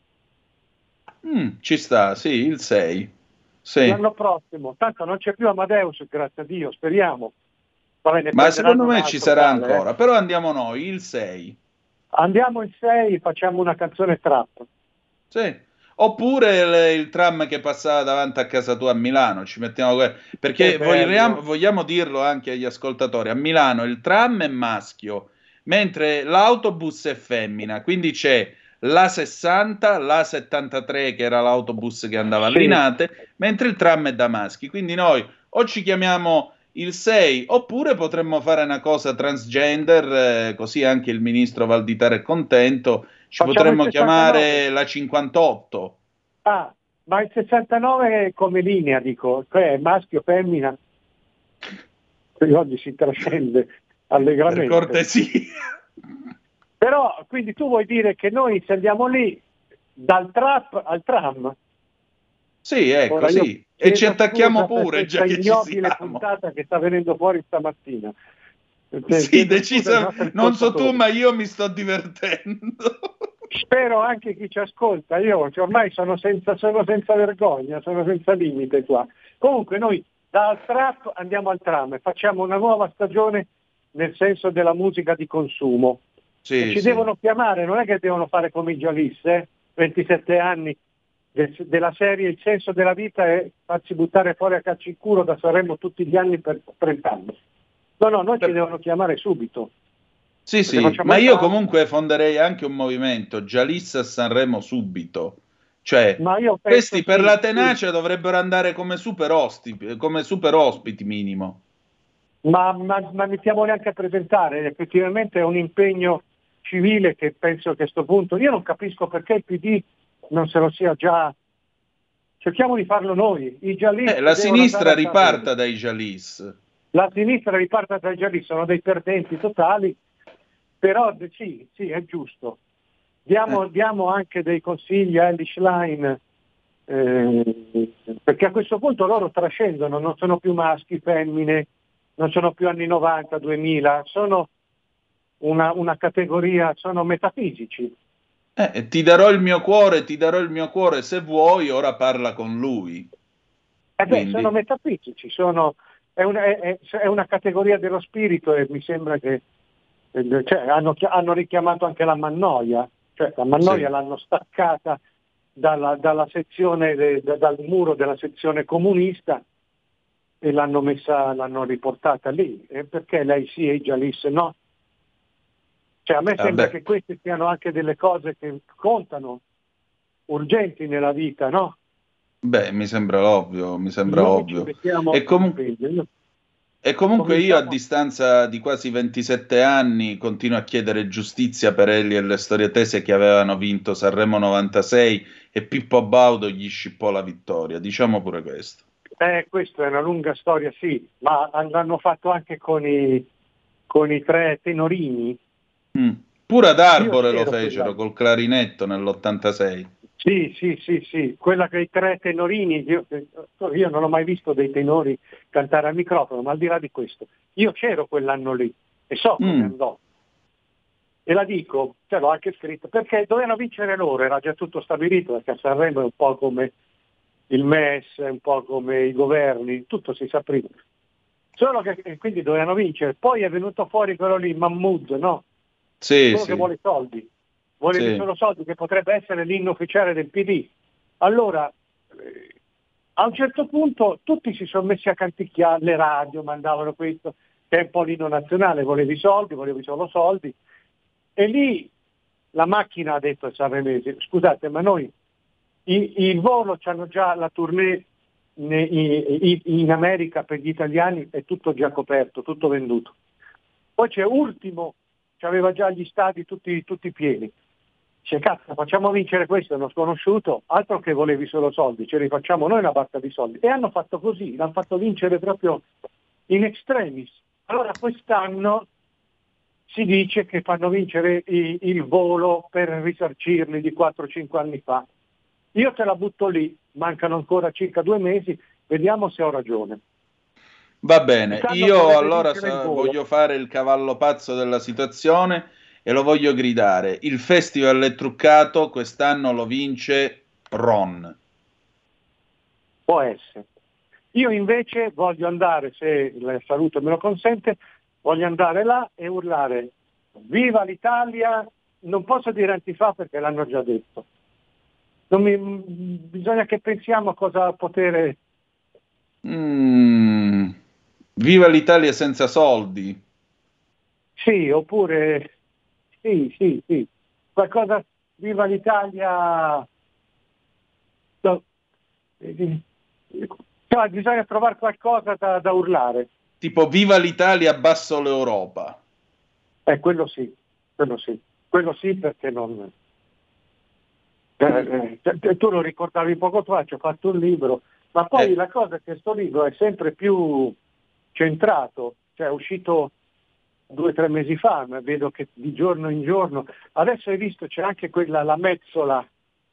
Ci sta, sì, il 6. Sì. L'anno prossimo. Tanto non c'è più Amadeus, grazie a Dio, speriamo. Ma secondo me ci sarà ancora, però andiamo noi, il 6. Andiamo il 6, facciamo una canzone trap. Sì. Oppure il tram che passava davanti a casa tua a Milano, ci mettiamo perché vogliamo dirlo anche agli ascoltatori, a Milano il tram è maschio, mentre l'autobus è femmina, quindi c'è la 60, la 73 che era l'autobus che andava a Linate, mentre il tram è da maschi, quindi noi o ci chiamiamo il 6 oppure potremmo fare una cosa transgender, così anche il ministro Valditara è contento. Ci potremmo chiamare la 58. Ma il 69 è come linea, dico, cioè maschio, femmina. Oggi si trascende. allegramente. Per cortesia. Però, quindi tu vuoi dire che noi se andiamo lì dal trap al tram? Sì, ecco, Ora sì. E ci attacchiamo pure, già che ci ignobile siamo. puntata che sta venendo fuori stamattina. Sì, decisamente. Non so tu, ma io mi sto divertendo. Spero anche chi ci ascolta. Io ormai sono senza vergogna, sono senza limite qua. Comunque noi dal trap andiamo al tram e facciamo una nuova stagione nel senso della musica di consumo. Sì, ci devono chiamare, non è che devono fare come i Jalis, 27 anni della serie Il senso della vita è farsi buttare fuori a calci in culo da Sanremo tutti gli anni per 30 anni. No, noi ci devono chiamare subito. Sì, ma io comunque fonderei anche un movimento, Jalis a Sanremo subito. Cioè, questi per la tenacia dovrebbero andare come super ospiti minimo. Ma mettiamoli anche a presentare, effettivamente è un impegno civile che penso che a questo punto, io non capisco perché il PD non se lo sia già, cerchiamo di farlo noi, i Jalis. La sinistra riparta dai Jalis. La sinistra riparta dai Jalis, sono dei perdenti totali, però sì, è giusto. Diamo anche dei consigli a Elly Schlein, perché a questo punto loro trascendono, non sono più maschi, femmine, non sono più anni 90, 2000, sono una categoria, sono metafisici. Ti darò il mio cuore, se vuoi, ora parla con lui. Sono metafisici, è una categoria dello spirito e mi sembra che hanno richiamato anche la Mannoia, cioè la Mannoia l'hanno staccata dalla sezione, dal muro della sezione comunista e l'hanno riportata lì, perché lei sì e i Jalis no? Cioè a me sembra che queste siano anche delle cose che contano, urgenti nella vita, no? Beh, mi sembra ovvio. E comunque io a distanza di quasi 27 anni continuo a chiedere giustizia per Elly e le storie tese che avevano vinto Sanremo 96 e Pippo Baudo gli scippò la vittoria, diciamo pure questo. Questa è una lunga storia, sì, ma l'hanno fatto anche con i 3 tenorini. Pure ad Arbore lo fecero col clarinetto nell'86. Sì, quella che i 3 tenorini, io non ho mai visto dei tenori cantare al microfono, ma al di là di questo, io c'ero quell'anno lì e so come andò. E la dico, l'ho anche scritto, perché dovevano vincere loro, era già tutto stabilito, perché a Sanremo è un po' come il MES, è un po' come i governi, tutto si sa prima. Solo che quindi dovevano vincere, poi è venuto fuori quello lì, Mahmood, no? Quello che vuole soldi. Solo soldi, che potrebbe essere l'inno ufficiale del PD. Allora, a un certo punto tutti si sono messi a canticchiare, le radio mandavano questo, che è un po' l'inno nazionale, volevi solo soldi, e lì la macchina ha detto ai sanremesi, scusate, ma noi il volo c'hanno già la tournée in America per gli italiani, è tutto già coperto, tutto venduto. Poi c'è Ultimo, aveva già gli stadi tutti pieni. Dice, cazzo, facciamo vincere questo, è uno sconosciuto, altro che volevi solo soldi, ce li facciamo noi una barca di soldi. E hanno fatto così, l'hanno fatto vincere proprio in extremis. Allora quest'anno si dice che fanno vincere il volo per risarcirli di 4-5 anni fa. Io te la butto lì, mancano ancora circa 2 mesi, vediamo se ho ragione. Va bene, io allora voglio fare il cavallo pazzo della situazione e lo voglio gridare. Il festival è truccato, quest'anno lo vince Ron. Può essere. Io invece voglio andare, se la salute me lo consente, voglio andare là e urlare viva l'Italia, non posso dire antifa perché l'hanno già detto. Bisogna che pensiamo a cosa poter... Viva l'Italia senza soldi. Sì, oppure sì. Qualcosa, viva l'Italia. No. Bisogna trovare qualcosa da urlare. Tipo viva l'Italia, basso l'Europa. Quello sì perché non... tu lo ricordavi poco fa, ci ho fatto un libro, ma poi la cosa è che questo libro è sempre più centrato, cioè è uscito 2 o 3 mesi fa, ma vedo che di giorno in giorno, adesso hai visto c'è anche quella, la mensola,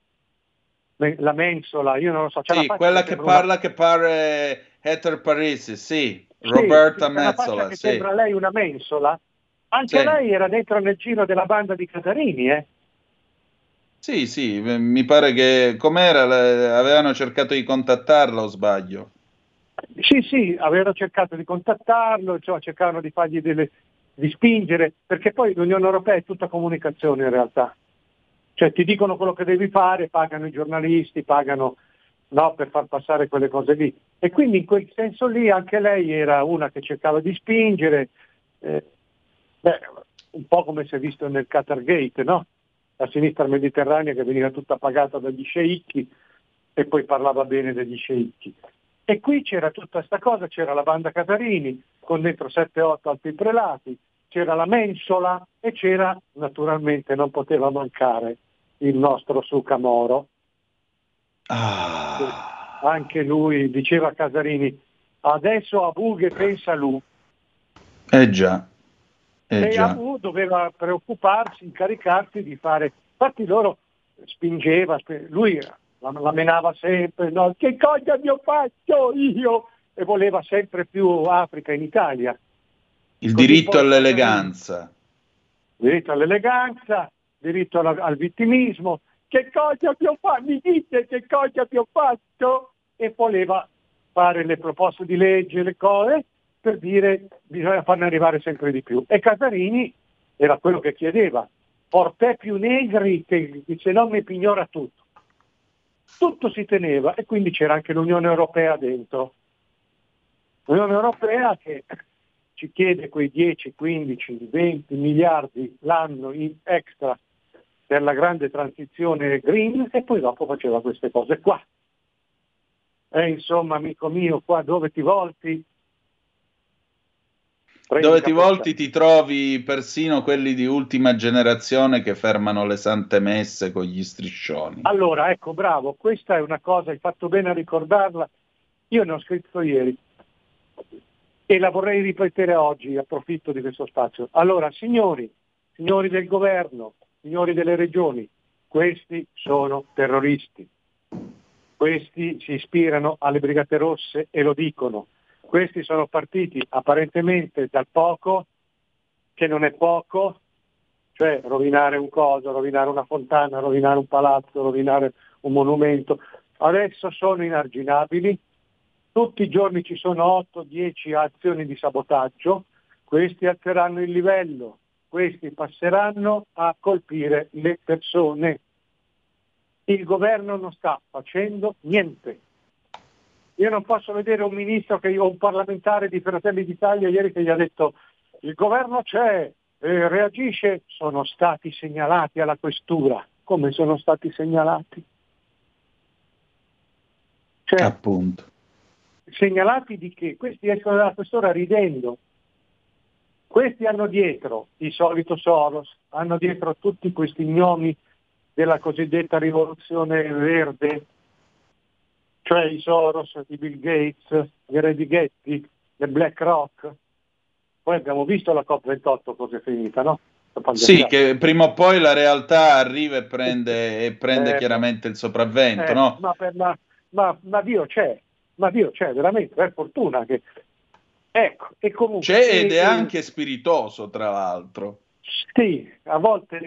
io non lo so, c'è sì, quella che pare Heather Parisi, sì, Roberta Metsola, che sì. Sembra lei una mensola, anche lei era dentro nel giro della banda di Casarini, Sì, mi pare che, com'era, avevano cercato di contattarla o sbaglio? Sì, avevano cercato di contattarlo, insomma, cercavano di fargli di spingere, perché poi l'Unione Europea è tutta comunicazione in realtà. Cioè ti dicono quello che devi fare, pagano i giornalisti, pagano per far passare quelle cose lì. E quindi in quel senso lì anche lei era una che cercava di spingere, un po' come si è visto nel Qatargate, no? La sinistra mediterranea che veniva tutta pagata dagli sceicchi e poi parlava bene degli sceicchi. E qui c'era tutta questa cosa, c'era la banda Casarini con dentro 7-8 altri prelati, c'era la mensola e c'era, naturalmente non poteva mancare, il nostro Sucamoro. Anche lui, diceva Casarini, adesso Abu che pensa lui. Già. E Abu doveva preoccuparsi, incaricarsi di fare, infatti loro spingeva, lui la menava sempre, no? Che cosa vi ho fatto io? E voleva sempre più Africa in Italia. Il diritto all'eleganza. Diritto all'eleganza, diritto al vittimismo. Che cosa vi ho fatto? Mi dite che cosa vi ho fatto? E voleva fare le proposte di legge, le cose, per dire bisogna farne arrivare sempre di più. E Casarini era quello che chiedeva, portè più negri che se no mi pignora tutto. Tutto si teneva e quindi c'era anche l'Unione Europea dentro. L'Unione Europea che ci chiede quei 10, 15, 20 miliardi l'anno in extra per la grande transizione green e poi dopo faceva queste cose qua. E insomma, amico mio, qua dove ti volti? Dove ti volti ti trovi persino quelli di ultima generazione che fermano le sante messe con gli striscioni. Allora, ecco, bravo, questa è una cosa, hai fatto bene a ricordarla, io ne ho scritto ieri e la vorrei ripetere oggi, approfitto di questo spazio. Allora, signori del governo, signori delle regioni, questi sono terroristi, questi si ispirano alle Brigate Rosse e lo dicono. Questi sono partiti apparentemente dal poco, che non è poco, cioè rovinare un coso, rovinare una fontana, rovinare un palazzo, rovinare un monumento. Adesso sono inarginabili, tutti i giorni ci sono 8-10 azioni di sabotaggio, questi alzeranno il livello, questi passeranno a colpire le persone. Il governo non sta facendo niente. Io non posso vedere un ministro o un parlamentare di Fratelli d'Italia ieri che gli ha detto il governo c'è, reagisce, sono stati segnalati alla questura. Come sono stati segnalati? Cioè, appunto. Segnalati di che? Questi escono dalla questura ridendo. Questi hanno dietro il solito Soros, hanno dietro tutti questi gnomi della cosiddetta rivoluzione verde, cioè i Soros, i Bill Gates, i Redighetti, le BlackRock. Poi abbiamo visto la COP28 cosa è finita, no? Sì, che prima o poi la realtà arriva e prende chiaramente il sopravvento, no? Ma Dio c'è, veramente, per fortuna che... Ecco, e comunque... C'è ed è anche spiritoso, tra l'altro. Sì, a volte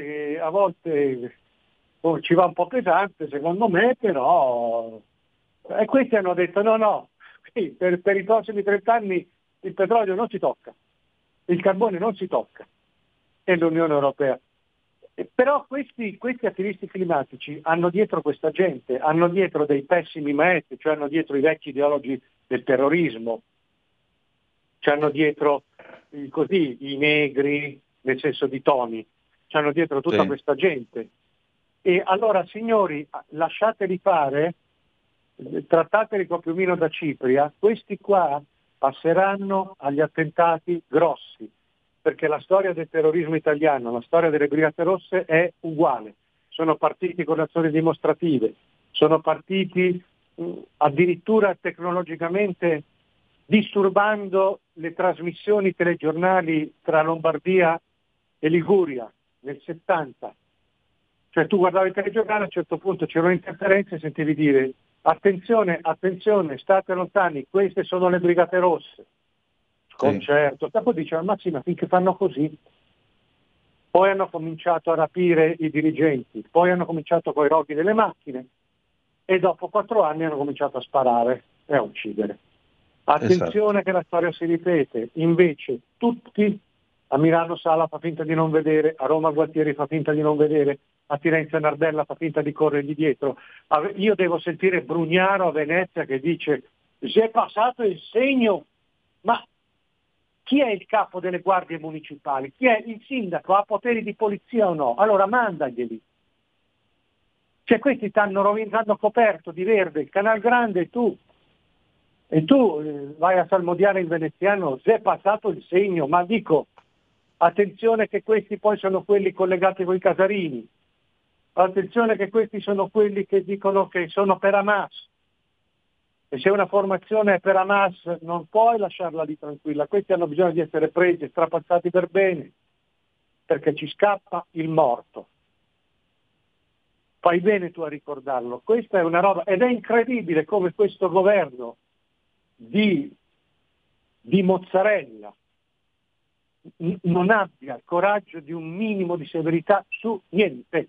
ci va un po' pesante, secondo me, però... E questi hanno detto no, per i prossimi 30 anni il petrolio non si tocca, il carbone non si tocca, e l'Unione Europea. Però questi attivisti climatici hanno dietro questa gente, hanno dietro dei pessimi maestri, cioè hanno dietro i vecchi ideologi del terrorismo, cioè hanno dietro i negri, nel senso di Tony, hanno dietro tutta questa gente. E allora, signori, lasciateli fare, trattateli con piumino da cipria, questi qua passeranno agli attentati grossi, perché la storia del terrorismo italiano, la storia delle Brigate Rosse è uguale. Sono partiti con azioni dimostrative, sono partiti addirittura tecnologicamente disturbando le trasmissioni telegiornali tra Lombardia e Liguria nel 70. Cioè tu guardavi il telegiornale, a un certo punto c'erano interferenze e sentivi dire attenzione, attenzione, state lontani, queste sono le Brigate Rosse. Sconcerto. Dopo diceva ma sì, ma finché fanno così. Poi hanno cominciato a rapire i dirigenti, poi hanno cominciato con i roghi delle macchine e dopo 4 anni hanno cominciato a sparare e a uccidere. Attenzione che la storia si ripete, invece tutti, a Milano Sala fa finta di non vedere, a Roma Gualtieri fa finta di non vedere, a Firenze Nardella fa finta di corrergli dietro. Io devo sentire Brugnaro a Venezia che dice «Si è passato il segno», ma chi è il capo delle guardie municipali? Chi è il sindaco? Ha poteri di polizia o no? Allora mandaglieli. Cioè questi ti hanno coperto di verde il Canal Grande e tu vai a salmodiare il veneziano, si è passato il segno, ma dico, attenzione che questi poi sono quelli collegati con i Casarini, attenzione che questi sono quelli che dicono che sono per Hamas, e se una formazione è per Hamas non puoi lasciarla lì tranquilla, questi hanno bisogno di essere presi e strapazzati per bene, perché ci scappa il morto. Fai bene tu a ricordarlo, questa è una roba, ed è incredibile come questo governo di mozzarella non abbia il coraggio di un minimo di severità su niente.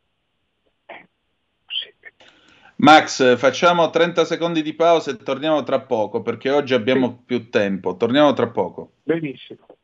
Max, facciamo 30 secondi di pausa e torniamo tra poco, perché oggi abbiamo più tempo. Torniamo tra poco. Benissimo.